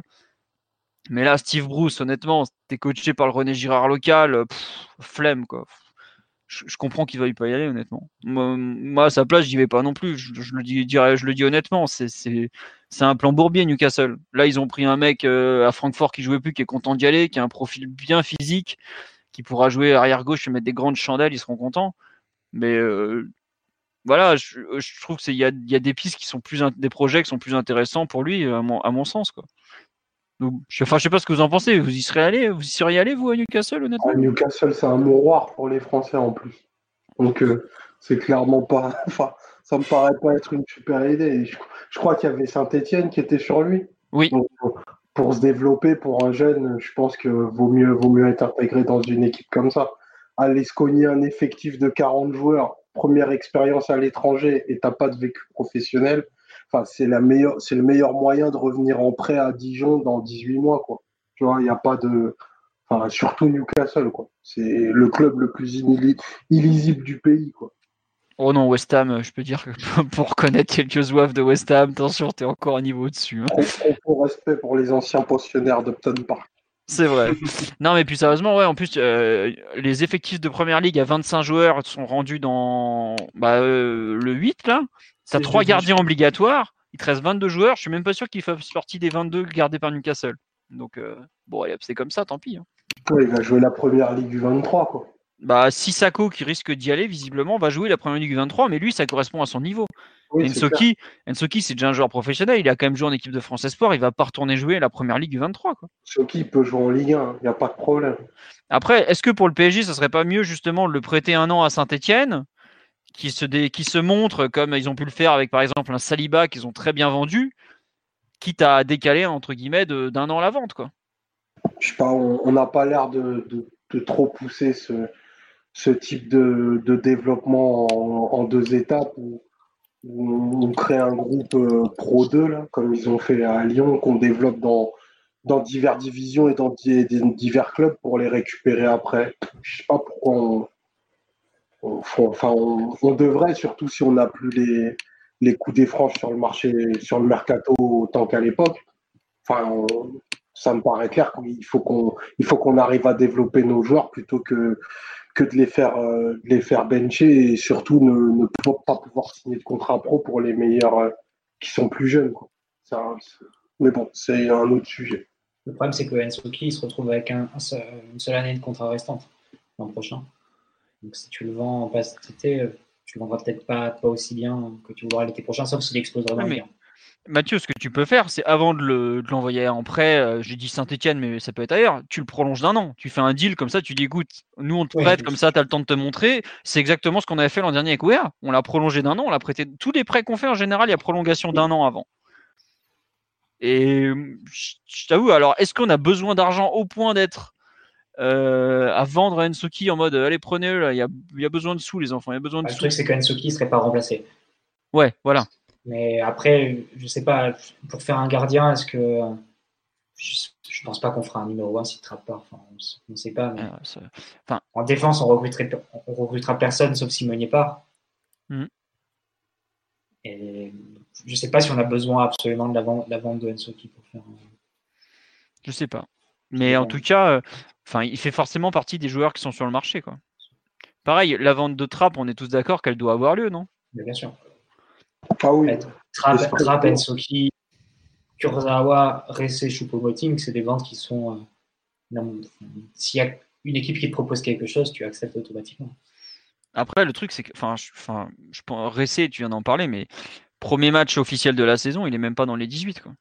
Mais là, Steve Bruce, honnêtement, t'es coaché par le René Girard local, pff, flemme quoi. Je, je comprends qu'il veuille pas y aller, honnêtement. Moi, moi à sa place, j'y vais pas non plus. Je, je le dis, je le dis honnêtement, c'est, c'est, c'est un plan bourbier Newcastle. Là, ils ont pris un mec euh, à Francfort qui jouait plus, qui est content d'y aller, qui a un profil bien physique, qui pourra jouer arrière gauche et mettre des grandes chandelles, ils seront contents. Mais euh, voilà, je, je trouve qu'il y a, y a des pistes qui sont plus, des projets qui sont plus intéressants pour lui, à mon, à mon sens, quoi. Donc, je, enfin, je sais pas ce que vous en pensez. Vous y serez allé, vous y seriez allé vous à Newcastle, honnêtement? Ah, Newcastle, c'est un mouroir pour les Français en plus. Donc euh, c'est clairement pas. Enfin, ça me paraît pas être une super idée. Je, je crois qu'il y avait Saint-Étienne qui était sur lui. Oui. Donc, pour se développer, pour un jeune, je pense que vaut mieux, vaut mieux être intégré dans une équipe comme ça. Aller se cogner un effectif de quarante joueurs, première expérience à l'étranger et t'as pas de vécu professionnel. Enfin, c'est la meilleure, c'est le meilleur moyen de revenir en prêt à Dijon dans dix-huit mois, quoi. Tu vois, il n'y a pas de. Enfin, surtout Newcastle, quoi. C'est le club le plus inili- illisible du pays, quoi. Oh non, West Ham, je peux dire que pour connaître quelques zouaves de West Ham, attention, t'es encore un niveau au-dessus. Hein. Trop, trop respect pour les anciens pensionnaires d'Upton Park. C'est vrai. Non, mais plus sérieusement, ouais, en plus, euh, les effectifs de Première Ligue à vingt-cinq joueurs sont rendus dans bah, euh, le huit, là. T'as trois gardiens obligatoires, il te reste vingt-deux joueurs, je suis même pas sûr qu'ils fassent partie des vingt-deux gardés par Newcastle. Donc, euh, bon, allez, c'est comme ça, tant pis. Hein. Ouais, il va jouer la Première Ligue du vingt-trois, quoi. Bah, Sissako, qui risque d'y aller, visiblement, va jouer la Première Ligue du vingt-trois, mais lui, ça correspond à son niveau. Oui, Ensoki, Ensoki, c'est déjà un joueur professionnel, il a quand même joué en équipe de France Espoir, il va pas retourner jouer la Première Ligue du vingt-trois. Quoi. Ensoki peut jouer en Ligue un, il n'y a pas de problème. Après, est-ce que pour le P S G, ça serait pas mieux justement de le prêter un an à Saint-Etienne, qui se, dé... qui se montre comme ils ont pu le faire avec par exemple un Saliba qu'ils ont très bien vendu, quitte à décaler entre guillemets de, d'un an la vente, quoi. Je sais pas, on n'a pas l'air de, de, de trop pousser ce, ce type de, de développement en, en deux étapes où, où on crée un groupe euh, Pro deux, là, comme ils ont fait à Lyon, qu'on développe dans, dans diverses divisions et dans di- di- divers clubs pour les récupérer après. Je sais pas pourquoi on, on, enfin, on, on devrait, surtout si on n'a plus les, les coups des franches sur le marché, sur le mercato autant qu'à l'époque. Enfin, on, ça me paraît clair qu'il faut qu'on, il faut qu'on arrive à développer nos joueurs plutôt que, que de les faire, euh, de les faire bencher et surtout ne, ne pas pouvoir signer de contrat pro pour les meilleurs euh, qui sont plus jeunes. Quoi. Ça, mais bon, c'est un autre sujet. Le problème, c'est que Ensoki, il se retrouve avec un, un seul, une seule année de contrat restante l'an prochain. Donc si tu le vends pas cet été, tu le vendras peut-être pas, pas aussi bien que tu voudras l'été prochain, sauf s'il explose vraiment bien. Mathieu, ce que tu peux faire, c'est avant de, le, de l'envoyer en prêt, euh, j'ai dit Saint-Etienne, mais ça peut être ailleurs, tu le prolonges d'un an. Tu fais un deal comme ça, tu dis écoute, nous on te prête, oui, comme ça tu as le temps de te montrer. C'est exactement ce qu'on avait fait l'an dernier avec O E A. On l'a prolongé d'un an, on l'a prêté. Tous les prêts qu'on fait en général, il y a prolongation d'un an avant. Et je t'avoue, alors est-ce qu'on a besoin d'argent au point d'être euh, à vendre à Ensoki en mode allez, prenez-le, là, il y a, il y a besoin de sous, les enfants, il y a besoin de bah, sous. Le truc, c'est qu'Ensoki ne serait pas remplacé. Ouais, voilà. Mais après, je sais pas, pour faire un gardien, est-ce que. Je, je pense pas qu'on fera un numéro un s'il ne trappe pas. Enfin, on ne sait pas. Mais... Ah, enfin... En défense, on recruterait, on recrutera personne sauf si Meunier part. Mm. Et je sais pas si on a besoin absolument de la vente, de, la vente de Ensoki pour faire. Un... Je sais pas. Mais je en tout cas, euh, enfin, il fait forcément partie des joueurs qui sont sur le marché, quoi. Pareil, la vente de Trapp, on est tous d'accord qu'elle doit avoir lieu, non ? Mais bien sûr. Ah oui. Trapp, Trapp Ensoki, Kurzawa, Ressé, Choupo-Moting, c'est des ventes qui sont. Euh, non, s'il y a une équipe qui te propose quelque chose, tu acceptes automatiquement. Après, le truc, c'est que, enfin, je, enfin, je pense, Ressé, tu viens d'en parler, mais premier match officiel de la saison, il est même pas dans les dix-huit, quoi.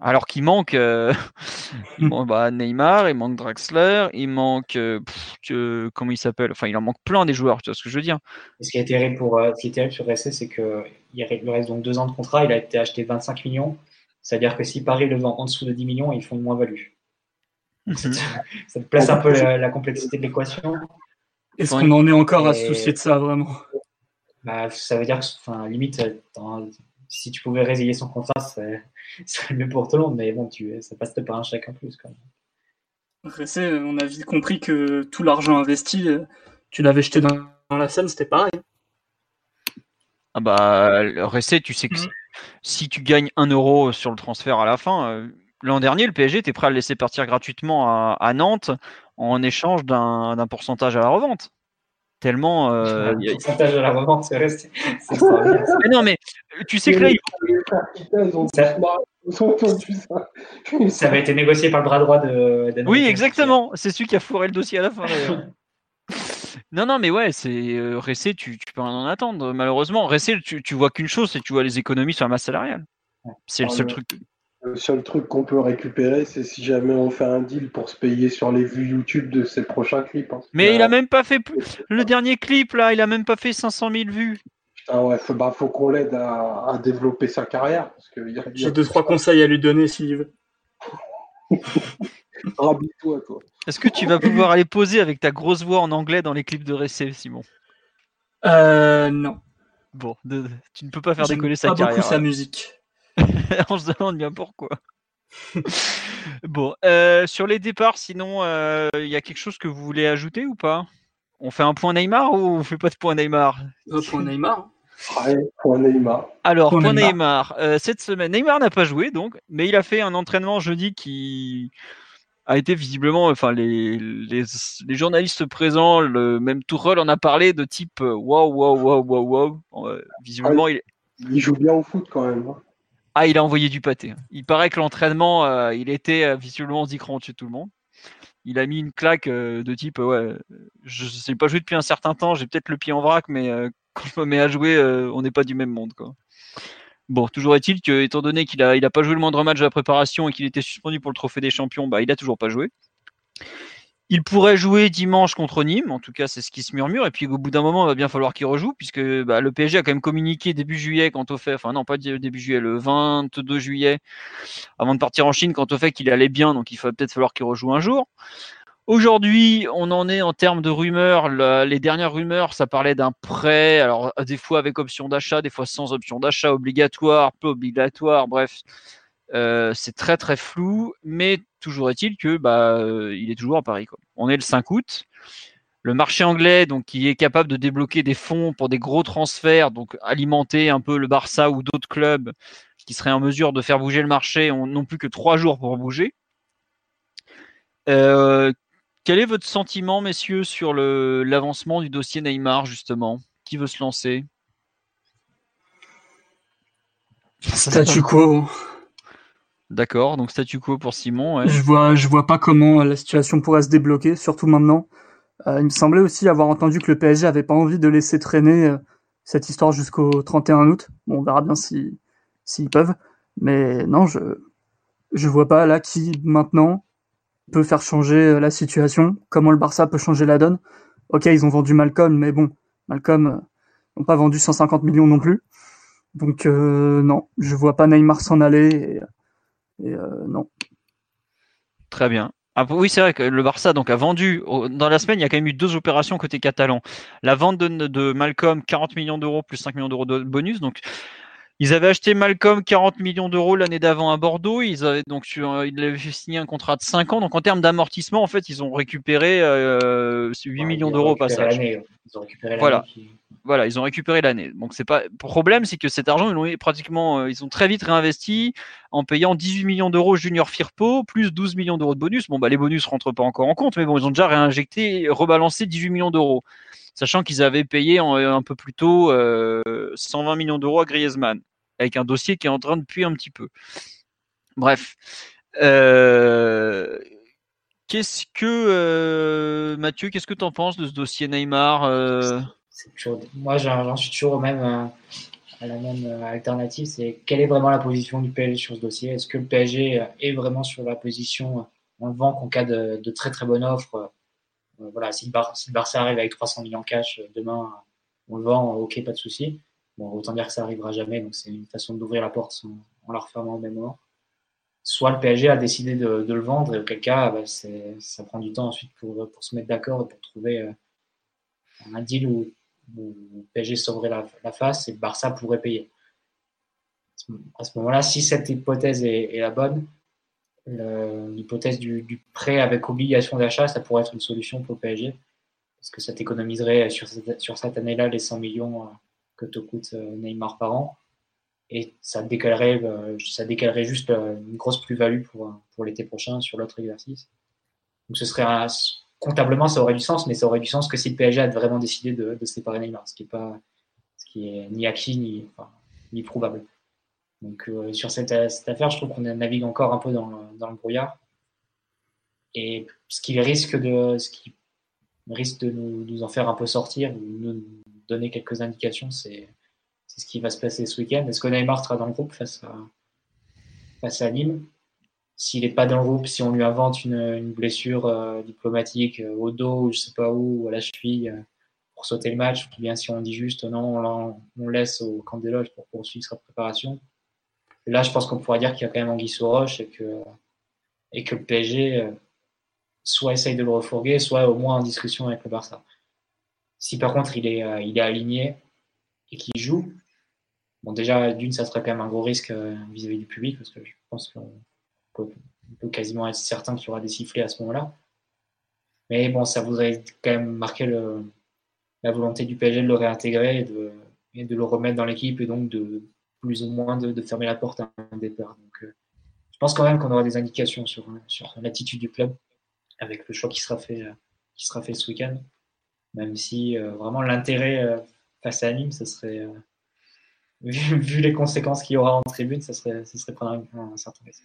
Alors qu'il manque, euh, il manque bah, Neymar, il manque Draxler, il manque euh, pff, que, comment il s'appelle, enfin il en manque plein des joueurs, tu vois ce que je veux dire. Et ce qui est terrible pour, euh, ce qui est terrible sur Ressé, c'est que il lui reste donc deux ans de contrat, il a été acheté vingt-cinq millions. C'est-à-dire que si Paris le vend en dessous de dix millions, ils font une moins-value. Mhm. Ça, te, ça te place un peu la, la complexité de l'équation. Est-ce qu'on en est encore Et- à se soucier de ça, vraiment? Bah, ça veut dire que, enfin, limite, dans- si tu pouvais résilier son contrat, c'est c'est le mieux pour tout le monde. Mais bon, tu, ça passe par un chèque en plus. Quand même. Ressé, on a vite compris que tout l'argent investi, euh, tu l'avais jeté dans, dans la Seine, c'était pareil. Ah bah, le Ressé, tu sais que Mhm. si tu gagnes un euro sur le transfert à la fin, euh, l'an dernier, le P S G était prêt à le laisser partir gratuitement à, à Nantes en échange d'un d'un pourcentage à la revente. Tellement. euh, Le y a- pourcentage de la revente, c'est resté. C'est extraordinaire. Mais non, mais tu sais que là, il- Les frères Kita, ils ont Ça- tous marre- ils ont entendu ça. Ça avait été négocié par le bras droit de. d'Enrique. oui, exactement. C'est celui qui a fourré le dossier à la fin. d'ailleurs. Non, non, mais ouais, c'est euh, Ressé, tu, tu peux rien en attendre. Malheureusement, Ressé, tu, tu vois qu'une chose, c'est que tu vois les économies sur la masse salariale. C'est le Ah, seul le- truc. Le seul truc qu'on peut récupérer, c'est si jamais on fait un deal pour se payer sur les vues YouTube de ses prochains clips. hein. Mais il a même pas fait plus- le dernier clip là, il a même pas fait cinq cent mille vues. Putain, ouais, faut, bah, faut qu'on l'aide à, à développer sa carrière. Parce que y a, y a- J'ai deux, trois conseils à lui donner s'il veut. Rhabille-toi, toi. Est-ce que tu vas pouvoir aller poser avec ta grosse voix en anglais dans les clips de Ressé, Simon? Euh, non. Bon, de- tu ne peux pas faire J'aime décoller sa pas carrière. beaucoup sa musique. On se demande bien pourquoi. Bon, euh, sur les départs, sinon, il euh, y a quelque chose que vous voulez ajouter ou pas? On fait un point Neymar ou on fait pas de point Neymar? Euh, pour Neymar. Ouais, pour Neymar. Alors, Point point Neymar. Neymar, euh, cette semaine, Neymar n'a pas joué donc, mais il a fait un entraînement jeudi qui a été visiblement, enfin les, les, les journalistes présents, le même Tourelle en a parlé de type euh, waouh waouh waouh waouh waouh. Euh, visiblement, il, Il joue bien au foot quand même. hein. ah, il a envoyé du pâté. Il paraît que l'entraînement, euh, il était euh, visiblement zicrant dessus tout le monde. Il a mis une claque euh, de type, euh, ouais, je sais pas jouer depuis un certain temps, j'ai peut-être le pied en vrac, mais euh, quand je me mets à jouer, euh, on n'est pas du même monde, quoi. Bon, toujours est-il que, étant donné qu'il a, il a pas joué le moindre match de la préparation et qu'il était suspendu pour le Trophée des Champions, bah, il a toujours pas joué. Il pourrait jouer dimanche contre Nîmes, en tout cas c'est ce qui se murmure, et puis au bout d'un moment il va bien falloir qu'il rejoue, puisque bah, le P S G a quand même communiqué début juillet quant au fait, enfin non pas début juillet, le vingt-deux juillet, avant de partir en Chine, quant au fait qu'il allait bien, donc il va peut-être falloir qu'il rejoue un jour. Aujourd'hui, on en est en termes de rumeurs. La, les dernières rumeurs, ça parlait d'un prêt, alors des fois avec option d'achat, des fois sans option d'achat, obligatoire, peu obligatoire, bref. Euh, c'est très très flou, mais toujours est-il que bah, euh, il est toujours à Paris, quoi. On est le cinq août. Le marché anglais, donc, qui est capable de débloquer des fonds pour des gros transferts, donc alimenter un peu le Barça ou d'autres clubs qui seraient en mesure de faire bouger le marché, on n'ont plus que trois jours pour bouger. Euh, quel est votre sentiment, messieurs, sur le, l'avancement du dossier Neymar, justement? Qui veut se lancer? Statu quo. D'accord, donc statu quo pour Simon. Ouais. Je vois, je vois pas comment la situation pourrait se débloquer, surtout maintenant. Euh, il me semblait aussi avoir entendu que le P S G avait pas envie de laisser traîner euh, cette histoire jusqu'au trente et un août. Bon, on verra bien si s'ils peuvent. Mais non, je je vois pas là qui maintenant peut faire changer la situation. Comment le Barça peut changer la donne. Ok, ils ont vendu Malcolm, mais bon, Malcolm euh, n'ont pas vendu cent cinquante millions non plus. Donc euh, non, je vois pas Neymar s'en aller. Et, et euh, non. Très bien. Ah, oui, c'est vrai que le Barça donc a vendu dans la semaine. Il y a quand même eu deux opérations côté catalan. La vente de, de Malcolm, quarante millions d'euros plus cinq millions d'euros de bonus. Donc ils avaient acheté Malcolm quarante millions d'euros l'année d'avant à Bordeaux. Ils avaient donc ils avaient signé un contrat de cinq ans. Donc en termes d'amortissement, en fait, ils ont récupéré euh, huit Ouais, millions ils ont d'euros au récupéré passage. l'année. Ils ont récupéré l'année Voilà. qui- Voilà, ils ont récupéré l'année. Donc c'est pas. Le problème, c'est que cet argent, ils l'ont pratiquement, euh, ils ont très vite réinvesti en payant dix-huit millions d'euros Junior Firpo plus douze millions d'euros de bonus. Bon bah les bonus rentrent pas encore en compte, mais bon ils ont déjà réinjecté, rebalancé dix-huit millions d'euros, sachant qu'ils avaient payé en, un peu plus tôt euh, cent vingt millions d'euros à Griezmann, avec un dossier qui est en train de puer un petit peu. Bref. Euh... Qu'est-ce que euh, Mathieu, qu'est-ce que tu en penses de ce dossier Neymar euh... C'est toujours... Moi, j'en, j'en suis toujours au même, euh, à la même alternative, c'est quelle est vraiment la position du P S G sur ce dossier? Est-ce que le P S G est vraiment sur la position, on le vend qu'en cas de, de très très bonne offre? Euh, voilà, si le, Bar- si le Barça arrive avec trois cents millions cash demain, on le vend, ok, pas de souci. Bon, autant dire que ça arrivera jamais, donc c'est une façon d'ouvrir la porte sans, en la refermant au même moment. Soit le P S G a décidé de, de le vendre, et auquel cas, bah, c'est, ça prend du temps ensuite pour, pour se mettre d'accord et pour trouver euh, un deal où, où le P S G sauverait la, la face et le Barça pourrait payer. À ce moment-là, si cette hypothèse est, est la bonne, le, l'hypothèse du, du prêt avec obligation d'achat, ça pourrait être une solution pour le P S G, parce que ça t'économiserait sur cette, sur cette année-là les cent millions que te coûte Neymar par an, et ça décalerait, ça décalerait juste une grosse plus-value pour, pour l'été prochain sur l'autre exercice. Donc ce serait un, comptablement, ça aurait du sens, mais ça aurait du sens que si le P S G a vraiment décidé de, de séparer Neymar, ce qui est pas, ce qui est ni acquis ni, enfin, ni probable. Donc euh, sur cette, cette affaire, je trouve qu'on navigue encore un peu dans, dans le brouillard. Et ce qui risque de, ce qui risque de nous, nous en faire un peu sortir, ou nous donner quelques indications, c'est, c'est ce qui va se passer ce week-end. Est-ce que Neymar sera dans le groupe face à, face à Nîmes? S'il n'est pas dans le groupe, si on lui invente une, une blessure euh, diplomatique euh, au dos, ou je sais pas où, ou à la cheville, euh, pour sauter le match, ou bien si on dit juste non, on, on laisse au camp des loges pour poursuivre sa préparation. Et là, je pense qu'on pourra dire qu'il y a quand même anguille sous roche et que, et que le P S G euh, soit essaye de le refourguer, soit au moins en discussion avec le Barça. Si par contre il est, euh, il est aligné et qu'il joue, bon déjà d'une ça serait quand même un gros risque euh, vis-à-vis du public, parce que je pense qu'on peut, on peut quasiment être certain qu'il y aura des sifflets à ce moment-là. Mais bon, ça voudrait quand même marquer le, la volonté du P S G de le réintégrer et de, et de le remettre dans l'équipe, et donc de plus ou moins de, de fermer la porte à un départ. Donc, euh, je pense quand même qu'on aura des indications sur, sur l'attitude du club avec le choix qui sera fait, euh, qui sera fait ce week-end. Même si euh, vraiment l'intérêt euh, face à Nîmes, ça serait, euh, vu, vu les conséquences qu'il y aura en tribune, ça serait, ça serait prendre un, un certain risque.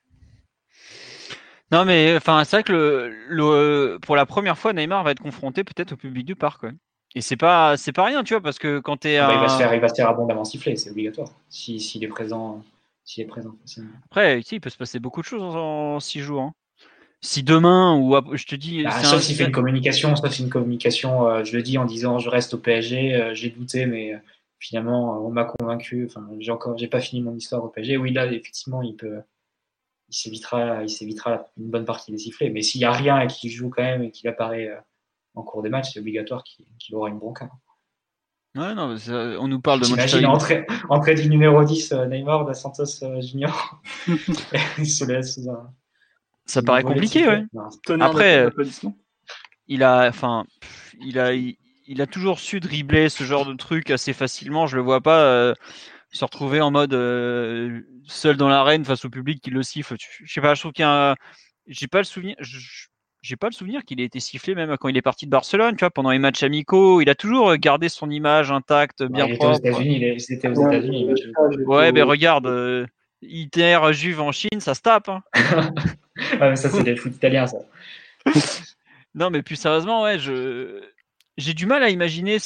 Non, mais enfin, c'est vrai que le, le, pour la première fois, Neymar va être confronté peut-être au public du parc. Ouais. Et c'est pas, c'est pas rien, tu vois, parce que quand t'es ah bah, un... il va se faire, il va se faire abondamment siffler, c'est obligatoire. S'il si, si est présent, s'il est présent. Après, il peut se passer beaucoup de choses en six jours. Hein. Si demain, ou je te dis. Bah, sauf un... s'il fait une communication, sauf si une communication, euh, je le dis en disant je reste au P S G, euh, j'ai douté, mais euh, finalement on m'a convaincu. Enfin, j'ai encore, j'ai pas fini mon histoire au P S G. Oui, là, effectivement, il peut, il s'évitera, il s'évitera une bonne partie des sifflets. Mais s'il y a rien et qu'il joue quand même et qu'il apparaît euh, en cours des matchs, c'est obligatoire qu'il, qu'il aura une bronca. Ouais, non, ça, on nous parle de Manchester United. Entrée, entrée du numéro dix, euh, Neymar, da Santos euh, Junior. Il se laisse sous un. Ça paraît compliqué, ouais. Après, euh, il a, enfin, il a, il, il a toujours su dribbler ce genre de truc assez facilement. Je le vois pas euh, se retrouver en mode euh, seul dans l'arène face au public qui le siffle. Je sais pas, je trouve qu'il y a, un... j'ai pas le souvenir, je... j'ai pas le souvenir qu'il ait été sifflé même quand il est parti de Barcelone. Tu vois, pendant les matchs amicaux, il a toujours gardé son image intacte, bien ouais, il propre. Était aux États-Unis, il était aux États-Unis. Ouais, mais regarde. Euh... Inter, Juve en Chine, ça se tape. Hein. ouais, mais ça, c'est le foot italien, ça. Non, mais plus sérieusement, ouais, je... j'ai du mal à imaginer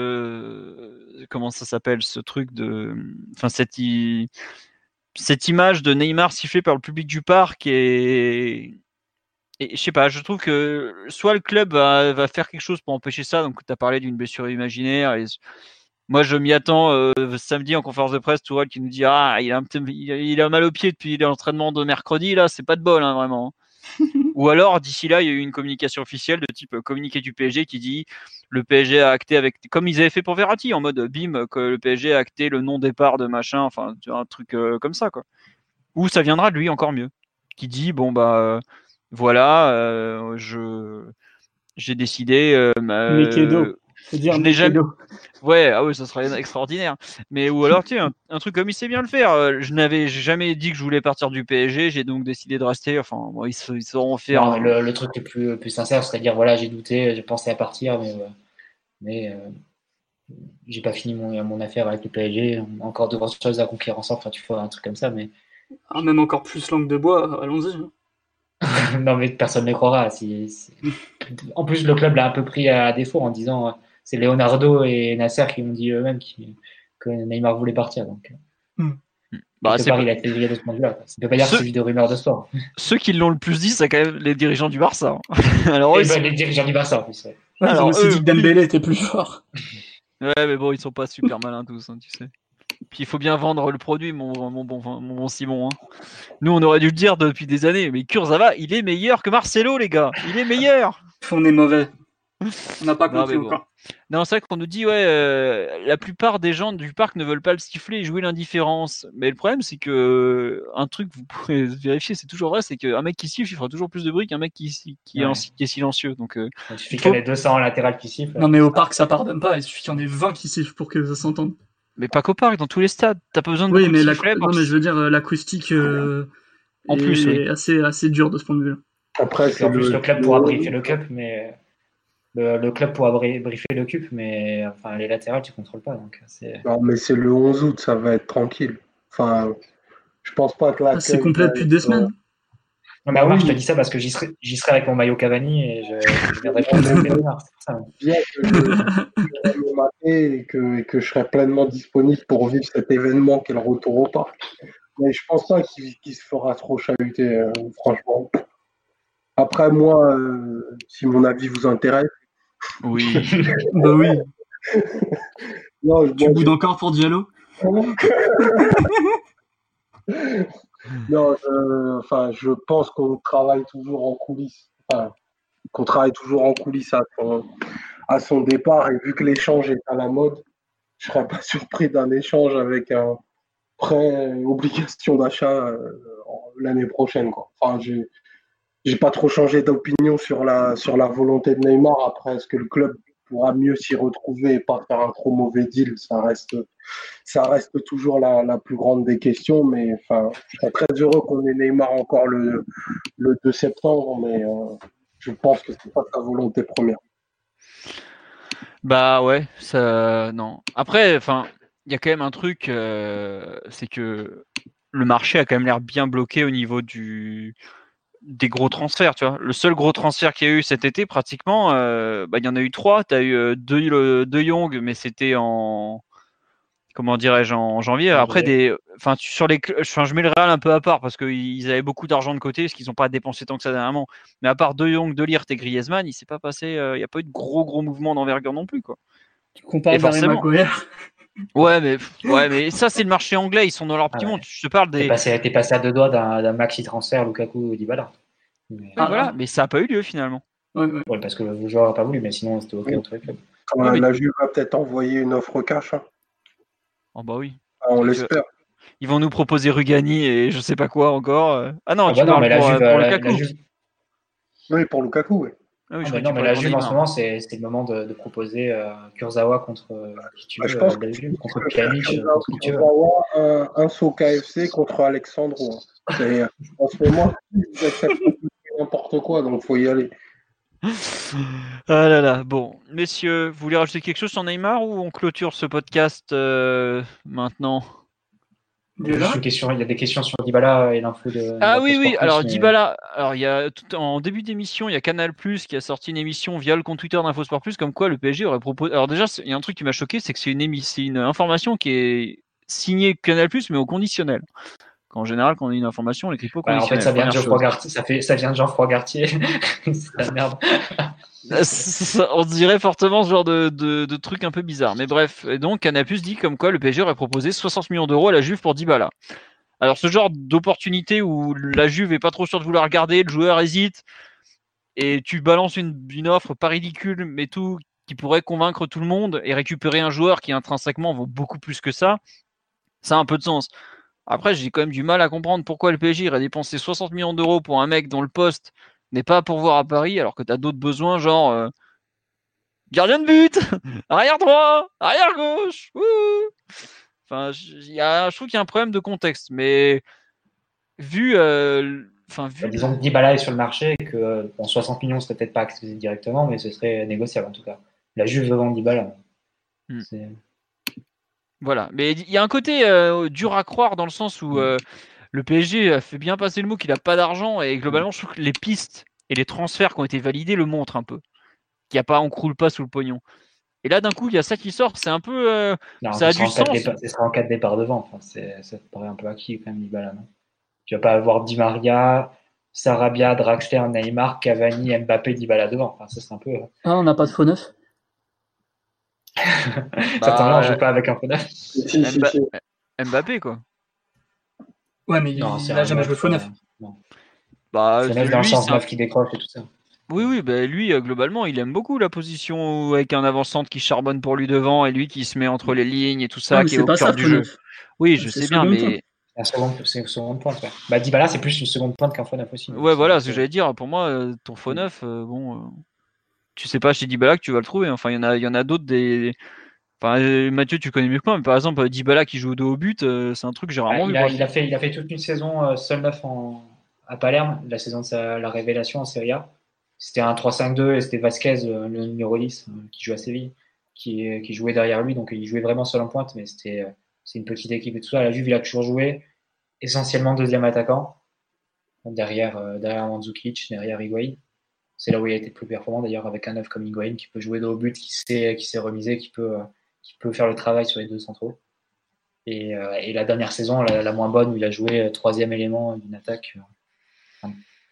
ce. Comment ça s'appelle, ce truc de. Enfin, cette, I... cette image de Neymar sifflé par le public du parc et. Et je sais pas, je trouve que soit le club va, va faire quelque chose pour empêcher ça, donc tu as parlé d'une blessure imaginaire. Et... Moi, je m'y attends euh, samedi en conférence de presse, Tourelle qui nous dit ah il a un petit, il a mal au pied depuis l'entraînement de mercredi là, c'est pas de bol hein, vraiment. Ou alors d'ici là, il y a eu une communication officielle de type communiqué du P S G qui dit le P S G a acté avec comme ils avaient fait pour Verratti en mode bim que le P S G a acté le non départ de machin, enfin un truc euh, comme ça quoi. Ou ça viendra de lui encore mieux, qui dit bon bah euh, voilà, euh, je j'ai décidé. Euh, euh, Faut dire je n'ai jamais. Ouais, ah ouais, ça serait extraordinaire. Mais ou alors, tu sais, un, un truc comme il sait bien le faire. Je n'avais jamais dit que je voulais partir du P S G, j'ai donc décidé de rester. Enfin, bon, ils, ils sauront faire. Non, le, le truc le plus, le plus sincère, c'est à dire voilà, j'ai douté, j'ai pensé à partir, mais, euh, mais euh, j'ai pas fini mon, mon affaire avec le P S G. Encore de grosses choses à conquérir ensemble. Enfin, tu fais un truc comme ça, mais. Ah, même encore plus langue de bois, allons-y. non, mais personne ne les croira. Si, si... En plus, le club l'a un peu pris à défaut en disant. C'est Leonardo et Nasser qui m'ont dit eux-mêmes qui, que Neymar voulait partir. Donc, hmm. bah, c'est part, il a été viré de ce point de vue-là. Ça ne peut pas dire que c'est juste des rumeurs de sport. Ceux qui l'ont le plus dit, c'est quand même les dirigeants du Barça. Alors, Et eux, bah, sont... les dirigeants du Barça en plus. Ouais. Ouais, Alors, ils ont aussi eux, dit que Dembélé était plus fort. Ouais, mais bon, ils sont pas super malins tous, hein, tu sais. Puis il faut bien vendre le produit, mon, mon, bon, mon bon Simon. Hein. Nous, on aurait dû le dire depuis des années, mais Kurzawa, il est meilleur que Marcelo, les gars. Il est meilleur. On est mauvais. On n'a pas compris bon. encore. Non, c'est vrai qu'on nous dit, ouais, euh, la plupart des gens du parc ne veulent pas le siffler et jouer l'indifférence. Mais le problème, c'est que un truc, vous pourrez vérifier, c'est toujours vrai, c'est qu'un mec qui siffle, il fera toujours plus de bruit qu'un mec qui, qui, ouais. est, en, qui est silencieux. Donc, euh, il suffit qu'il y en ait deux cents en latéral qui sifflent. Non, mais au parc, ça pardonne pas. Il suffit qu'il y en ait vingt qui sifflent pour que ça s'entende. Mais pas qu'au parc, dans tous les stades. T'as pas besoin de oui, mais de la... siffler. Non, mais je veux dire, l'acoustique euh, en plus, est oui. assez, assez dur de ce point de vue-là. Après, c'est en plus, le, le club pourra briefer le cup, mais le, le club pourra briefer le cup, mais enfin, les latérales, tu contrôles pas. Donc, c'est... Non, mais c'est le onze août, ça va être tranquille. Enfin, je pense pas que la. Ah, c'est complet depuis deux semaines. Non, mais Omar, oui. je te dis ça parce que j'y serai, j'y serai avec mon maillot Cavani et je, je viendrai pas le Omar. Bien que je me mater et que, et que je serai pleinement disponible pour vivre cet événement qu'est le retour au parc. Mais je pense pas qu'il, qu'il se fera trop chahuter, euh, franchement. Après, moi, euh, si mon avis vous intéresse. Oui. bah oui. Non, je, tu boudes je... encore pour Diallo? Non, je, enfin, je pense qu'on travaille toujours en coulisses. Enfin, qu'on travaille toujours en coulisses à son, à son départ. Et vu que l'échange est à la mode, je ne serais pas surpris d'un échange avec un prêt obligation d'achat euh, l'année prochaine, quoi. Enfin, j'ai, j'ai pas trop changé d'opinion sur la, sur la volonté de Neymar. Après, est-ce que le club pourra mieux s'y retrouver et pas faire un trop mauvais deal? Ça reste, ça reste toujours la, la plus grande des questions. Mais enfin, je serais très heureux qu'on ait Neymar encore le, le deux septembre, mais euh, je pense que c'est pas sa volonté première. Bah ouais, ça, non. Après, enfin, il y a quand même un truc, euh, c'est que le marché a quand même l'air bien bloqué au niveau du des gros transferts, tu vois. Le seul gros transfert qu'il y a eu cet été, pratiquement, euh, bah, il y en a eu trois. Tu as eu euh, De, de Jong, mais c'était en, comment dirais-je, en janvier. Après, des, enfin, sur les, enfin, je mets le Real un peu à part parce qu'ils avaient beaucoup d'argent de côté, parce qu'ils n'ont pas dépensé tant que ça dernièrement. Mais à part De Jong, De Ligt et Griezmann, il s'est pas passé, il euh, n'y a pas eu de gros gros mouvements d'envergure non plus, quoi. Tu compares forcément. Maguire. Ouais, mais ouais, mais ça c'est le marché anglais, ils sont dans leur petit ah ouais. monde. Je te parle des. T'es passé, t'es passé à deux doigts d'un, d'un maxi transfert Lukaku ou Dybala. Mais... Ah, voilà, mais ça n'a pas eu lieu finalement. Ouais, ouais. ouais parce que le joueur n'a pas voulu, mais sinon c'était ok entre les clubs. Ouais, ouais, la Juve va peut-être envoyer une offre cash. Hein. Oh bah oui. Ah, on Donc, l'espère. Euh, ils vont nous proposer Rugani et je sais pas quoi encore. Ah non, ah tu bah parles non, mais pour, la Juve, pour la, Lukaku. La Juve... Oui, pour Lukaku, oui. Ah oui, ah je mais non, mais la Juve en ce moment, c'est, c'est le moment de, de proposer euh, Kurzawa contre euh, qui tu bah, veux, je pense euh, que Juve, contre Pjanic, contre qui tu veux. Un, un saut K F C contre Alexandro. C'est, en ce moment, ils acceptent n'importe quoi, donc il faut y aller. Ah là là, bon, messieurs, vous voulez rajouter quelque chose sur Neymar ou on clôture ce podcast euh, maintenant? Il y, a une question, il y a des questions sur Dybala et l'info de. Ah de oui, oui, Plus, alors mais... Dybala, alors il y a tout, en début d'émission, il y a Canal Plus qui a sorti une émission via le compte Twitter d'InfoSport Plus, comme quoi le P S G aurait proposé. Alors déjà, il y a un truc qui m'a choqué, c'est que c'est une, émi... c'est une information qui est signée Canal Plus, mais au conditionnel. En général, quand on a une information, on l'écrit pas au conditionnel. Ouais, en fait, ça vient de Geoffroy Gartier. Ça, fait, ça vient de Geoffroy Gartier. C'est la merde. On dirait fortement ce genre de, de, de truc un peu bizarre. Mais bref, et donc Canal Plus dit comme quoi le P S G aurait proposé soixante millions d'euros à la Juve pour Dybala. Alors ce genre d'opportunité où la Juve est pas trop sûre de vouloir regarder, le joueur hésite, et tu balances une, une offre pas ridicule, mais tout, qui pourrait convaincre tout le monde et récupérer un joueur qui intrinsèquement vaut beaucoup plus que ça, ça a un peu de sens. Après, j'ai quand même du mal à comprendre pourquoi le P S G irait dépenser soixante millions d'euros pour un mec dont le poste n'est pas à pourvoir à Paris, alors que tu as d'autres besoins, genre euh, gardien de but, arrière droit, arrière gauche. Wouh enfin, y a, je trouve qu'il y a un problème de contexte, mais vu, euh, enfin vu. Bah, disons que Dybala est sur le marché, que bon, soixante millions serait peut-être pas accessible directement, mais ce serait négociable en tout cas. La Juve veut vendre Dybala. Hmm. C'est... Voilà, mais il y a un côté euh, dur à croire dans le sens où euh, le P S G a fait bien passer le mot qu'il n'a pas d'argent et globalement je trouve que les pistes et les transferts qui ont été validés le montrent un peu. Qu'il n'y a pas, on croule pas sous le pognon. Et là, d'un coup, il y a ça qui sort. C'est un peu. Euh, non, ça a du sens. Ce sera en quatre départs devant. Enfin, c'est, ça te paraît un peu acquis quand même, Dybala, non? Tu vas pas avoir Di Maria, Sarabia, Draxler, Neymar, Cavani, Mbappé, Dybala devant. Enfin, ça, c'est un peu. Ah, on n'a pas de faux neuf. Ça t'en là, on joue pas avec un faux neuf. Mba... Mbappé, quoi. Ouais, mais non, il n'a jamais joué faux neuf. Bah, c'est dans le sens neuf qui décroche et tout ça. Oui, oui, bah lui, euh, globalement, il aime beaucoup la position avec un avant-centre qui charbonne pour lui devant et lui qui se met entre les lignes et tout ça, ouais, qui est, est au cœur ça, du jeu. neuf. Oui, je sais bien, mais. C'est un second, c'est une seconde pointe. Ouais. Bah, Dybala, c'est plus une seconde pointe qu'un faux neuf aussi. Ouais, voilà, ce que j'allais dire. Pour moi, ton faux neuf, euh, bon, euh, tu sais pas chez Dybala que tu vas le trouver. Enfin, il y en a, il y en a d'autres des. Enfin, euh, Mathieu, tu connais mieux que moi, mais par exemple, Dybala qui joue au dos au but, euh, c'est un truc que j'ai rarement ah, vu. Il a, il, a fait, il a fait toute une saison euh, seul neuf en, à Palerme, la saison de sa, la révélation en Serie A. C'était un trois cinq deux et c'était Vasquez, euh, le numéro dix, euh, qui joue à Séville, qui, qui jouait derrière lui. Donc, il jouait vraiment seul en pointe, mais c'était euh, c'est une petite équipe et tout ça. La Juve, il a toujours joué essentiellement deuxième attaquant, derrière, euh, derrière Mandzukic, derrière Higuaín. C'est là où il a été le plus performant, d'ailleurs, avec un neuf comme Higuaín, qui peut jouer dos au but, qui sait, qui sait remiser, qui peut, euh, qui peut faire le travail sur les deux centraux. Et, euh, et la dernière saison, la, la moins bonne, où il a joué euh, troisième élément d'une attaque, euh,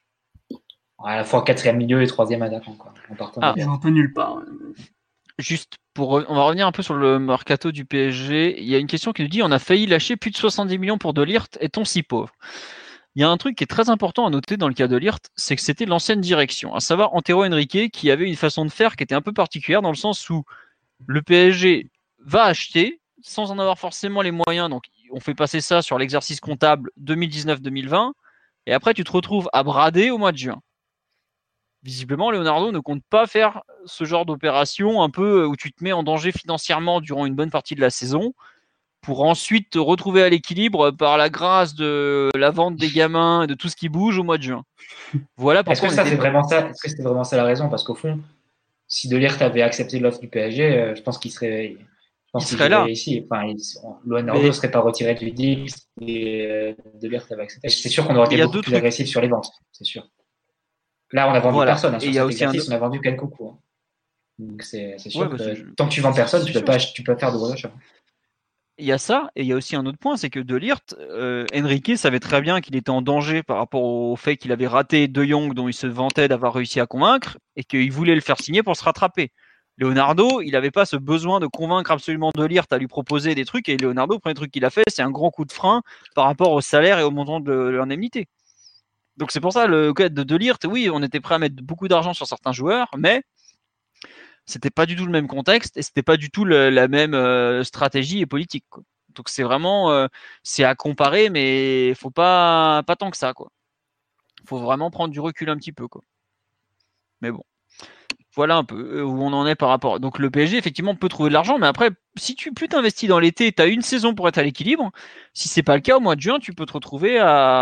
à la fois quatrième milieu et troisième attaquant, quoi, en partant ah, un peu nulle part. Juste pour, on va revenir un peu sur le mercato du P S G. Il y a une question qui nous dit: on a failli lâcher plus de soixante-dix millions pour De Ligt, est-on si pauvre? Il y a un truc qui est très important à noter dans le cas de Ligt, c'est que c'était l'ancienne direction, à savoir Antero Henrique, qui avait une façon de faire qui était un peu particulière, dans le sens où le P S G va acheter sans en avoir forcément les moyens. Donc on fait passer ça sur l'exercice comptable deux mille dix-neuf deux mille vingt, et après tu te retrouves à brader au mois de juin. Visiblement, Leonardo ne compte pas faire ce genre d'opération un peu où tu te mets en danger financièrement durant une bonne partie de la saison pour ensuite te retrouver à l'équilibre par la grâce de la vente des gamins et de tout ce qui bouge au mois de juin. Voilà pourquoi. Est-ce que ça, c'est vraiment ça Est-ce que c'était vraiment ça la raison? Parce qu'au fond, si De Ligt avait accepté l'offre du P S G, euh, je pense qu'il serait, je pense il qu'il serait là. Ici. Enfin, il, Leonardo ne Mais... serait pas retiré du deal et euh, De Ligt avait accepté. C'est sûr qu'on aurait été beaucoup plus trucs. agressif sur les ventes, c'est sûr. Là, on a vendu voilà. personne. Hein, sur et cet exercice, un... on a vendu quelques coups. Hein. Donc, c'est, c'est sûr ouais, que je... tant que tu vends personne, tu peux pas, tu peux pas faire de gros achats. Il y a ça, et il y a aussi un autre point, c'est que De Ligt, euh, Henrique savait très bien qu'il était en danger par rapport au fait qu'il avait raté De Jong, dont il se vantait d'avoir réussi à convaincre, et qu'il voulait le faire signer pour se rattraper. Leonardo, il n'avait pas ce besoin de convaincre absolument De Ligt à lui proposer des trucs, et Leonardo, le premier truc qu'il a fait, c'est un grand coup de frein par rapport au salaire et au montant de l'indemnité. Donc c'est pour ça, le cas de De Ligt, oui, on était prêt à mettre beaucoup d'argent sur certains joueurs, mais c'était pas du tout le même contexte et c'était pas du tout le, la même euh, stratégie et politique, quoi. Donc c'est vraiment euh, c'est à comparer, mais faut pas pas tant que ça, quoi. Faut vraiment prendre du recul un petit peu, quoi. Mais bon, voilà un peu où on en est par rapport. Donc le P S G effectivement peut trouver de l'argent, mais après si tu plus t'investis dans l'été, t'as une saison pour être à l'équilibre. Si c'est pas le cas au mois de juin, tu peux te retrouver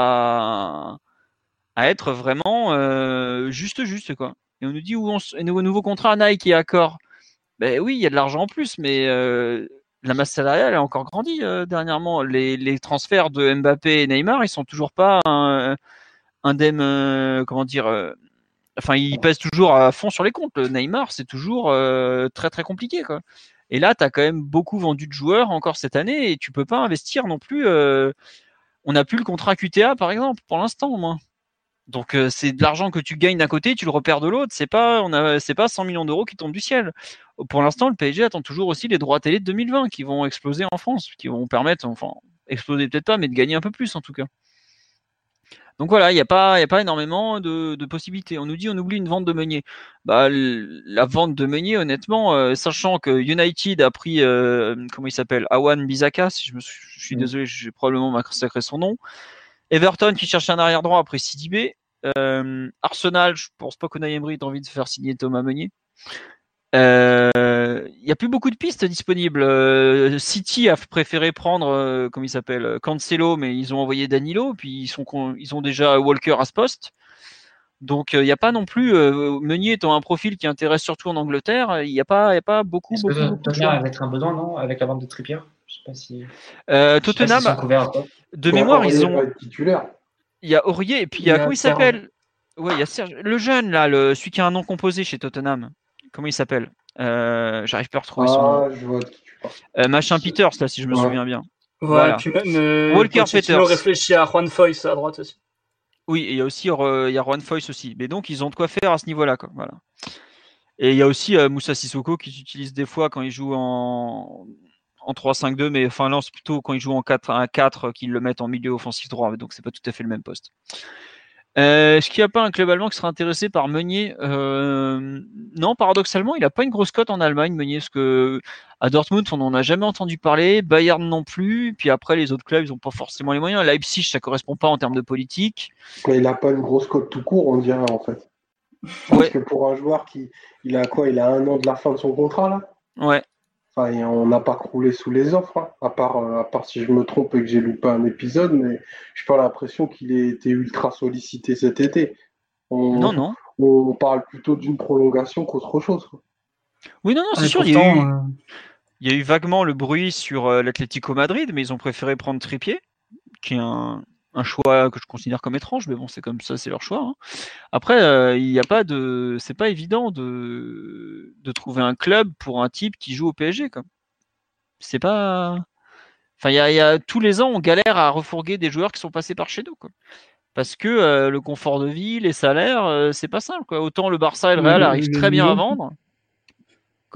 à à être vraiment euh, juste juste, quoi. Et on nous dit où on s... nouveau, nouveau contrat Nike et Accor. Ben oui, il y a de l'argent en plus, mais euh, la masse salariale a encore grandi euh, dernièrement. Les, les transferts de Mbappé et Neymar, ils sont toujours pas un, indemnes, euh, comment dire. Euh, enfin, ils pèsent toujours à fond sur les comptes. Le Neymar, c'est toujours euh, très très compliqué, quoi. Et là, tu as quand même beaucoup vendu de joueurs encore cette année et tu peux pas investir non plus. Euh, on n'a plus le contrat Q T A, par exemple, pour l'instant au moins. Donc euh, c'est de l'argent que tu gagnes d'un côté, tu le repères de l'autre. C'est pas, on a, c'est pas cent millions d'euros qui tombent du ciel. Pour l'instant, le P S G attend toujours aussi les droits télé de deux mille vingt qui vont exploser en France, qui vont permettre, enfin, exploser peut-être pas, mais de gagner un peu plus en tout cas. Donc voilà, il n'y a pas, il y a pas énormément de, de possibilités. On nous dit, on oublie une vente de Meunier. Bah, la vente de Meunier, honnêtement, euh, sachant que United a pris, euh, comment il s'appelle, Awan Bissaka, si je me suis, je suis mmh. désolé, j'ai probablement massacré son nom. Everton qui cherche un arrière droit après Sidibé. Euh, Arsenal, je pense pas qu'Unai Emery ait envie de faire signer Thomas Meunier. Il euh, y a plus beaucoup de pistes disponibles. Euh, City a préféré prendre, euh, comment il s'appelle, Cancelo, mais ils ont envoyé Danilo, puis ils sont, ils ont déjà Walker à ce poste. Donc il euh, n'y a pas non plus euh, Meunier étant un profil qui intéresse surtout en Angleterre. Il n'y a pas, il y a pas beaucoup. Est-ce beaucoup, que beaucoup Tottenham va être un besoin, non, avec la vente de Trippier? Je sais pas si. Euh, Tottenham. Je sais pas s'ils sont couverts, de bon, mémoire, Aurier ils ont. Titulaire. Il y a Aurier et puis il y a, il y a comment il s'appelle? Ouais, il y a Serge, le jeune là, le celui qui a un nom composé chez Tottenham. Comment il s'appelle? Euh, j'arrive pas à retrouver ah, son nom. Je vois de qui tu parles. Euh, machin Peters, là, si je me ouais. souviens bien. Ouais, voilà. Puis même, euh, Walker Pochettino Peters. réfléchit à Juan Foyce à droite aussi. Oui, et il y a aussi euh, il y a Juan Foyce aussi. Mais donc, ils ont de quoi faire à ce niveau-là. Quoi. Voilà. Et il y a aussi euh, Moussa Sissoko qui s'utilise des fois quand il joue en, en trois cinq deux, mais enfin là, c'est plutôt quand il joue en quatre un quatre qu'ils le mettent en milieu offensif droit. Donc, c'est pas tout à fait le même poste. Euh, est-ce qu'il n'y a pas un club allemand qui sera intéressé par Meunier euh, Non, paradoxalement, il n'a pas une grosse cote en Allemagne, Meunier, parce que à Dortmund, on n'en a jamais entendu parler, Bayern non plus, puis après, les autres clubs, ils n'ont pas forcément les moyens. Leipzig, ça ne correspond pas en termes de politique. Mais il n'a pas une grosse cote tout court, on dirait, en fait. Parce ouais. que pour un joueur qui il a quoi Il a un an de la fin de son contrat, là Ouais. Enfin, on n'a pas croulé sous les offres, hein, à, part, à part si je me trompe et que j'ai lu pas un épisode, mais je n'ai pas l'impression qu'il ait été ultra sollicité cet été. On, non, non. On parle plutôt d'une prolongation qu'autre chose. Quoi. Oui, non, non, c'est ah, sûr. Pourtant, il, y a eu, euh... il y a eu vaguement le bruit sur euh, l'Atlético Madrid, mais ils ont préféré prendre Trippier, qui est un, un choix que je considère comme étrange, mais bon, c'est comme ça, c'est leur choix. Hein. Après, euh, il n'y a pas de, c'est pas évident de de trouver un club pour un type qui joue au P S G. Quoi. C'est pas, enfin, il y a, y a tous les ans, on galère à refourguer des joueurs qui sont passés par chez nous, quoi. Parce que euh, le confort de vie, les salaires, euh, c'est pas simple, quoi. Autant le Barça et le Real le, arrivent le très bien à vendre. Quoi ?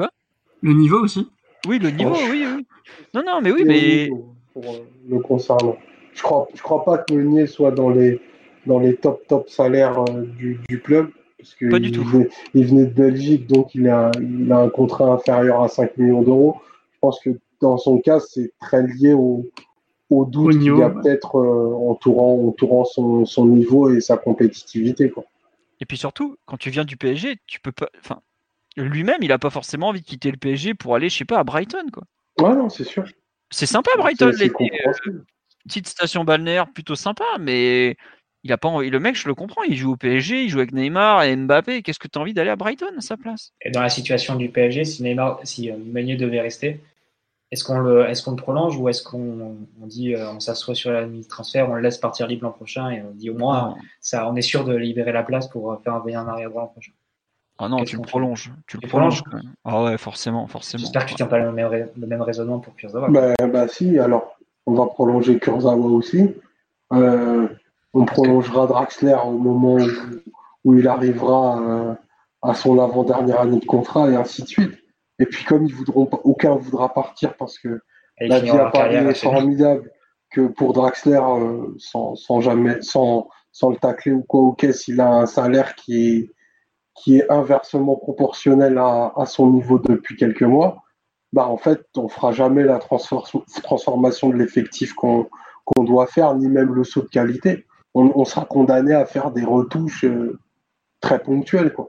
Le niveau aussi. Oui, le niveau, oh. oui, oui. Non, non, mais oui, mais pour le concernant. Je crois, je crois pas que Meunier soit dans les dans les top top salaires euh, du, du club parce que pas il, du tout. Venait, il venait de Belgique, donc il a il a un contrat inférieur à cinq millions d'euros. Je pense que dans son cas, c'est très lié au au doute qu'il y a ouais. peut-être euh, entourant entourant son son niveau et sa compétitivité, quoi. Et puis surtout, quand tu viens du P S G, tu peux pas, enfin, lui-même, il a pas forcément envie de quitter le P S G pour aller, je sais pas, à Brighton, quoi. Ouais, non, c'est sûr. C'est sympa Brighton, c'est, c'est l'été. Euh, petite station balnéaire plutôt sympa, mais il a pas envie. Le mec, je le comprends, il joue au P S G, il joue avec Neymar et Mbappé. Qu'est-ce que tu as envie d'aller à Brighton à sa place ? Et dans la situation du P S G, si Neymar, si Meunier devait rester, est-ce qu'on le, est-ce qu'on le prolonge ou est-ce qu'on on dit, on s'assoit sur la limite de transfert, on le laisse partir libre l'an prochain et on dit au moins, ça, on est sûr de libérer la place pour faire un un arrière droit l'an prochain. Ah non, Qu'est-ce tu le fait prolonges. Tu le tu prolonges. Quand même. Ah ouais, forcément, forcément. J'espère que tu tiens pas le même, le même raisonnement pour Kurzawa. Bah, bah si, alors on va prolonger Kurzawa aussi. Euh, on prolongera Draxler au moment où, où il arrivera euh, à son avant-dernière année de contrat et ainsi de suite. Et puis comme ils voudront, aucun voudra partir parce que et la vie à Paris est formidable, que pour Draxler, euh, sans, sans jamais, sans, sans le tacler ou quoi, ok, s'il a un salaire qui est qui est inversement proportionnel à, à son niveau depuis quelques mois, bah en fait, on fera jamais la transfor- transformation de l'effectif qu'on, qu'on doit faire, ni même le saut de qualité. On, on sera condamné à faire des retouches euh, très ponctuelles, quoi.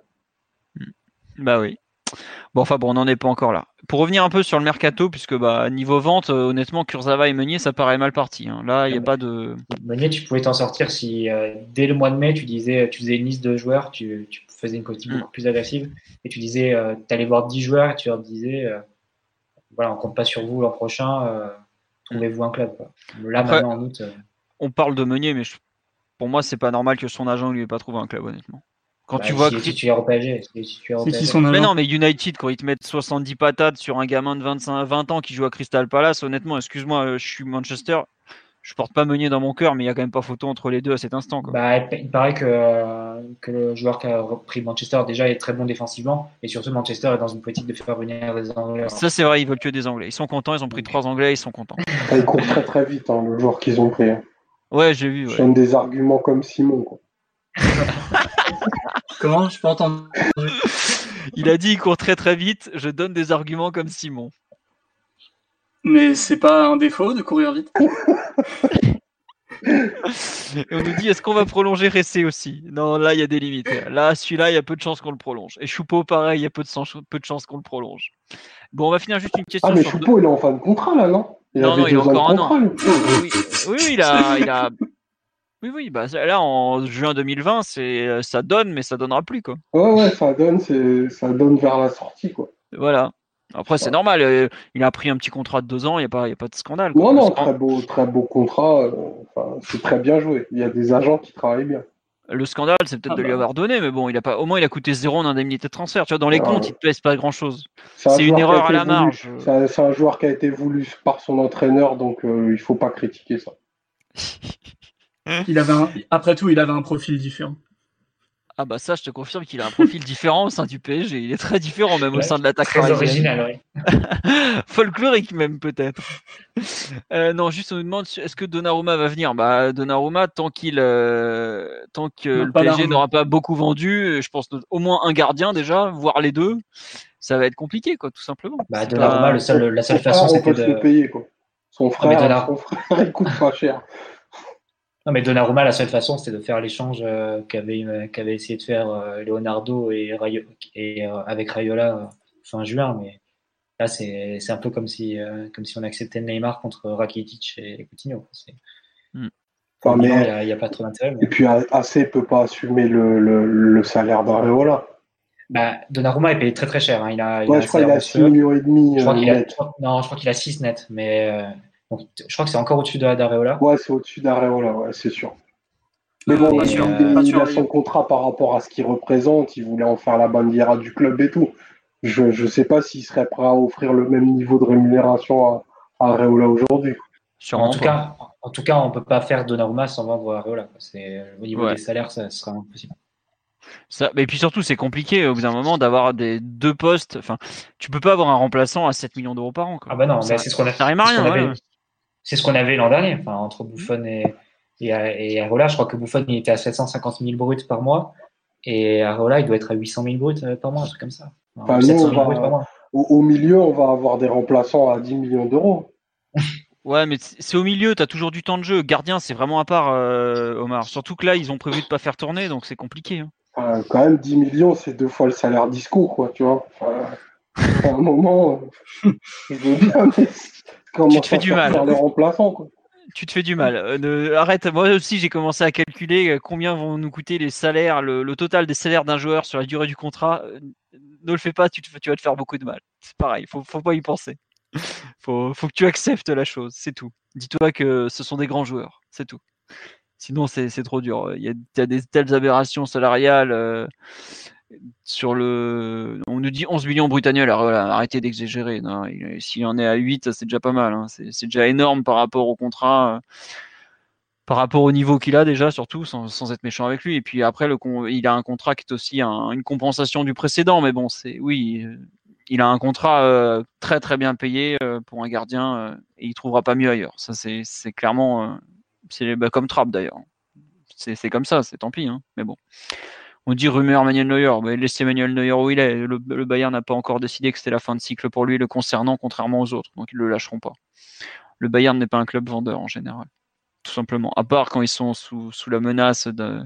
Bah oui. Bon, enfin bon, on n'en est pas encore là. Pour revenir un peu sur le mercato, puisque bah niveau vente, euh, honnêtement, Kurzawa et Meunier, ça paraît mal parti. Hein. Là, il n'y a pas de. Meunier, tu pouvais t'en sortir si euh, dès le mois de mai, tu disais, tu faisais une liste de joueurs, tu, tu faisais une politique mm. beaucoup plus agressive, et tu disais, euh, tu allais voir dix joueurs, et tu leur disais, euh, voilà, on compte pas sur vous l'an prochain, euh, trouvez-vous un club. Quoi. Là, Après, maintenant, en août. Euh... On parle de Meunier, mais je... pour moi, c'est pas normal que son agent lui ait pas trouvé un club, honnêtement. Quand bah, tu vois si, que si tu es au P S G, si tu es au P S G. Si son mais non, mais United, quand ils te mettent soixante-dix patates sur un gamin de vingt-cinq, vingt ans qui joue à Crystal Palace, honnêtement, excuse-moi, je suis Manchester, je porte pas Meunier dans mon cœur, mais il y a quand même pas photo entre les deux à cet instant. Quoi. Bah, il paraît que, euh, que le joueur qui a repris Manchester déjà est très bon défensivement, et surtout Manchester est dans une politique de faire venir des Anglais. Ça c'est vrai, ils veulent que des Anglais. Ils sont contents, ils ont pris trois Anglais, ils sont contents. Ils courent très très vite, hein, le joueur qu'ils ont pris. Hein. Ouais, j'ai vu. Ouais. Je donne des arguments comme Simon, quoi. Comment je peux entendre? Il a dit il court très très vite, je donne des arguments comme Simon. Mais c'est pas un défaut de courir vite. Et on nous dit est-ce qu'on va prolonger Ressé aussi? Non, là il y a des limites. Là, celui-là, il y a peu de chances qu'on le prolonge. Et Choupo, pareil, il y a peu de, sens, peu de chances qu'on le prolonge. Bon, on va finir juste une question. Ah, mais sur Choupo, deux... il est en fin de contrat là, non? Il Non, non, il a encore un an. Lui. Oui, oui, oui, il a. Il a... Oui, oui, bah là en juin deux mille vingt, c'est ça donne, mais ça donnera plus quoi. Ouais, ouais, ça donne, c'est ça donne vers la sortie quoi. Voilà. Après, c'est ouais. normal. Euh, il a pris un petit contrat de deux ans, il n'y a pas, il y a pas de scandale. Quoi. Non, non, très beau, très beau contrat. Euh, enfin, c'est très bien joué. Il y a des agents qui travaillent bien. Le scandale, c'est peut-être ah de bah. lui avoir donné, mais bon, il a pas, au moins il a coûté zéro en indemnité de transfert. Tu vois, dans les ah, comptes, il te pèse pas grand-chose. C'est, c'est une erreur à la voulu. marge. C'est un, c'est un joueur qui a été voulu par son entraîneur, donc euh, il faut pas critiquer ça. il avait un... Après tout, il avait un profil différent. Ah bah ça, je te confirme qu'il a un profil différent au sein du P S G. Il est très différent même ouais, au sein de l'attaque très parisienne. Original, oui. Folklorique même peut-être. Euh, non, juste on nous demande est-ce que Donnarumma va venir. Bah Donnarumma, tant qu'il, euh, tant que non, le P S G n'aura pas beaucoup vendu, je pense au moins un gardien déjà, voire les deux, ça va être compliqué quoi, tout simplement. Bah Donnarumma, pas... le seul, la seule façon frère, c'était de le payer quoi. Son frère, ah, son frère, il coûte pas cher. Non, mais Donnarumma, la seule façon, c'était de faire l'échange euh, qu'avait, euh, qu'avait essayé de faire euh, Leonardo et, Rayo- et euh, avec Raiola euh, fin juin. Mais là, c'est, c'est un peu comme si, euh, comme si on acceptait Neymar contre Rakitic et, et Coutinho. C'est... Mm. Enfin, mais... Il n'y a, a pas trop d'intérêt. Mais... Et puis, A C ne peut pas assumer le, le, le salaire d'Areola. Bah, Donnarumma est payé très très cher. Hein. Il a, il ouais, a je crois qu'il a six millions et demi. Je crois euh, qu'il a, net. je crois, non, je crois qu'il a six net. Mais euh, donc, je crois que c'est encore au-dessus de, d'Areola. Ouais, c'est au-dessus d'Areola, ouais, c'est sûr. Mais bon, euh, il, euh, il, il a son contrat par rapport à ce qu'il représente. Il voulait en faire la bandiera du club et tout. Je ne sais pas s'il serait prêt à offrir le même niveau de rémunération à, à Areola aujourd'hui. En tout, cas, en tout cas, on ne peut pas faire Donnarumma sans vendre Areola. C'est, au niveau ouais. des salaires, ça sera impossible. Ça, et puis surtout, c'est compliqué au bout d'un moment d'avoir des deux postes. Enfin, tu peux pas avoir un remplaçant à sept millions d'euros par an. Quoi. Ah bah non, ça, mais c'est ce qu'on a. Ça arrive à rien. C'est ce qu'on, ouais. avait, c'est ce qu'on avait l'an dernier. Enfin, entre Buffon et et, et Areola, je crois que Buffon il était à sept cent cinquante mille bruts par mois et Areola il doit être à huit cent mille bruts par mois, un truc comme ça. Enfin, nous, on va, au, au milieu, on va avoir des remplaçants à dix millions d'euros. Ouais, mais c'est au milieu, tu as toujours du temps de jeu. Gardien, c'est vraiment à part, euh, Omar. Surtout que là, ils ont prévu de pas faire tourner, donc c'est compliqué. Hein. Euh, quand même, dix millions, c'est deux fois le salaire d'Isco, quoi, tu vois. Enfin, à un moment, je veux bien, mais comment tu te fais du mal. Faire les remplaçants, quoi. Tu te fais du mal. Euh, ne, arrête. Moi aussi, j'ai commencé à calculer combien vont nous coûter les salaires, le, le total des salaires d'un joueur sur la durée du contrat. Euh, ne le fais pas, tu, te, tu vas te faire beaucoup de mal. C'est pareil, faut, faut pas y penser. Faut, faut que tu acceptes la chose, c'est tout. Dis-toi que ce sont des grands joueurs, c'est tout. Sinon, c'est, c'est trop dur. Il y a, il y a des telles aberrations salariales euh, sur le. On nous dit onze millions brut annuels. Alors voilà, arrêtez d'exagérer. Non, il, s'il en est à huit, c'est déjà pas mal. Hein. C'est, c'est déjà énorme par rapport au contrat, euh, par rapport au niveau qu'il a déjà, surtout, sans, sans être méchant avec lui. Et puis après, le, il a un contrat qui est aussi un, une compensation du précédent. Mais bon, c'est oui. Euh, il a un contrat euh, très très bien payé euh, pour un gardien euh, et il trouvera pas mieux ailleurs. Ça c'est, c'est clairement euh, c'est bah, comme Trapp d'ailleurs. C'est, c'est comme ça, c'est tant pis. Hein. Mais bon, on dit rumeur Manuel Neuer. Bah, laissez Manuel Neuer où il est. Le, le Bayern n'a pas encore décidé que c'était la fin de cycle pour lui le concernant, contrairement aux autres. Donc ils le lâcheront pas. Le Bayern n'est pas un club vendeur en général, tout simplement. À part quand ils sont sous sous la menace de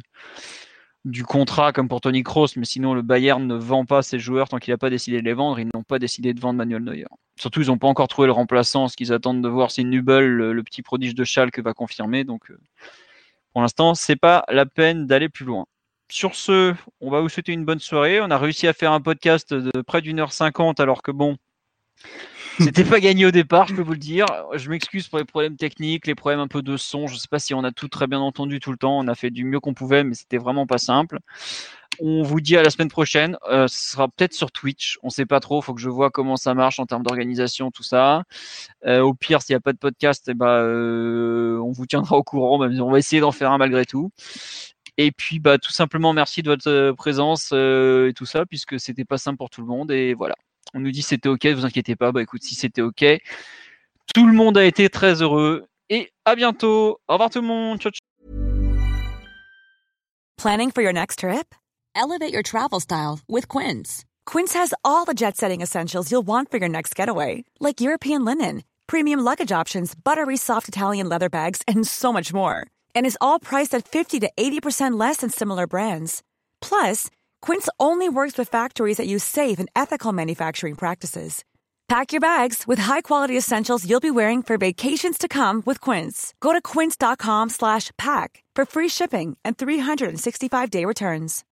du contrat comme pour Toni Kroos, mais sinon le Bayern ne vend pas ses joueurs tant qu'il n'a pas décidé de les vendre. Ils n'ont pas décidé de vendre Manuel Neuer. Surtout, ils n'ont pas encore trouvé le remplaçant. Ce qu'ils attendent de voir, c'est Nübel, le, le petit prodige de Schalke, va confirmer. Donc, euh, pour l'instant, c'est pas la peine d'aller plus loin. Sur ce, on va vous souhaiter une bonne soirée. On a réussi à faire un podcast de près d'une heure cinquante, alors que bon, c'était pas gagné au départ, je peux vous le dire. Je m'excuse pour les problèmes techniques, les problèmes un peu de son. Je sais pas si on a tout très bien entendu tout le temps. On a fait du mieux qu'on pouvait, mais c'était vraiment pas simple. On vous dit à la semaine prochaine. Euh, ce sera peut-être sur Twitch. On sait pas trop. Faut que je vois comment ça marche en termes d'organisation, tout ça. Euh, au pire, s'il n'y a pas de podcast, eh ben, euh, on vous tiendra au courant. Même si on va essayer d'en faire un malgré tout. Et puis, bah, tout simplement, merci de votre présence euh, et tout ça, puisque c'était pas simple pour tout le monde. Et voilà. On nous dit c'était ok, ne vous inquiétez pas. Bah écoute, si c'était ok, tout le monde a été très heureux. Et à bientôt. Au revoir tout le monde. Ciao, ciao. Planning for your next trip? Elevate your travel style with Quince. Quince has all the jet-setting essentials you'll want for your next getaway, like European linen, premium luggage options, buttery soft Italian leather bags, and so much more. And is all priced at fifty to eighty percent less than similar brands. Plus, Quince only works with factories that use safe and ethical manufacturing practices. Pack your bags with high-quality essentials you'll be wearing for vacations to come with Quince. Go to quince.com slash pack for free shipping and three sixty-five day returns.